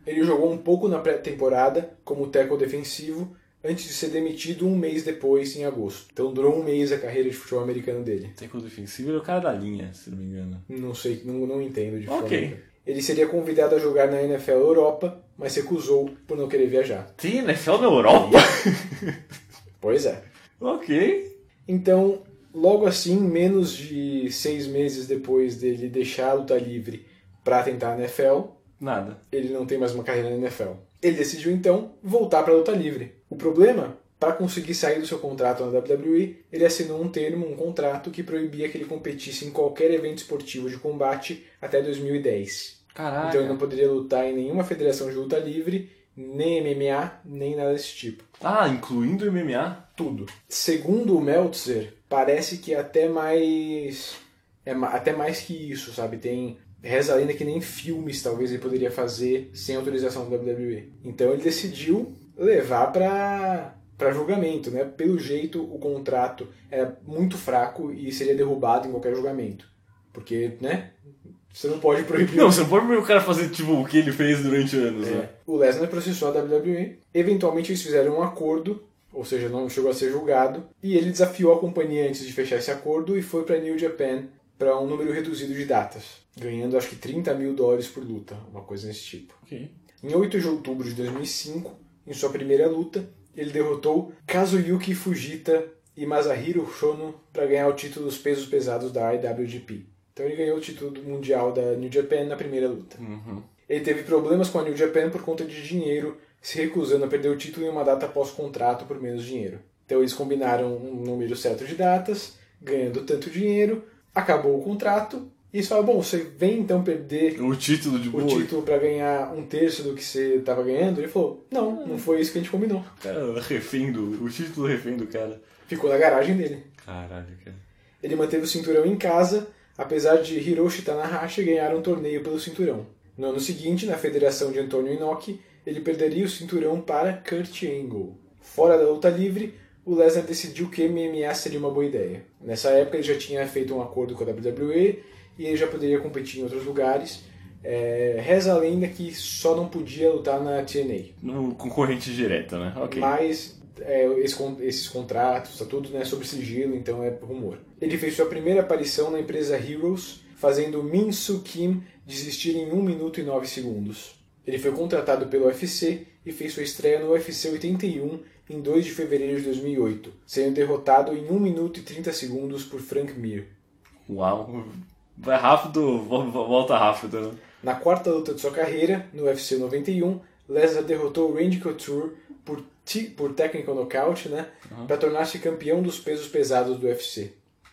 Ele jogou um pouco na pré-temporada como tackle defensivo, antes de ser demitido um mês depois, em agosto. Então durou um mês a carreira de futebol americano dele. Tackle defensivo é o cara da linha, se não me engano. Não sei, não entendo de forma. Ok. Ele seria convidado a jogar na NFL Europa, mas recusou por não querer viajar. Tem NFL na Europa? Pois é. Ok. Então, logo assim, menos de 6 meses depois dele deixar a luta livre para tentar a NFL, nada. Ele não tem mais uma carreira na NFL. Ele decidiu então voltar para a luta livre. O problema, para conseguir sair do seu contrato na WWE, ele assinou um contrato que proibia que ele competisse em qualquer evento esportivo de combate até 2010. Caraca. Então ele não poderia lutar em nenhuma federação de luta livre, nem MMA, nem nada desse tipo. Ah, incluindo MMA? Tudo. Segundo o Meltzer, parece que até mais que isso, sabe? Reza a lenda que nem filmes talvez ele poderia fazer sem autorização da WWE. Então ele decidiu levar para julgamento, né? Pelo jeito o contrato era muito fraco e seria derrubado em qualquer julgamento. Porque, né? Você não pode proibir... Não, você não pode proibir o cara fazer tipo o que ele fez durante anos, né? O Lesnar processou a WWE. Eventualmente eles fizeram um acordo, ou seja, não chegou a ser julgado, e ele desafiou a companhia antes de fechar esse acordo e foi para New Japan para um número reduzido de datas, ganhando acho que $30 mil por luta, uma coisa desse tipo. Okay. Em 8 de outubro de 2005, em sua primeira luta, ele derrotou Kazuyuki Fujita e Masahiro Shono para ganhar o título dos pesos pesados da IWGP. Então ele ganhou o título mundial da New Japan na primeira luta. Uhum. Ele teve problemas com a New Japan por conta de dinheiro, se recusando a perder o título em uma data pós-contrato por menos dinheiro. Então eles combinaram um número certo de datas, ganhando tanto dinheiro, acabou o contrato, e eles falaram, bom, você vem então perder o título para ganhar 1/3 do que você estava ganhando? Ele falou, não foi isso que a gente combinou. Cara, o título refém do cara. Ficou na garagem dele. Caralho, cara. Ele manteve o cinturão em casa, apesar de Hiroshi Tanahashi ganhar um torneio pelo cinturão. No ano seguinte, na federação de Antonio Inoki, ele perderia o cinturão para Kurt Angle. Fora da luta livre, o Lesnar decidiu que MMA seria uma boa ideia. Nessa época ele já tinha feito um acordo com a WWE e ele já poderia competir em outros lugares. Reza a lenda que só não podia lutar na TNA. No concorrente direto, né? Okay. Mas esses contratos, está tudo, né, sob sigilo, então é rumor. Ele fez sua primeira aparição na empresa Heroes, fazendo Min Soo Kim desistir em 1 minuto e 9 segundos. Ele foi contratado pelo UFC e fez sua estreia no UFC 81 em 2 de fevereiro de 2008, sendo derrotado em 1 minuto e 30 segundos por Frank Mir. Uau, vai rápido, volta rápido, né? Na quarta luta de sua carreira, no UFC 91, Lesnar derrotou Randy Couture por technical knockout, né, para tornar-se campeão dos pesos pesados do UFC.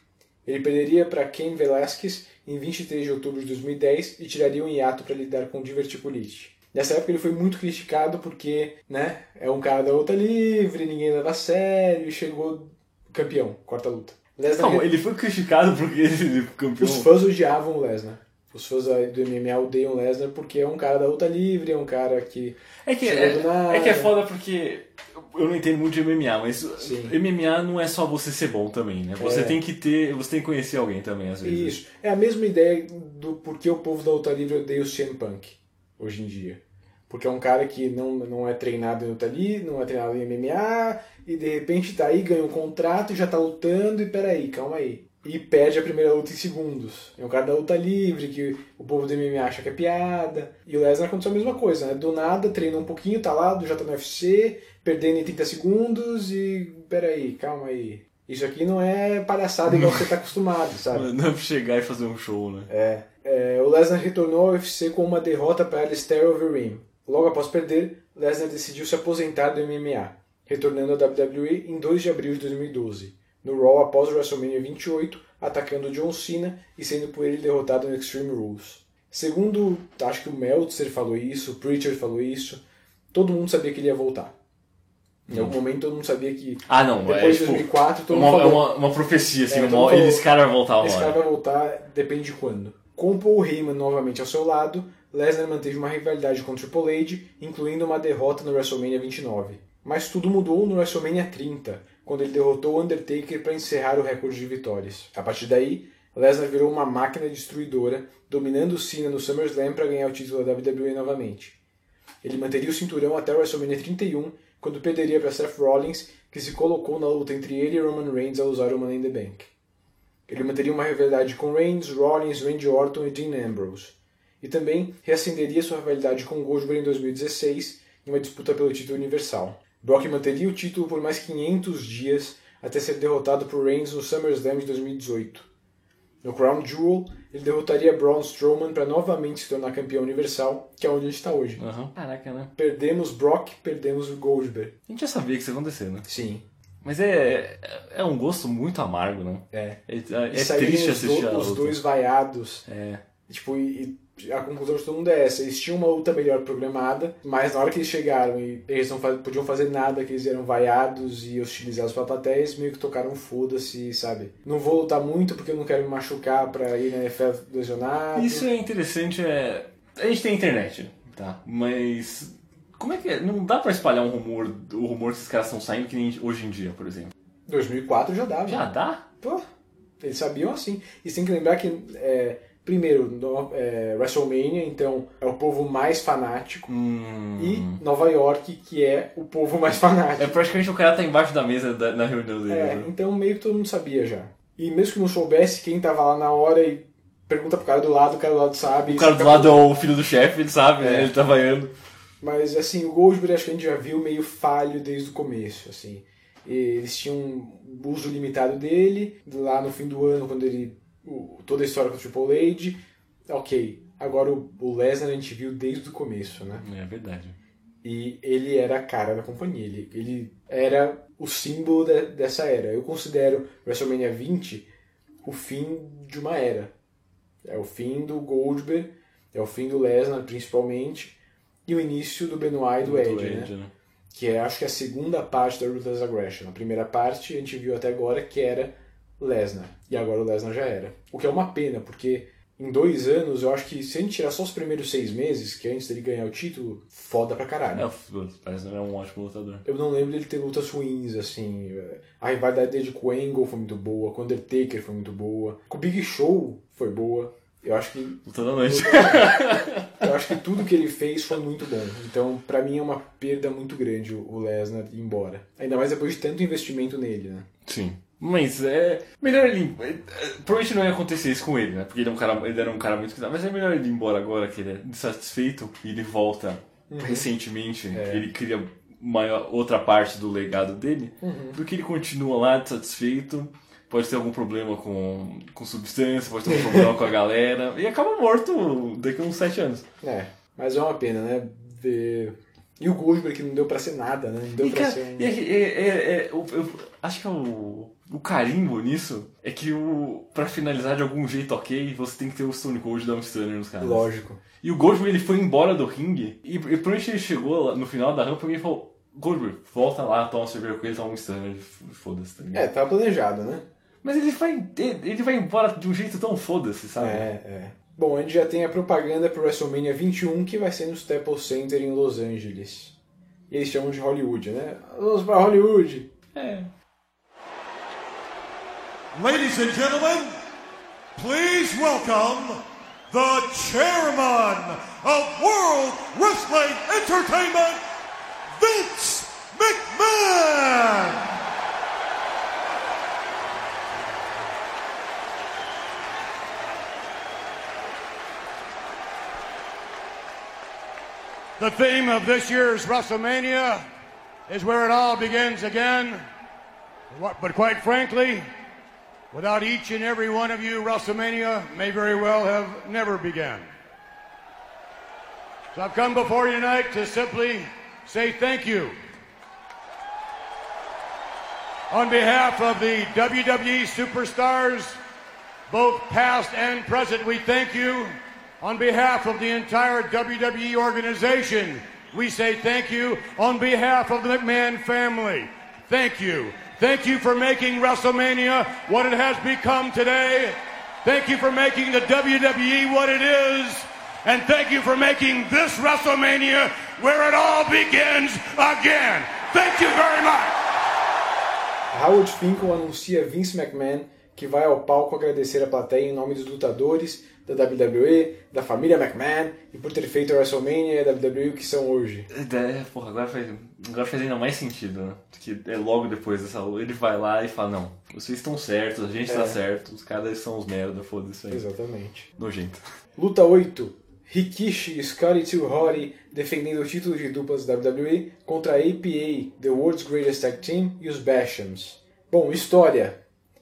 Ele perderia para Cain Velasquez em 23 de outubro de 2010 e tiraria um hiato para lidar com diverticulite. Nessa época ele foi muito criticado porque, né, é um cara da luta livre, ninguém leva a sério e chegou campeão, quarta luta. Não, ele foi criticado porque ele campeão. Os fãs odiavam o Lesnar. Os fãs do MMA odeiam o Lesnar porque é um cara da luta livre, é um cara que chegou do nada. É que é foda porque eu não entendo muito de MMA, mas MMA não é só você ser bom também, né? Você tem que conhecer alguém também, às vezes. Isso. É a mesma ideia do porquê o povo da luta livre odeia o CM Punk hoje em dia. Porque é um cara que não é treinado em luta livre, não é treinado em MMA, e de repente tá aí, ganha um contrato e já tá lutando, e peraí, calma aí. E perde a primeira luta em segundos. É um cara da luta livre, que o povo do MMA acha que é piada. E o Lesnar aconteceu a mesma coisa, né? Do nada, treina um pouquinho, tá lá, já tá no UFC, perdendo em 30 segundos e... Peraí, calma aí. Isso aqui não é palhaçada igual você tá acostumado, sabe? Não é pra chegar e fazer um show, né? O Lesnar retornou ao UFC com uma derrota para Alistair Overeem. Logo após perder, Lesnar decidiu se aposentar do MMA, retornando à WWE em 2 de abril de 2012. No Raw após o WrestleMania 28, atacando John Cena e sendo por ele derrotado no Extreme Rules. Segundo, acho que o Meltzer falou isso, o Preacher falou isso, todo mundo sabia que ele ia voltar. Em algum momento todo mundo sabia que depois de 2004 todo mundo falou... É uma profecia, assim, esse cara vai voltar uma hora. Esse cara vai voltar, depende de quando. Com Paul Heyman novamente ao seu lado, Lesnar manteve uma rivalidade com Triple H, incluindo uma derrota no WrestleMania 29. Mas tudo mudou no WrestleMania 30, quando ele derrotou o Undertaker para encerrar o recorde de vitórias. A partir daí, Lesnar virou uma máquina destruidora, dominando Cena no SummerSlam para ganhar o título da WWE novamente. Ele manteria o cinturão até o WrestleMania 31, quando perderia para Seth Rollins, que se colocou na luta entre ele e Roman Reigns ao usar o Money in the Bank. Ele manteria uma rivalidade com Reigns, Rollins, Randy Orton e Dean Ambrose. E também reacenderia sua rivalidade com Goldberg em 2016, em uma disputa pelo título universal. Brock manteria o título por mais 500 dias, até ser derrotado por Reigns no SummerSlam de 2018. No Crown Jewel, ele derrotaria Braun Strowman para novamente se tornar campeão universal, que é onde ele está hoje. Caraca, né? Perdemos Brock, perdemos o Goldberg. A gente já sabia que isso ia acontecer, né? Sim. Mas é um gosto muito amargo, né? É triste assistir a luta. Os dois vaiados. Tipo, a conclusão de todo mundo é essa. Eles tinham uma luta melhor programada, mas na hora que eles chegaram e eles não podiam fazer nada, que eles eram vaiados e hostilizados pela plateia, eles meio que tocaram foda-se, sabe? Não vou lutar muito porque eu não quero me machucar pra ir na NFL lesionado. Isso é interessante, a gente tem internet, tá? Mas como é que é? Não dá pra espalhar o rumor que esses caras estão saindo que nem hoje em dia, por exemplo. 2004 já dava. Já dá? Pô, eles sabiam assim. E você tem que lembrar que... Primeiro, WrestleMania, então, é o povo mais fanático. E Nova York, que é o povo mais fanático. É praticamente o cara tá embaixo da mesa na reunião dele. Né? Então meio que todo mundo sabia já. E mesmo que não soubesse, quem tava lá na hora e pergunta pro cara do lado, o cara do lado sabe. O cara do lado é o filho do chefe, ele sabe, né? Ele tá vaiando. Mas assim, o Goldberg acho que a gente já viu meio falho desde o começo, assim. Eles tinham um uso limitado dele, lá no fim do ano, quando ele... toda a história com o Triple H, ok. Agora o Lesnar a gente viu desde o começo, né? É verdade. E ele era a cara da companhia, ele era o símbolo dessa era. Eu considero WrestleMania 20 o fim de uma era. É o fim do Goldberg, é o fim do Lesnar principalmente, e o início do Benoit e do Edge, né? Que acho que é a segunda parte da Ruthless Aggression. A primeira parte a gente viu até agora que era Lesnar. E agora o Lesnar já era. O que é uma pena, porque em 2 anos, eu acho que se a gente tirar só os primeiros 6 meses, que é antes dele ganhar o título, foda pra caralho. O Lesnar é um ótimo lutador. Eu não lembro dele ter lutas ruins, assim. A rivalidade dele com o Angle foi muito boa, com o Undertaker foi muito boa, com o Big Show foi boa. Eu acho que... Luta da noite. Eu acho que tudo que ele fez foi muito bom. Então, pra mim, é uma perda muito grande o Lesnar ir embora. Ainda mais depois de tanto investimento nele, né? Sim. Mas é melhor ele... Provavelmente não ia acontecer isso com ele, né? Porque ele era um cara muito... Mas é melhor ele ir embora agora, que ele é insatisfeito e ele volta recentemente. Ele cria outra parte do legado dele, do que ele continua lá insatisfeito. Pode ter algum problema com substância, pode ter algum problema com a galera. E acaba morto daqui a uns 7 anos. Mas é uma pena, né? Ver... E o Goldberg que não deu pra ser nada, né? Não deu pra ser eu acho que o carimbo nisso é que pra finalizar de algum jeito ok, você tem que ter o Stone Cold dar um stunner nos caras. Lógico. E o Goldberg ele foi embora do ringue e provavelmente ele chegou lá no final da rampa e falou: Goldberg, volta lá, toma uma cerveja com ele, toma um stunner, foda-se, tá ligado? Tava planejado, né? Mas ele vai embora de um jeito tão foda-se, sabe? Bom, a gente já tem a propaganda pro WrestleMania 21, que vai ser no Staples Center em Los Angeles. E eles chamam de Hollywood, né? Vamos pra Hollywood! Ladies and gentlemen, please welcome the chairman of World Wrestling Entertainment, Vince McMahon! The theme of this year's WrestleMania is where it all begins again. But quite frankly, without each and every one of you, WrestleMania may very well have never begun. So I've come before you tonight to simply say thank you. On behalf of the WWE superstars, both past and present, we thank you. On behalf of the entire WWE organization, we say thank you. On behalf of the McMahon family, thank you. Thank you for making WrestleMania what it has become today. Thank you for making the WWE what it is. And thank you for making this WrestleMania where it all begins again. Thank you very much. Howard Finkel anuncia Vince McMahon, que vai ao palco agradecer a plateia em nome dos lutadores, da WWE, da família McMahon e por ter feito a WrestleMania e a WWE o que são hoje. Porra, agora faz ainda mais sentido, né? Porque é logo depois dessa luta, ele vai lá e fala, não, vocês estão certos, a gente tá certo, os caras são os merda, foda-se aí. Exatamente. Nojento. Luta 8. Rikishi e Scotty 2 Hotty defendendo o título de duplas da WWE contra a APA, The World's Greatest Tag Team, e os Bashams. Bom, história.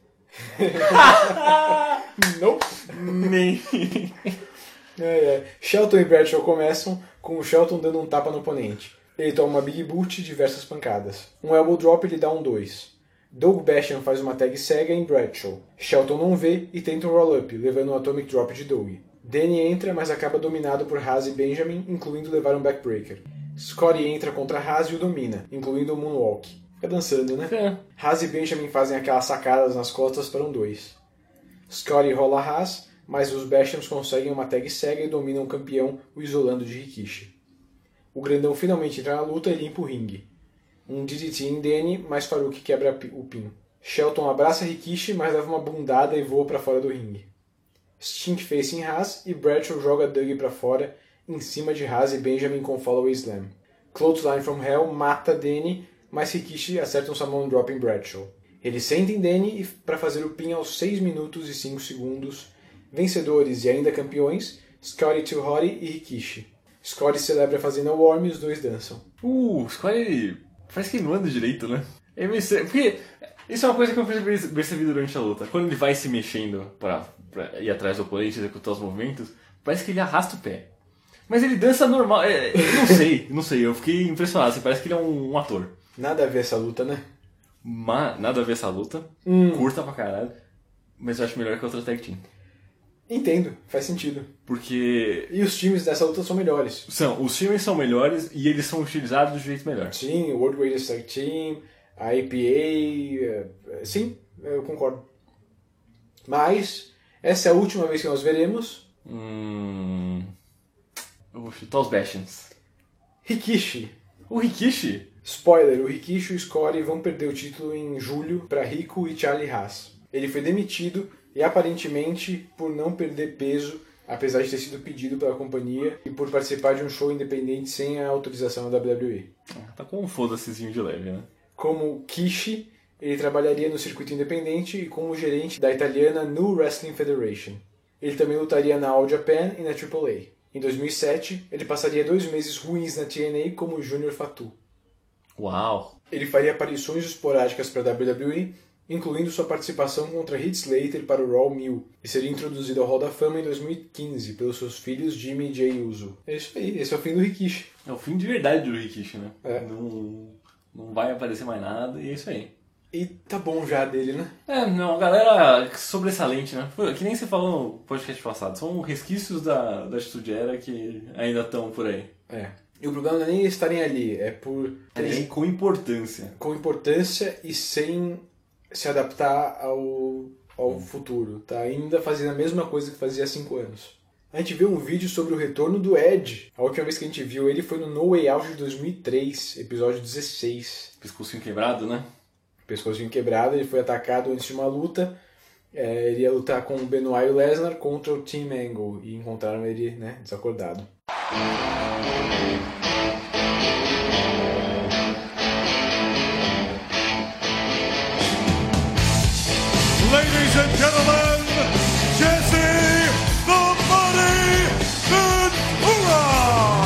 Nope. Nem. Shelton e Bradshaw começam com o Shelton dando um tapa no oponente. Ele toma uma Big Boot e diversas pancadas. Um Elbow Drop e ele dá um 2. Doug Basham faz uma tag cega em Bradshaw. Shelton não vê e tenta um roll-up, levando um Atomic Drop de Doug. Danny entra, mas acaba dominado por Haas e Benjamin, incluindo levar um backbreaker. Scotty entra contra Haas e o domina, incluindo o Moonwalk. Fica dançando, né? Haas e Benjamin fazem aquelas sacadas nas costas para um 2. Scotty rola Haas, mas os Bashams conseguem uma tag cega e dominam o campeão, o isolando de Rikishi. O grandão finalmente entra na luta e limpa o ringue. Um DDT em Danny, mas Farouk quebra o pin. Shelton abraça Rikishi, mas leva uma bundada e voa para fora do ringue. Stink face em Haas e Bradshaw joga Doug para fora, em cima de Haas e Benjamin com follow slam. Clothesline from Hell mata Danny, mas Rikishi acerta um Samoan Drop em Bradshaw. Ele senta em Danny para fazer o pin aos 6 minutos e 5 segundos. Vencedores e ainda campeões, Scotty 2 Hotty e Rikishi. Scotty celebra fazendo a Worm e os dois dançam. Scotty parece que ele não anda direito, né? É meio estranho, porque isso é uma coisa que eu percebi durante a luta. Quando ele vai se mexendo pra ir atrás do oponente e executar os movimentos, parece que ele arrasta o pé. Mas ele dança normal. Eu não sei, eu fiquei impressionado. Assim, parece que ele é um ator. Nada a ver essa luta, né? Nada a ver essa luta. Curta pra caralho. Mas eu acho melhor que a outra tag team. Entendo, faz sentido. Porque... E os times dessa luta são melhores. Os times são melhores e eles são utilizados do jeito melhor. Sim, o World Greatest Tag Team, a APA... Sim, eu concordo. Mas, essa é a última vez que nós veremos... Eu vou chutar os Bashams. Rikishi. O Rikishi? Spoiler, o Rikishi e o Scotty vão perder o título em julho para Rico e Charlie Haas. Ele foi demitido e aparentemente por não perder peso, apesar de ter sido pedido pela companhia, e por participar de um show independente sem a autorização da WWE. Tá com um foda-sezinho de leve, né? Como Kishi, ele trabalharia no circuito independente e como gerente da italiana New Wrestling Federation. Ele também lutaria na All Japan e na AAA. Em 2007, ele passaria 2 meses ruins na TNA como Junior Fatu. Uau! Ele faria aparições esporádicas para a WWE, incluindo sua participação contra Heath Slater para o Raw 1000, e seria introduzido ao Hall da Fama em 2015 pelos seus filhos Jimmy e Jay Uso. É isso aí, esse é o fim do Rikishi. É o fim de verdade do Rikishi, né? É. Não vai aparecer mais nada e é isso aí. E tá bom já dele, né? Não, a galera sobressalente, né? Que nem você falou no podcast passado, são resquícios da Attitude Era que ainda estão por aí. E o problema não é nem estarem ali, é por... com importância. Com importância e sem se adaptar ao futuro. Tá ainda fazendo a mesma coisa que fazia há 5 anos. A gente viu um vídeo sobre o retorno do Edge. A última vez que a gente viu ele foi no No Way Out de 2003, episódio 16. Pescocinho quebrado, né? Pescocinho quebrado, ele foi atacado antes de uma luta. Ele ia lutar com o Benoit e o Lesnar contra o Team Angle. E encontraram ele, né, desacordado. Ladies and gentlemen, Jesse the Body Ventura!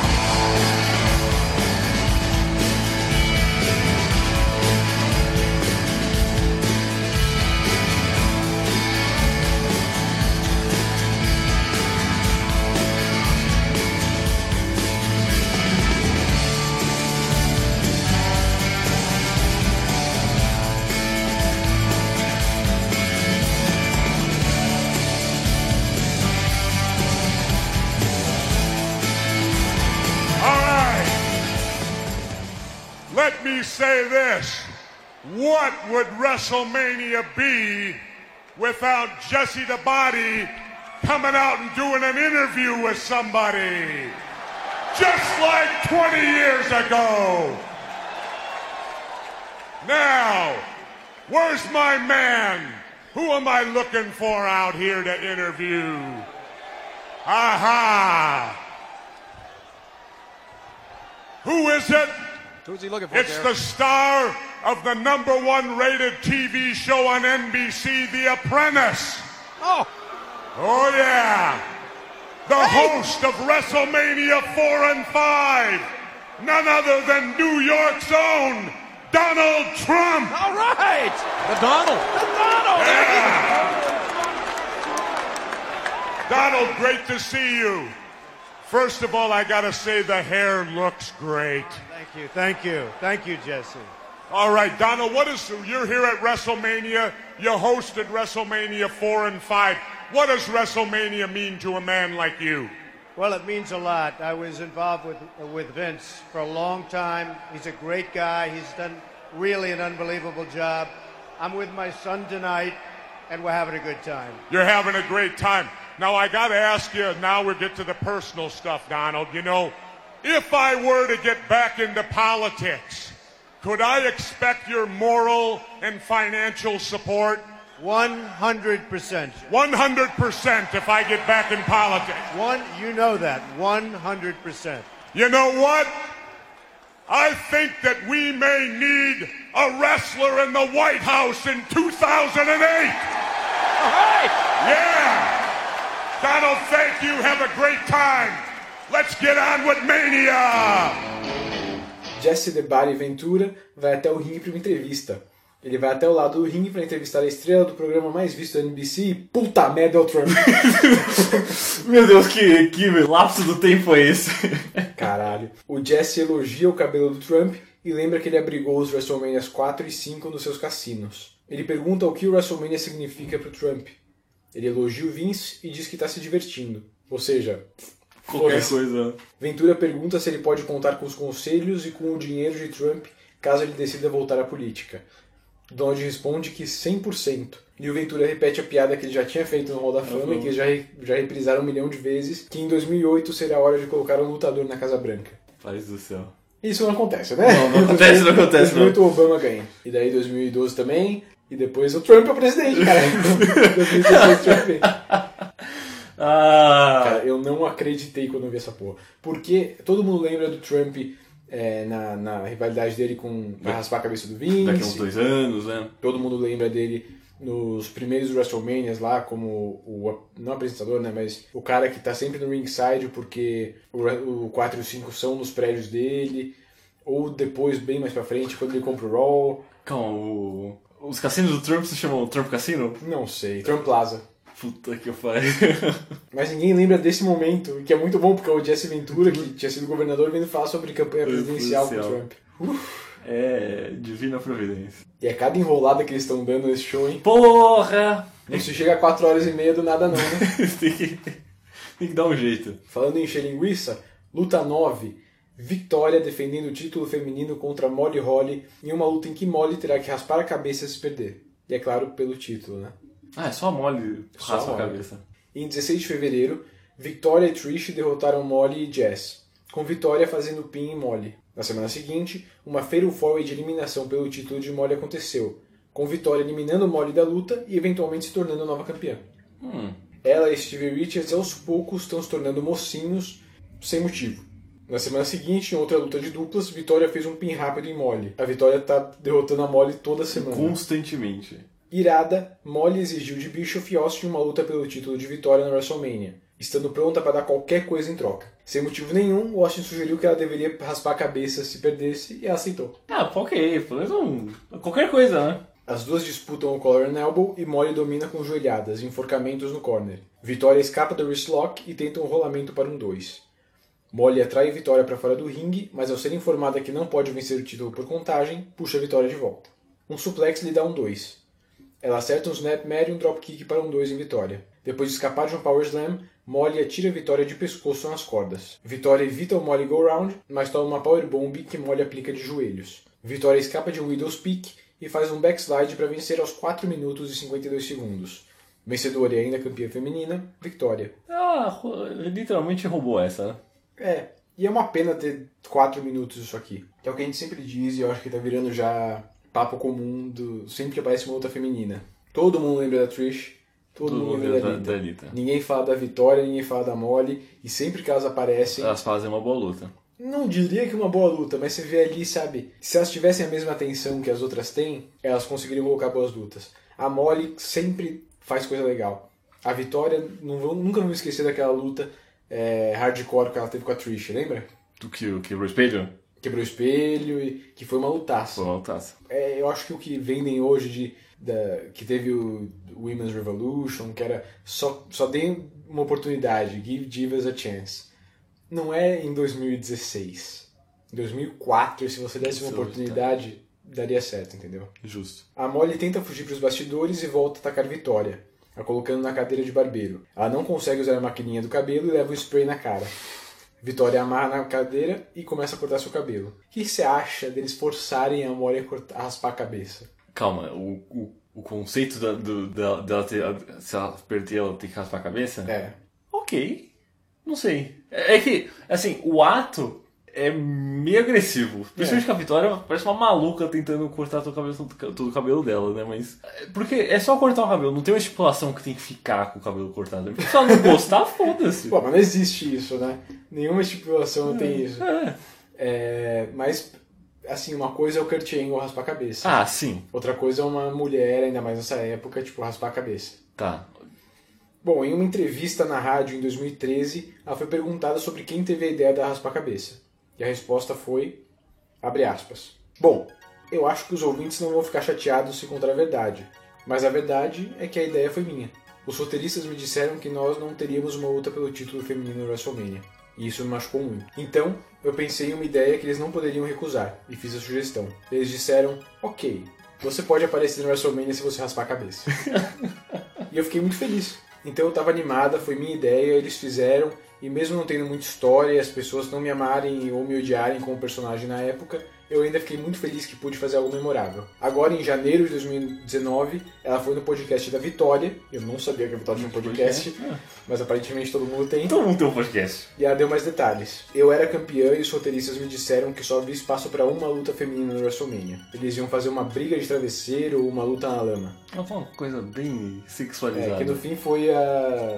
Let me say this. What would WrestleMania be without Jesse the Body coming out and doing an interview with somebody? Just like 20 years ago. Now, where's my man? Who am I looking for out here to interview? Aha! Who is it? Who's he looking for, It's the star of the #1 rated TV show on NBC, The Apprentice. Oh! Oh, yeah. The host of WrestleMania 4 and 5. None other than New York's own Donald Trump. All right. The Donald. Yeah. Donald, great to see you. First of all, I gotta say the hair looks great. Thank you, Jesse. All right, Donald, you're here at WrestleMania. You hosted WrestleMania 4 and 5. What does WrestleMania mean to a man like you? Well, it means a lot. I was involved with Vince for a long time. He's a great guy. He's done really an unbelievable job. I'm with my son tonight, and we're having a good time. You're having a great time. Now, I got to ask you, now we get to the personal stuff, Donald. You know, if I were to get back into politics, could I expect your moral and financial support? 100%. 100% if I get back in politics. You know that. 100%. You know what? I think that we may need a wrestler in the White House in 2008. All right. Yeah. Donald, thank you. Have a great time. Let's get on with Mania. Jesse The Body Ventura vai até o ringue para uma entrevista. Ele vai até o lado do ringue para entrevistar a estrela do programa mais visto da NBC e puta merda é o Trump. Meu Deus, que lapso do tempo é esse? Caralho. O Jesse elogia o cabelo do Trump e lembra que ele abrigou os WrestleManias 4 e 5 nos seus cassinos. Ele pergunta o que o WrestleMania significa pro Trump. Ele elogia o Vince e diz que está se divertindo. Ou seja, qualquer coisa. Ventura pergunta se ele pode contar com os conselhos e com o dinheiro de Trump caso ele decida voltar à política. Donald responde que 100%. E o Ventura repete a piada que ele já tinha feito no Hall da Fama e que eles já reprisaram 1 milhão de vezes, que em 2008 será a hora de colocar um lutador na Casa Branca. Paz do céu. Isso não acontece, né? Não acontece. Em 2008 o Obama ganha. E daí 2012 também. E depois o Trump é o presidente, cara. 2016 o Trump vem. Cara, eu não acreditei quando eu vi essa porra. Porque todo mundo lembra do Trump na rivalidade dele com pra raspar a cabeça do Vince. Daqui a uns 2 anos, né? Todo mundo lembra dele nos primeiros WrestleManias lá, como não apresentador, né? Mas o cara que tá sempre no ringside porque o 4 e o 5 são nos prédios dele. Ou depois, bem mais pra frente, quando ele compra o Raw. Calma, os cassinos do Trump se chamam Trump Cassino? Não sei, Trump Plaza. Puta que pariu. Mas ninguém lembra desse momento, que é muito bom, porque é o Jesse Ventura, que tinha sido governador, vindo falar sobre campanha presidencial com o Trump. É divina providência. E é cada enrolada que eles estão dando nesse show, hein? Porra! Isso chega a 4h30 do nada não, né? tem que dar um jeito. Falando em encher linguiça, luta 9... Victoria defendendo o título feminino contra Molly Holly em uma luta em que Molly terá que raspar a cabeça se perder. E é claro, pelo título, né? É só a Molly raspa a cabeça. Em 16 de fevereiro, Victoria e Trish derrotaram Molly e Jess, com Victoria fazendo pin em Molly. Na semana seguinte, uma Fatal 4-Way de eliminação pelo título de Molly aconteceu, com Victoria eliminando Molly da luta e eventualmente se tornando a nova campeã. Ela e Stevie Richards aos poucos estão se tornando mocinhos sem motivo. Na semana seguinte, em outra luta de duplas, Victoria fez um pin rápido em Molly. A Victoria tá derrotando a Molly toda semana. Constantemente. Irada, Molly exigiu de Bischoff e Austin uma luta pelo título de Victoria na WrestleMania, estando pronta para dar qualquer coisa em troca. Sem motivo nenhum, o Austin sugeriu que ela deveria raspar a cabeça se perdesse e ela aceitou. Ok, pelo menos qualquer coisa, né? As duas disputam o collar and elbow e Molly domina com joelhadas e enforcamentos no corner. Victoria escapa do wristlock e tenta um rolamento para um 2. Molly atrai Victoria para fora do ringue, mas ao ser informada que não pode vencer o título por contagem, puxa a Victoria de volta. Um suplex lhe dá um 2. Ela acerta um snapmare e um dropkick para um 2 em Victoria. Depois de escapar de um power slam, Molly atira a Victoria de pescoço nas cordas. Victoria evita o Molly go round, mas toma uma powerbomb que Molly aplica de joelhos. Victoria escapa de um Widow's Peak e faz um backslide para vencer aos 4 minutos e 52 segundos. Vencedora e ainda campeã feminina, Victoria. Literalmente roubou essa, né? E é uma pena ter 4 minutos isso aqui. Que é o que a gente sempre diz e eu acho que tá virando já papo comum sempre que aparece uma luta feminina. Todo mundo lembra da Trish Todo mundo lembra da Lita. Ninguém fala da Vitória, ninguém fala da Molly, e sempre que elas aparecem... Elas fazem uma boa luta. Não diria que uma boa luta, mas você vê ali, sabe? Se elas tivessem a mesma atenção que as outras têm, elas conseguiriam colocar boas lutas. A Molly sempre faz coisa legal. A Vitória, nunca vou esquecer daquela luta hardcore que ela teve com a Trish, lembra? Do que quebrou o espelho? Quebrou o espelho, e que foi uma lutaça. Foi uma lutaça. Eu acho que o que vendem hoje que teve o Women's Revolution, que era só dê uma oportunidade, give divas a chance. Não é em 2016. Em 2004, se você desse uma oportunidade, daria certo, entendeu? Justo. A Molly tenta fugir para os bastidores e volta a atacar Vitória, a colocando na cadeira de barbeiro. Ela não consegue usar a maquininha do cabelo e leva um spray na cara. Vitória amarra na cadeira e começa a cortar seu cabelo. O que você acha deles forçarem a Molly a raspar a cabeça? Calma, o conceito dela ter... Se ela perder, ela tem que raspar a cabeça? É. Ok. Não sei. É que, assim, o ato é meio agressivo. Principalmente que a Vitória parece uma maluca tentando cortar todo o cabelo dela, né? Mas... Porque é só cortar o cabelo, não tem uma estipulação que tem que ficar com o cabelo cortado. Se ela não gostar, foda-se. Pô, mas não existe isso, né? Nenhuma estipulação tem isso. Mas, assim, uma coisa é o Kurt Angle raspar a cabeça. Ah, sim. Outra coisa é uma mulher, ainda mais nessa época, tipo, raspar a cabeça. Tá. Bom, em uma entrevista na rádio em 2013, ela foi perguntada sobre quem teve a ideia da raspar a cabeça. E a resposta foi, abre aspas, bom, eu acho que os ouvintes não vão ficar chateados se contar a verdade, mas a verdade é que a ideia foi minha. Os roteiristas me disseram que nós não teríamos uma luta pelo título feminino no WrestleMania, e isso me machucou muito. Então, eu pensei em uma ideia que eles não poderiam recusar, e fiz a sugestão. Eles disseram, ok, você pode aparecer no WrestleMania se você raspar a cabeça. E eu fiquei muito feliz. Então eu estava animada, foi minha ideia, eles fizeram, e mesmo não tendo muita história e as pessoas não me amarem ou me odiarem como personagem na época, eu ainda fiquei muito feliz que pude fazer algo memorável. Agora, em janeiro de 2019, ela foi no podcast da Vitória. Eu não sabia que a Vitória tinha um podcast, mas aparentemente todo mundo tem. Todo mundo tem um podcast. E ela deu mais detalhes. Eu era campeã e os roteiristas me disseram que só havia espaço para uma luta feminina no WrestleMania. Eles iam fazer uma briga de travesseiro ou uma luta na lama. Foi uma coisa bem sexualizada. Que no fim foi a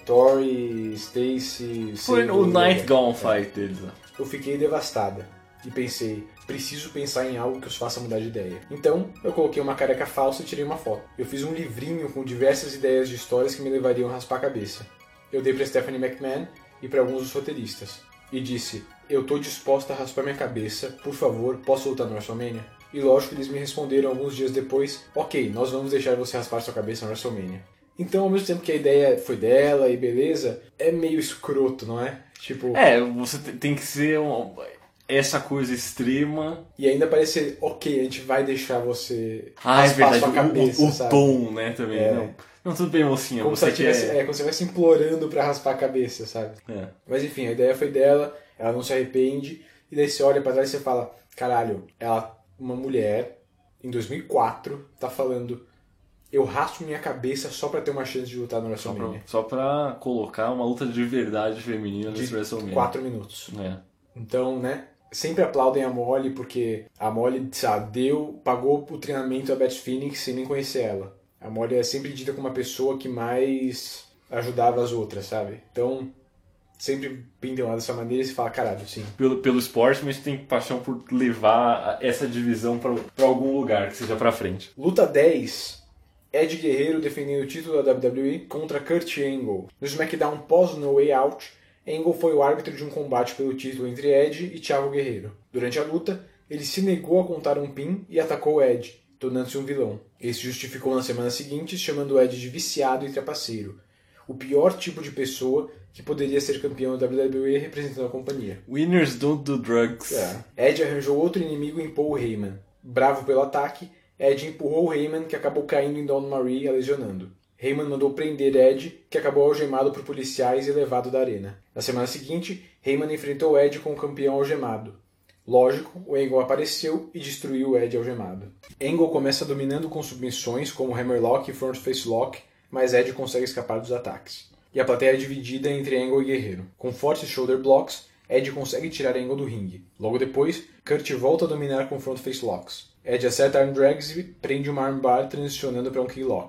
Tori, Stacy... Foi o Night Gauntlet Fight deles. Eu fiquei devastada e pensei, preciso pensar em algo que os faça mudar de ideia. Então, eu coloquei uma careca falsa e tirei uma foto. Eu fiz um livrinho com diversas ideias de histórias que me levariam a raspar a cabeça. Eu dei para Stephanie McMahon e para alguns dos roteiristas. E disse, eu tô disposta a raspar minha cabeça, por favor, posso lutar no WrestleMania? E lógico que eles me responderam alguns dias depois, ok, nós vamos deixar você raspar sua cabeça no WrestleMania. Então, ao mesmo tempo que a ideia foi dela e beleza, é meio escroto, não é? Tipo... você tem que ser essa coisa extrema. E ainda parece, ok, a gente vai deixar você raspar sua cabeça, o tom, né, também. Não, tudo bem, mocinha. Como você se como se estivesse implorando pra raspar a cabeça, sabe? Mas enfim, a ideia foi dela, ela não se arrepende, e daí você olha pra trás e você fala, caralho, uma mulher, em 2004, tá falando, eu raspo minha cabeça só pra ter uma chance de lutar no WrestleMania. Só pra colocar uma luta de verdade feminina nesse WrestleMania. 4 minutos. Então, né, sempre aplaudem a Molly, porque a Molly, sabe, pagou o treinamento a Beth Phoenix sem nem conhecer ela. A Molly é sempre dita como uma pessoa que mais ajudava as outras, sabe? Então, sempre pintam ela dessa maneira e se fala, caralho, sim. Pelo esporte, mas tem paixão por levar essa divisão pra algum lugar, que seja pra frente. Luta 10, Ed Guerreiro defendendo o título da WWE contra Kurt Angle. No SmackDown pós No Way Out, Angle foi o árbitro de um combate pelo título entre Ed e Thiago Guerreiro. Durante a luta, ele se negou a contar um pin e atacou Ed, tornando-se um vilão. Ele se justificou na semana seguinte, chamando Ed de viciado e trapaceiro. O pior tipo de pessoa que poderia ser campeão da WWE representando a companhia. Winners don't do drugs. Ed arranjou outro inimigo em Paul Heyman. Bravo pelo ataque, Ed empurrou Heyman, que acabou caindo em Dawn Marie e a lesionando. Heyman mandou prender Ed, que acabou algemado por policiais e levado da arena. Na semana seguinte, Heyman enfrentou Ed com o campeão algemado. Lógico, o Angle apareceu e destruiu o Ed algemado. Angle começa dominando com submissões como Hammerlock e Front Face Lock, mas Ed consegue escapar dos ataques. E a plateia é dividida entre Angle e Guerreiro. Com fortes shoulder blocks, Ed consegue tirar Angle do ringue. Logo depois, Kurt volta a dominar com Front Face Locks. Ed acerta arm drags e prende uma armbar transicionando para um key lock.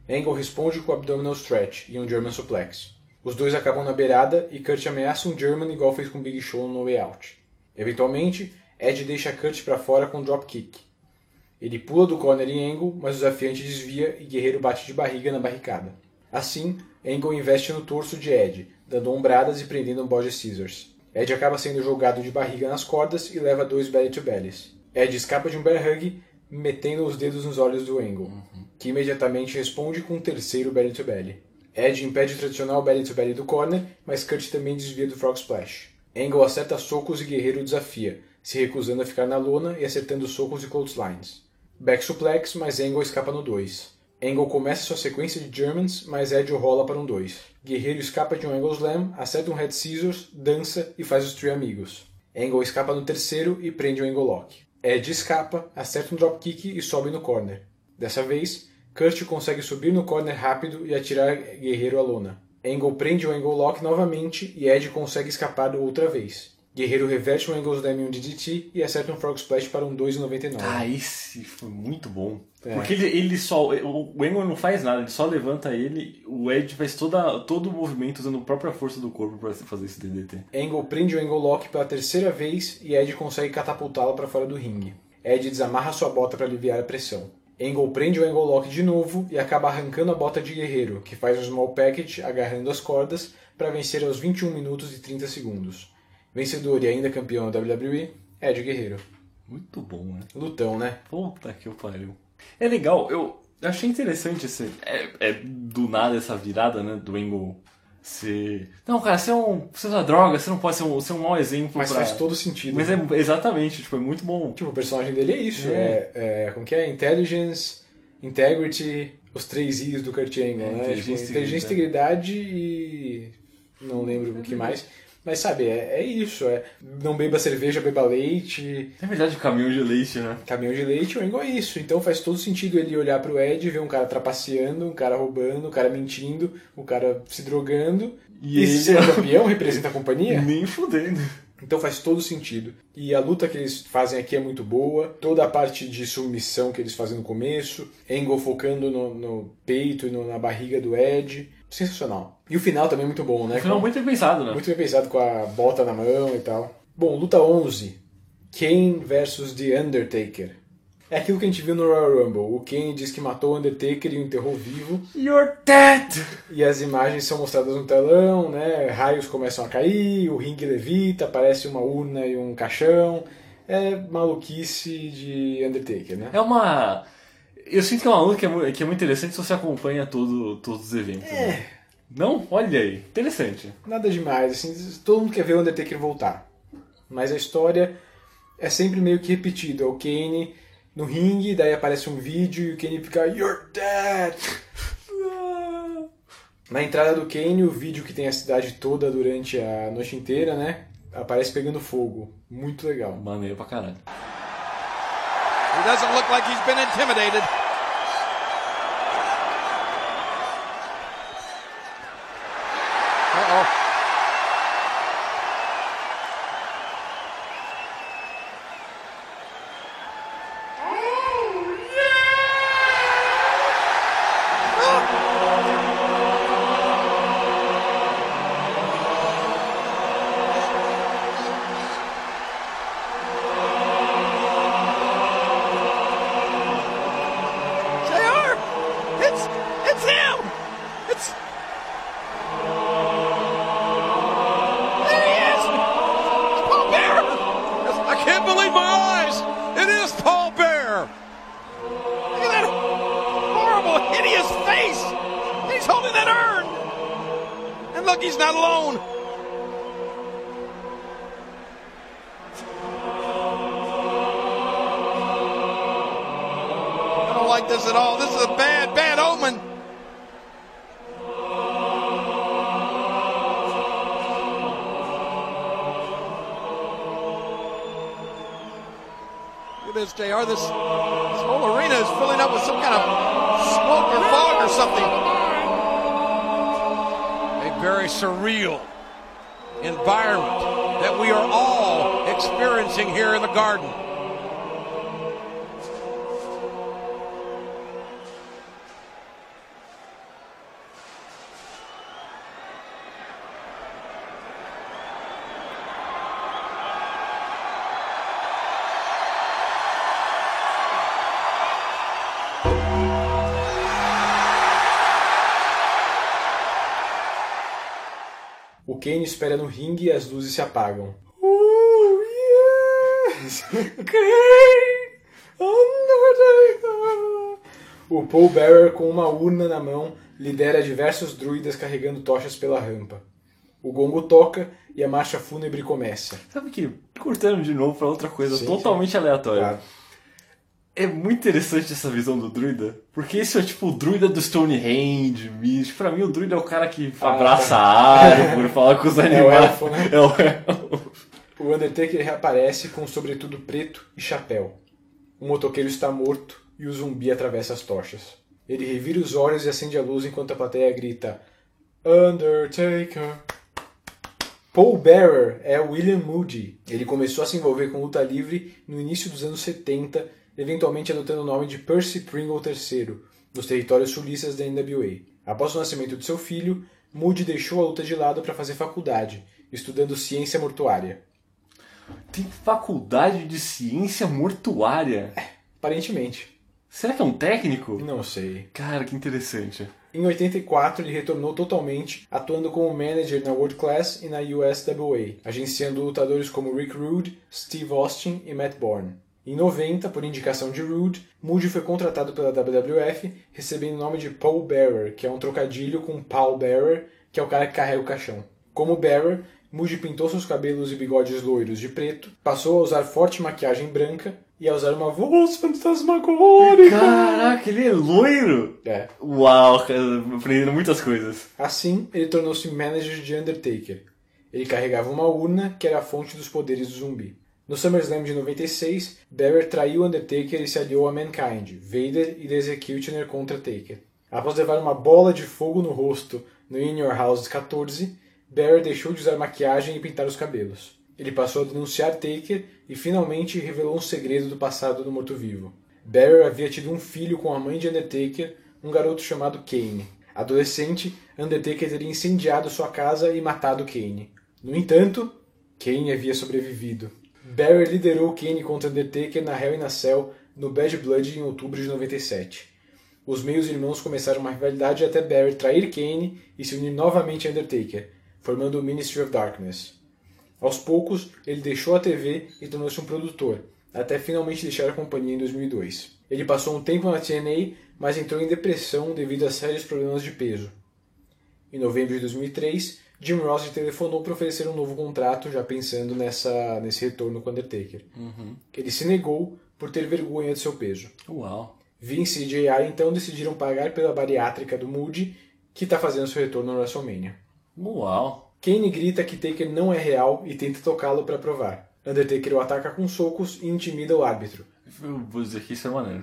Angle responde com o abdominal stretch e um German suplex. Os dois acabam na beirada e Kurt ameaça um German igual fez com Big Show no Way Out. Eventualmente, Edge deixa Kurt para fora com um dropkick. Ele pula do corner em Angle, mas o desafiante desvia e Guerreiro bate de barriga na barricada. Assim, Angle investe no torso de Edge, dando ombradas e prendendo um body scissors. Edge acaba sendo jogado de barriga nas cordas e leva 2 belly-to-bellies. Edge escapa de um bear hug, metendo os dedos nos olhos do Angle, que imediatamente responde com um terceiro belly-to-belly. Edge impede o tradicional belly-to-belly do corner, mas Kurt também desvia do frog splash. Angle acerta socos e Guerreiro desafia, se recusando a ficar na lona e acertando socos e clotheslines. Back suplex, mas Angle escapa no 2. Angle começa sua sequência de Germans, mas Edge o rola para um 2. Guerreiro escapa de um Angle Slam, acerta um Head Scissors, dança e faz os Three Amigos. Angle escapa no terceiro e prende um Angle Lock. Edge escapa, acerta um Dropkick e sobe no corner. Dessa vez, Kurt consegue subir no corner rápido e atirar Guerreiro à lona. Angle prende o Angle Lock novamente e Edge consegue escapar outra vez. Guerreiro reverte um Angle Slam em um DDT e acerta um Frog Splash para um 2,99. Ah, esse foi muito bom. Porque ele só... O Angle não faz nada, ele só levanta ele, o Edge faz todo o movimento usando a própria força do corpo para fazer esse DDT. Angle prende o Angle Lock pela terceira vez e Edge consegue catapultá-lo para fora do ringue. Edge desamarra sua bota para aliviar a pressão. Angle prende o Angle Lock de novo e acaba arrancando a bota de Guerreiro, que faz um Small Package agarrando as cordas para vencer aos 21 minutos e 30 segundos. Vencedor e ainda campeão da WWE, Edge Guerreiro. Muito bom, né? Lutão, né? Puta que pariu. É legal, eu achei interessante esse... do nada essa virada, né? Do Angle ser... Não, cara, você é uma droga, você não pode ser um mau exemplo. Mas faz todo sentido. Mas exatamente, tipo, é muito bom. Tipo, o personagem dele é isso. Como que é? Intelligence, Integrity, os 3 I's do Kurt Angle, né? Inteligência, integridade e... não lembro o que mais... Mas sabe, é isso, não beba cerveja, beba leite. É verdade, caminhão de leite, né? Caminhão de leite, o Angle é isso. Então faz todo sentido ele olhar pro Edge, ver um cara trapaceando, um cara roubando, um cara mentindo, um cara se drogando. E ele ser campeão representa a companhia? Nem fudendo. Então faz todo sentido. E a luta que eles fazem aqui é muito boa. Toda a parte de submissão que eles fazem no começo. Angle focando no peito e na barriga do Edge. Sensacional. E o final também é muito bom, né? O final muito bem pensado, né? Muito bem pensado, com a bota na mão e tal. Bom, luta 11. Kane versus The Undertaker. É aquilo que a gente viu no Royal Rumble. O Kane diz que matou o Undertaker e o enterrou vivo. You're dead! E as imagens são mostradas no telão, né? Raios começam a cair, o ringue levita, aparece uma urna e um caixão. É maluquice de Undertaker, né? Eu sinto que é uma luta que é muito interessante se você acompanha todos os eventos. Né? Não? Olha aí. Interessante. Nada demais. Assim, todo mundo quer ver o Undertaker voltar. Mas a história é sempre meio que repetida. O Kane no ringue, daí aparece um vídeo e o Kane fica You're dead! Na entrada do Kane, o vídeo que tem a cidade toda durante a noite inteira, né? Aparece pegando fogo. Muito legal. Maneiro pra caralho. He doesn't look like he's been intimidated. Uh-oh. This at all. This is a bad, bad omen. Look at this, JR. This whole arena is filling up with some kind of smoke or fog or something. A very surreal environment that we are all experiencing here in the Garden. O Kane espera no ringue e as luzes se apagam. Yes! Kane! Undertaker! O Paul Bearer, com uma urna na mão, lidera diversos druidas carregando tochas pela rampa. O gongo toca e a marcha fúnebre começa. Sabe que, cortando de novo pra outra coisa Sim, totalmente sim. aleatória. Claro. É muito interessante essa visão do druida, porque esse é tipo o druida do Stonehenge, Mist. Pra mim o druida é o cara que abraça a árvore, fala com os animais. É o elfo, né? É o elfo. O Undertaker reaparece com um sobretudo preto e chapéu. O motoqueiro está morto e o zumbi atravessa as tochas. Ele revira os olhos e acende a luz enquanto a plateia grita Undertaker. Paul Bearer é William Moody. Ele começou a se envolver com luta livre no início dos anos 70, eventualmente adotando o nome de Percy Pringle III, nos territórios sulistas da NWA. Após o nascimento de seu filho, Moody deixou a luta de lado para fazer faculdade, estudando ciência mortuária. Tem faculdade de ciência mortuária? Aparentemente. Será que é um técnico? Não sei. Cara, que interessante. Em 84, ele retornou totalmente, atuando como manager na World Class e na USWA, agenciando lutadores como Rick Rude, Steve Austin e Matt Bourne. Em 90, por indicação de Rude, Moody foi contratado pela WWF, recebendo o nome de Paul Bearer, que é um trocadilho com Paul Bearer, que é o cara que carrega o caixão. Como Bearer, Moody pintou seus cabelos e bigodes loiros de preto, passou a usar forte maquiagem branca e a usar uma voz fantasmagórica. Caraca, ele é loiro? É. Uau, cara, aprendendo muitas coisas. Assim, ele tornou-se manager de Undertaker. Ele carregava uma urna que era a fonte dos poderes do zumbi. No SummerSlam de 96, Bearer traiu Undertaker e se aliou a Mankind, Vader e The Executioner contra Taker. Após levar uma bola de fogo no rosto no In Your House 14, Bearer deixou de usar maquiagem e pintar os cabelos. Ele passou a denunciar Taker e finalmente revelou um segredo do passado do morto-vivo. Bearer havia tido um filho com a mãe de Undertaker, um garoto chamado Kane. Adolescente, Undertaker teria incendiado sua casa e matado Kane. No entanto, Kane havia sobrevivido. Bearer liderou Kane contra Undertaker na Hell in a Cell no Bad Blood em outubro de 97. Os meios-irmãos começaram uma rivalidade até Bearer trair Kane e se unir novamente a Undertaker, formando o Ministry of Darkness. Aos poucos, ele deixou a TV e tornou-se um produtor, até finalmente deixar a companhia em 2002. Ele passou um tempo na TNA, mas entrou em depressão devido a sérios problemas de peso. Em novembro de 2003, Jim Ross lhe telefonou para oferecer um novo contrato, já pensando nesse retorno com Undertaker. Ele se negou por ter vergonha de seu peso. Uau. Vince e JR então decidiram pagar pela bariátrica do Moody, que está fazendo seu retorno no WrestleMania. Uau. Kane grita que Taker não é real e tenta tocá-lo para provar. Undertaker o ataca com socos e intimida o árbitro. Eu vou dizer que isso é maneiro.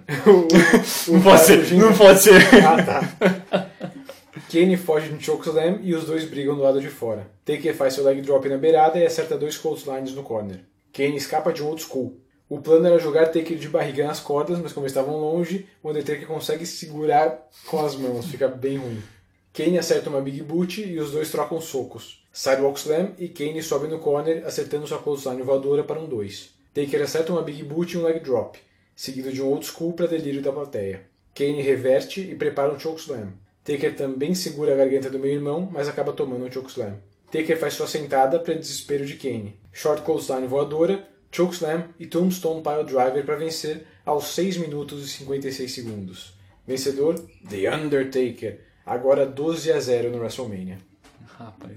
Não pode ser. Ah, tá. Kane foge de um chokeslam e os dois brigam do lado de fora. Taker faz seu leg drop na beirada e acerta 2 clotheslines no corner. Kane escapa de um old school. O plano era jogar Taker de barriga nas cordas, mas como estavam longe, o Undertaker consegue segurar com as mãos, fica bem ruim. Kane acerta uma Big Boot e os dois trocam socos. Sidewalk Slam e Kane sobe no corner, acertando sua clothesline voadora para um 2. Taker acerta uma Big Boot e um leg drop, seguido de um old school para delírio da plateia. Kane reverte e prepara um chokeslam. Taker também segura a garganta do meio-irmão, mas acaba tomando um chokeslam. Taker faz sua sentada para desespero de Kane. Short clothesline voadora, chokeslam e tombstone pile driver para vencer aos 6 minutos e 56 segundos. Vencedor, The Undertaker. Agora 12-0 no WrestleMania. Rapaz,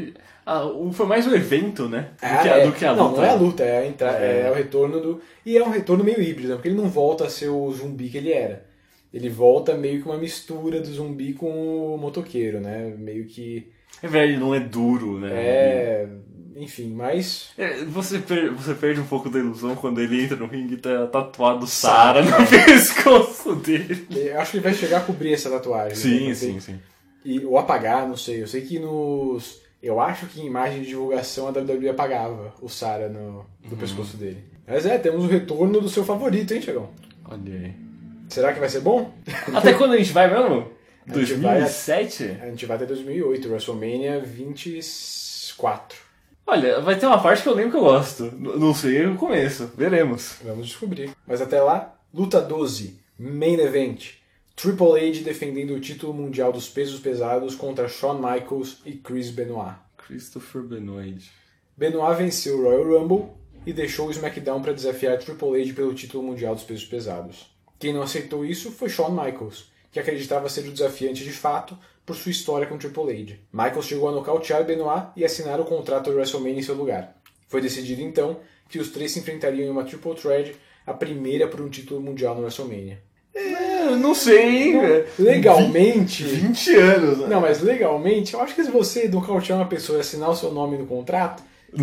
foi mais um evento, né? Do que a luta. Não é a luta, é o retorno do... E é um retorno meio híbrido, porque ele não volta a ser o zumbi que ele era. Ele volta meio que uma mistura do zumbi com o motoqueiro, né? Meio que... Ele não é duro, né? Enfim, mas... Você perde um pouco da ilusão quando ele entra no ringue e tá tatuado Sarah no pescoço dele. Eu acho que ele vai chegar a cobrir essa tatuagem. Sim. Ou apagar, não sei. Eu sei que nos... Eu acho que em imagem de divulgação a WWE apagava o Sarah do pescoço dele. Mas temos o retorno do seu favorito, hein, Thiagão? Olha aí. Será que vai ser bom? Até quando a gente vai mesmo? 2007? A gente vai até 2008, WrestleMania 24. Olha, vai ter uma parte que eu lembro que eu gosto. Não sei o começo. Veremos. Vamos descobrir. Mas até lá, luta 12, Main Event. Triple H defendendo o título mundial dos pesos pesados contra Shawn Michaels e Chris Benoit. Christopher Benoit. Benoit venceu o Royal Rumble e deixou o SmackDown para desafiar Triple H pelo título mundial dos pesos pesados. Quem não aceitou isso foi Shawn Michaels, que acreditava ser o desafiante de fato por sua história com Triple H. Michaels chegou a nocautear Benoit e assinar o contrato do WrestleMania em seu lugar. Foi decidido então que os três se enfrentariam em uma Triple Threat, a primeira por um título mundial no WrestleMania. Não sei, hein, velho. Legalmente... 20 anos, né? Não, mas legalmente, eu acho que se você nocautear uma pessoa e assinar o seu nome no contrato...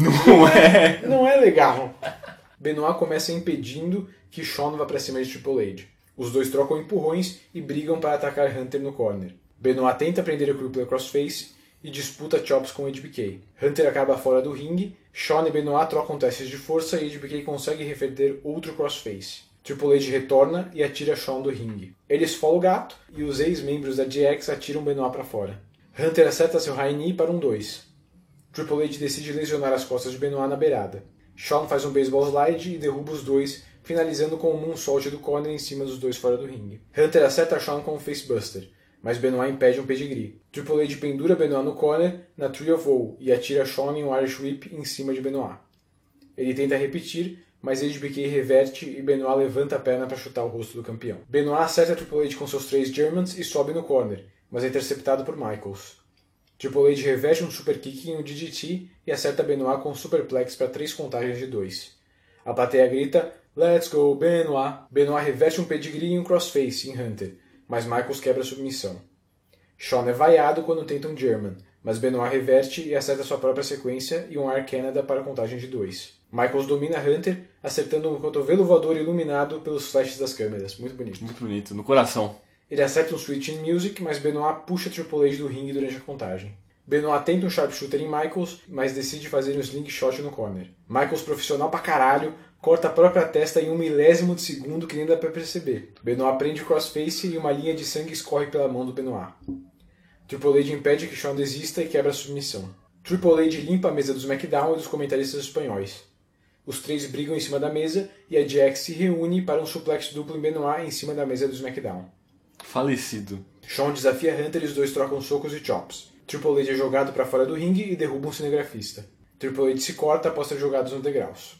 Não é legal. Benoit começa impedindo que Shawn vá pra cima de Triple H. Os dois trocam empurrões e brigam para atacar Hunter no corner. Benoit tenta prender o Crippler Crossface e disputa chops com HBK. Hunter acaba fora do ringue, Shawn e Benoit trocam testes de força e HBK consegue reverter outro Crossface. Triple H retorna e atira Shawn do ringue. Ele esfola o gato e os ex-membros da GX atiram Benoit para fora. Hunter acerta seu high knee para um 2. Triple H decide lesionar as costas de Benoit na beirada. Shawn faz um baseball slide e derruba os dois, finalizando com um moonsault do corner em cima dos dois fora do ringue. Hunter acerta Shawn com um facebuster, mas Benoit impede um pedigree. Triple H pendura Benoit no corner na Tree of Woe e atira Shawn em um Irish Whip em cima de Benoit. Ele tenta repetir, mas HBK reverte e Benoit levanta a perna para chutar o rosto do campeão. Benoit acerta Triple H com seus 3 Germans e sobe no corner, mas é interceptado por Michaels. Triple H reverte um super kick em um DDT e acerta Benoit com um superplex para 3 contagens de 2. A plateia grita "Let's go, Benoit!". Benoit reverte um pedigree e um crossface em Hunter, mas Michaels quebra a submissão. Shawn é vaiado quando tenta um German, mas Benoit reverte e acerta sua própria sequência e um Air Canada para a contagem de 2. Michaels domina Hunter, acertando um cotovelo voador iluminado pelos flashes das câmeras. Muito bonito. Muito bonito, no coração. Ele acerta um Switch in Music, mas Benoit puxa Triple H do ringue durante a contagem. Benoit tenta um sharpshooter em Michaels, mas decide fazer um slingshot no corner. Michaels, profissional pra caralho, corta a própria testa em 1/1000 de segundo que nem dá pra perceber. Benoit prende o crossface e uma linha de sangue escorre pela mão do Benoit. Triple H impede que Shawn desista e quebra a submissão. Triple H limpa a mesa do SmackDown e dos comentaristas espanhóis. Os três brigam em cima da mesa e a GX se reúne para um suplex duplo em Benoit em cima da mesa do SmackDown. Falecido. Shawn desafia Hunter e os dois trocam socos e chops. Triple H é jogado para fora do ringue e derruba um cinegrafista. Triple H se corta após ser jogados nos degraus.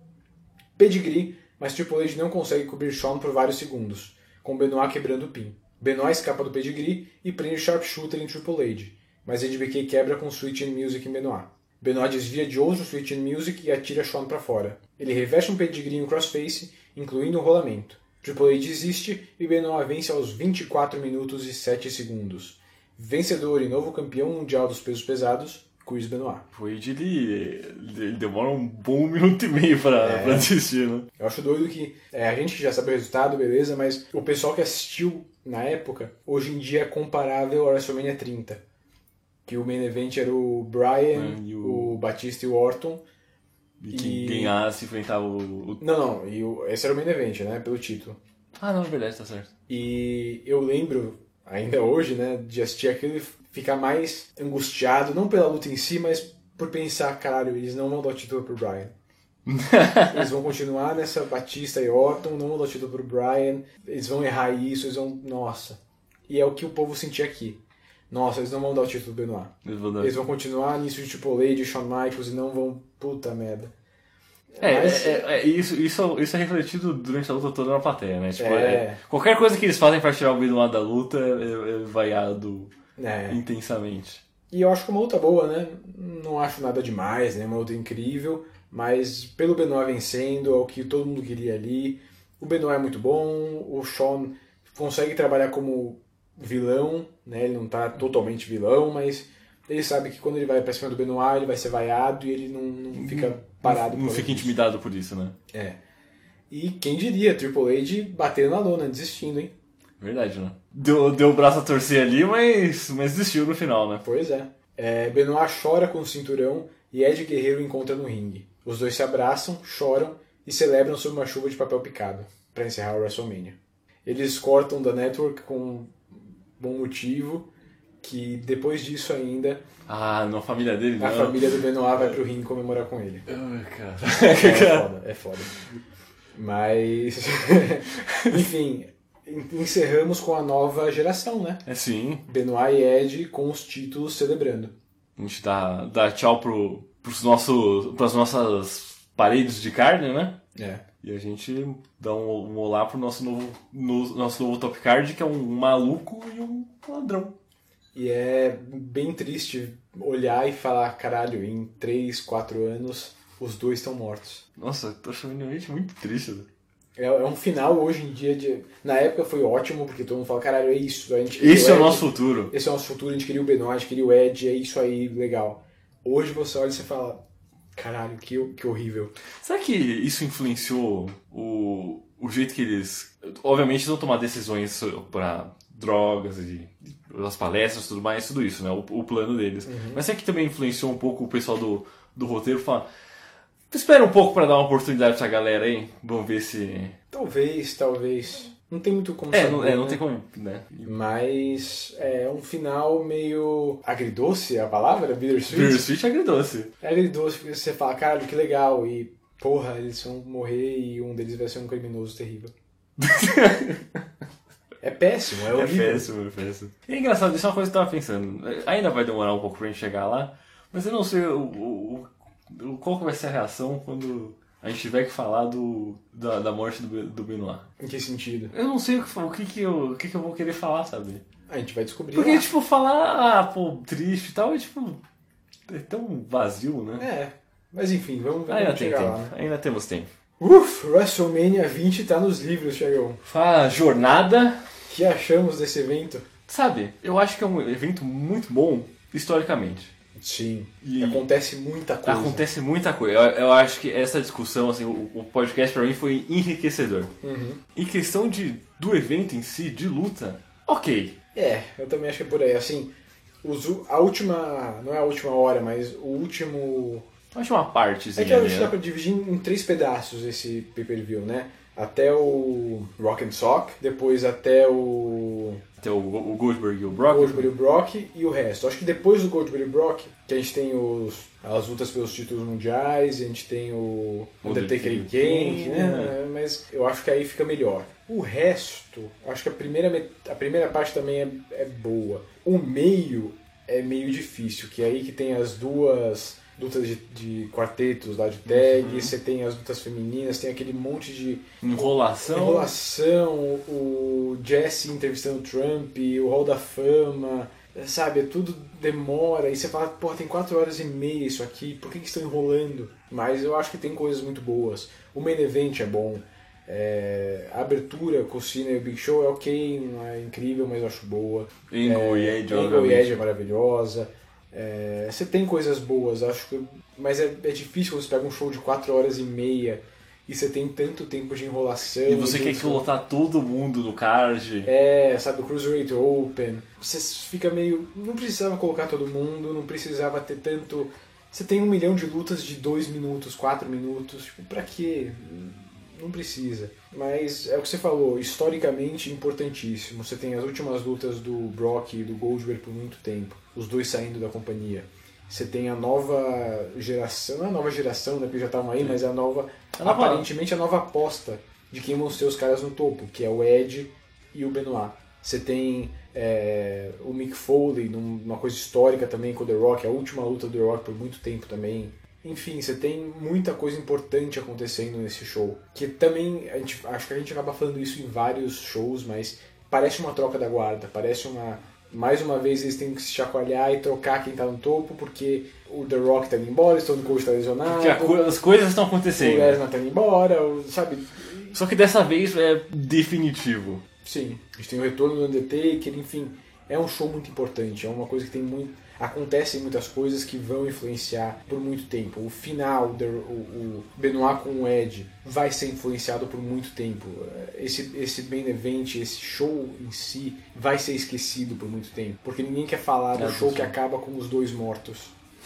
Pedigree, mas Triple H não consegue cobrir Shawn por vários segundos, com Benoit quebrando o pin. Benoit escapa do pedigree e prende o sharpshooter em Triple H, mas HBK quebra com Switch in Music em Benoit. Benoit desvia de outro Switch in Music e atira Shawn para fora. Ele reveste um pedigree e um crossface, incluindo um rolamento. Triple H desiste e Benoit vence aos 24 minutos e 7 segundos. Vencedor e novo campeão mundial dos pesos pesados, Chris Benoit. O Age, ele demora um bom minuto e meio pra desistir, né? Eu acho doido que a gente já sabe o resultado, beleza, mas o pessoal que assistiu na época, hoje em dia é comparável ao WrestleMania 30. Que o main event era o Bryan, o Batista e o Orton. E quem ganhasse enfrentava o... Não, esse era o main event, né, pelo título. Ah, não, é verdade, tá certo. E eu lembro, ainda hoje, né, de assistir aquilo e ficar mais angustiado, não pela luta em si, mas por pensar, caralho, eles não vão dar o título pro Bryan. Eles vão continuar nessa Batista e Orton, não vão dar o título pro Bryan, eles vão errar isso, eles vão... Nossa. E é o que o povo sentia aqui. Nossa, eles não vão dar o título do Benoit. Eles vão continuar nisso de Triple H, Shawn Michaels e não vão... Puta merda. Isso é refletido durante a luta toda na plateia, né? Tipo, qualquer coisa que eles fazem pra tirar o Benoit da luta é vaiado intensamente. E eu acho que é uma luta boa, né? Não acho nada demais, né? Uma luta incrível, mas pelo Benoit vencendo, é o que todo mundo queria ali. O Benoit é muito bom, o Shawn consegue trabalhar como vilão, né? Ele não tá totalmente vilão, mas ele sabe que quando ele vai pra cima do Benoit, ele vai ser vaiado e ele não fica parado. Não fica intimidado por isso, né? E quem diria, Triple H batendo na lona, desistindo, hein? Verdade, né? Deu o braço a torcer ali, mas desistiu no final, né? Pois é. Benoit chora com o cinturão e Ed Guerreiro encontra no ringue. Os dois se abraçam, choram e celebram sob uma chuva de papel picado para encerrar o WrestleMania. Eles cortam da Network com bom motivo, que depois disso ainda... Ah, na família dele, a família do Benoit vai pro ringue comemorar com ele. Cara. É foda. Mas... Enfim... Encerramos com a nova geração, né? Sim. Benoit e Ed com os títulos celebrando. A gente dá tchau pras nossas paredes de carne, né? E a gente dá um olá pro nosso novo top card, que é um maluco e um ladrão. E é bem triste olhar e falar, caralho, em 3, 4 anos os dois estão mortos. Nossa, eu tô achando realmente muito triste. Né? É um final hoje em dia Na época foi ótimo, porque todo mundo fala, caralho, é isso. Esse é o nosso futuro. Esse é o nosso futuro, a gente queria o Benoit, a gente queria o Edge, é isso aí, legal. Hoje você olha e você fala, caralho, que horrível. Será que isso influenciou o jeito que eles... Obviamente eles vão tomar decisões pra drogas e as palestras, tudo mais, tudo isso, né? O plano deles. Mas será que também influenciou um pouco o pessoal do roteiro? Falar, espera um pouco pra dar uma oportunidade pra essa galera aí. Vamos ver se... Talvez. Não tem muito como saber. Não tem como, né? Mas é um final meio agridoce, a palavra? Bittersweet? Bittersweet é agridoce. É agridoce, porque você fala, caralho, que legal. E, porra, eles vão morrer e um deles vai ser um criminoso terrível. É péssimo, é horrível. É péssimo. E é engraçado, isso é uma coisa que eu tava pensando. Ainda vai demorar um pouco pra gente chegar lá, mas eu não sei qual que vai ser a reação quando a gente tiver que falar da morte do Benoit. Em que sentido? Eu não sei o que eu vou querer falar, sabe? A gente vai descobrir. Porque, lá. tipo, falar, pô, triste e tal, é tipo, é tão vazio, né? É, mas enfim, vamos ainda chegar tem lá. tempo. Ainda temos tempo. WrestleMania 20 tá nos livros, Thiagão. Fala, jornada. O que achamos desse evento? Sabe, eu acho que é um evento muito bom, historicamente. Sim, e acontece muita coisa. Acontece muita coisa. Eu acho que essa discussão, assim, o podcast pra mim foi enriquecedor. Em questão do evento em si, de luta, ok. Eu também acho que é por aí. Assim, a última... Não é a última hora, mas o último... A última partezinha. É que a gente dá pra dividir em 3 pedaços esse pay-per-view, né? Até o Rock and Sock, depois até o Goldberg e o Brock. Goldberg e o Brock e o resto. Acho que depois do Goldberg e o Brock, que a gente tem as lutas pelos títulos mundiais, a gente tem o Undertaker e Kane, né? Mas eu acho que aí fica melhor. O resto, acho que a primeira parte também é boa. O meio é meio difícil, que é aí que tem as duas lutas de quartetos lá de tag, você tem as lutas femininas, tem aquele monte de enrolação, o Jesse entrevistando o Trump, o Hall da Fama, sabe, tudo demora, e você fala, porra, tem 4 horas e meia isso aqui, por que estão enrolando? Mas eu acho que tem coisas muito boas. O main event é bom, a abertura com o Cena e o Big Show é ok, não é incrível, mas eu acho boa. Angle e Edge é maravilhosa. Você tem coisas boas, acho que, mas é difícil quando você pega um show de 4 horas e meia e você tem tanto tempo de enrolação. E você quer colocar todo mundo no card. Sabe, o Cruiserweight Open. Você fica meio... Não precisava colocar todo mundo, não precisava ter tanto... Você tem 1 milhão de lutas de 2 minutos, 4 minutos. Tipo, pra quê? Não precisa. Mas é o que você falou, historicamente importantíssimo. Você tem as últimas lutas do Brock e do Goldberg por muito tempo. Os dois saindo da companhia. Você tem a nova geração, não é a nova geração, né, porque já estavam aí, mas aparentemente a nova aposta de quem vão ser os caras no topo, que é o Edge e o Benoit. Você tem o Mick Foley, numa coisa histórica também com o The Rock, a última luta do The Rock por muito tempo também. Enfim, você tem muita coisa importante acontecendo nesse show. Que também, acho que a gente acaba falando isso em vários shows, mas parece uma troca da guarda, parece mais uma vez eles têm que se chacoalhar e trocar quem tá no topo, porque o The Rock tá indo embora, o Stone Cold tá lesionado. Porque as coisas estão acontecendo. O Lesnar tá indo embora, sabe? Só que dessa vez é definitivo. Sim, a gente tem o retorno do Undertaker, enfim. É um show muito importante, é uma coisa que tem muito... Acontecem muitas coisas que vão influenciar por muito tempo. O final, o Benoit com o Edge, vai ser influenciado por muito tempo. Esse main event, esse show em si, vai ser esquecido por muito tempo. Porque ninguém quer falar do show que acaba com os dois mortos.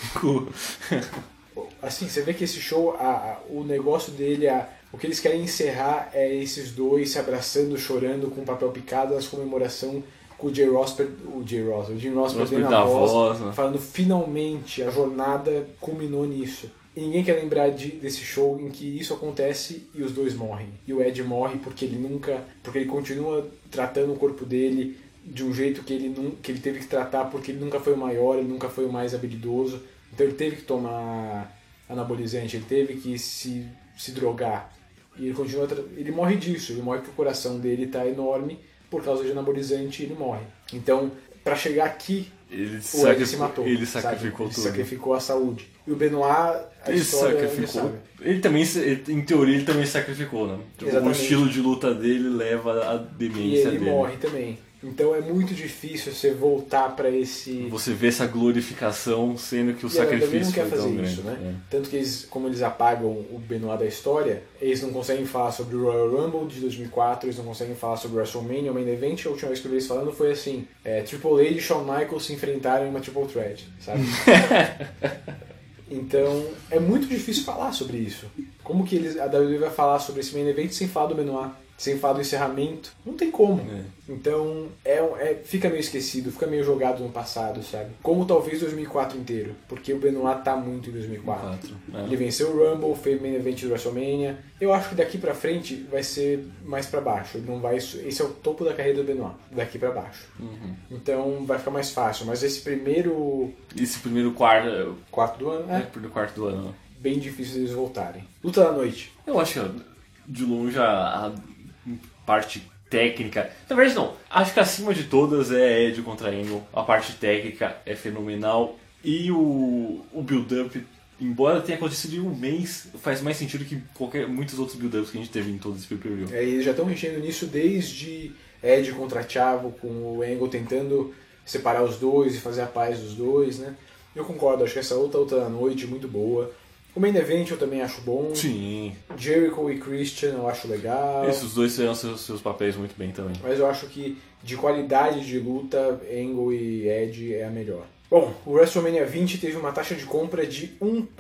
Assim, você vê que esse show, o negócio dele, o que eles querem encerrar é esses dois se abraçando, chorando, com papel picado, as comemoração com o Jim Ross perdendo a voz, né? Falando finalmente a jornada culminou nisso. E ninguém quer lembrar desse show em que isso acontece e os dois morrem. E o Ed morre porque ele continua tratando o corpo dele de um jeito que ele teve que tratar, porque ele nunca foi o maior, ele nunca foi o mais habilidoso, então ele teve que tomar anabolizante, ele teve que se drogar, e ele morre disso, ele morre porque o coração dele está enorme, por causa de anabolizante ele morre. Então, para chegar aqui, ele se matou. Ele sacrificou tudo. Ele sacrificou a saúde. E o Benoit, ele sacrificou. Ele também, em teoria, ele também sacrificou, né? O estilo de luta dele leva à demência dele. E ele morre também. Então é muito difícil você voltar para esse... Você vê essa glorificação, sendo que o sacrifício não quer foi fazer tão isso, grande. né? Tanto que como eles apagam o Benoit da história, eles não conseguem falar sobre o Royal Rumble de 2004, eles não conseguem falar sobre o WrestleMania, o Main Event. A última vez que eu vi eles falando foi assim, Triple H e Shawn Michaels se enfrentaram em uma Triple Threat, sabe? Então é muito difícil falar sobre isso. Como que a WWE vai falar sobre esse Main Event sem falar do Benoit? Sem falar do encerramento, não tem como. Então fica meio esquecido, fica meio jogado no passado, sabe? Como talvez 2004 inteiro, porque o Benoit tá muito em 2004. Ele venceu o Rumble, fez o Main Event do WrestleMania. Eu acho que daqui pra frente vai ser mais pra baixo. Ele não vai, esse é o topo da carreira do Benoit, daqui pra baixo. Então vai ficar mais fácil. Mas esse primeiro quarto do ano, primeiro quarto do ano, bem difícil eles voltarem. Luta da noite. Eu acho que de longe a parte técnica... Na verdade não, acho que acima de todas é Edge contra Angle. A parte técnica é fenomenal. E o build-up, embora tenha acontecido em um mês, faz mais sentido que muitos outros build-ups que a gente teve em todo esse pay-per-view. Eles já estão mexendo nisso desde Edge contra Chavo, com o Angle tentando separar os dois e fazer a paz dos dois, né? Eu concordo, acho que essa outra da noite é muito boa. O Main Event eu também acho bom. Sim. Jericho e Christian eu acho legal. Esses dois fizeram seus papéis muito bem também. Mas eu acho que de qualidade de luta, Angle e Edge é a melhor. Bom, o WrestleMania 20 teve uma taxa de compra de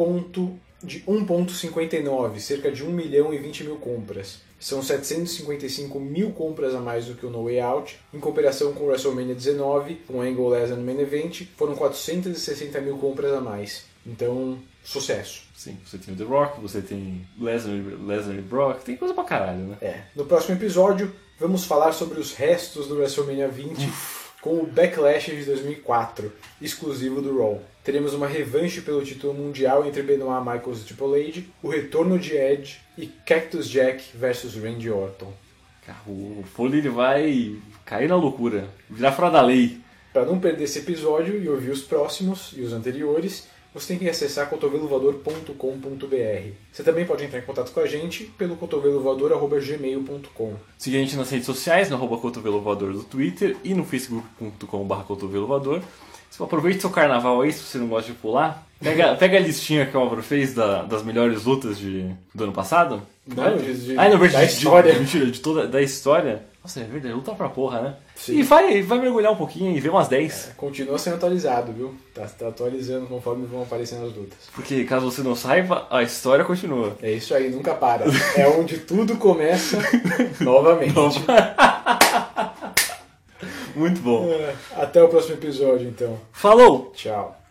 1.59, cerca de 1 milhão e 20 mil compras. São 755 mil compras a mais do que o No Way Out. Em comparação com o WrestleMania 19, com Angle Lesnar no Main Event, foram 460 mil compras a mais. Então, sucesso. Sim, você tem o The Rock, você tem Lesnar e Brock, tem coisa pra caralho, né? No próximo episódio, vamos falar sobre os restos do WrestleMania 20 com o Backlash de 2004, exclusivo do Raw. Teremos uma revanche pelo título mundial entre Benoit, Michaels e Triple H, o retorno de Edge e Cactus Jack versus Randy Orton. O Foley ele vai cair na loucura, virar fora da lei. Para não perder esse episódio e ouvir os próximos e os anteriores, você tem que acessar cotovelovoador.com.br. Você também pode entrar em contato com a gente pelo cotovelovoador@gmail.com. Siga a gente nas redes sociais, no @cotovelovoador do Twitter e no facebook.com/cotovelovoador. Aproveite seu carnaval aí, se você não gosta de pular. Pega a listinha que o Álvaro fez das melhores lutas do ano passado. Da história. Mentira, da história. Nossa, é verdade, luta pra porra, né? Sim. E vai mergulhar um pouquinho e ver umas 10. Continua sendo atualizado, viu? Tá atualizando conforme vão aparecendo as lutas. Porque, caso você não saiba, a história continua. É isso aí, nunca para. É onde tudo começa novamente. Muito bom. Até o próximo episódio, então. Falou! Tchau.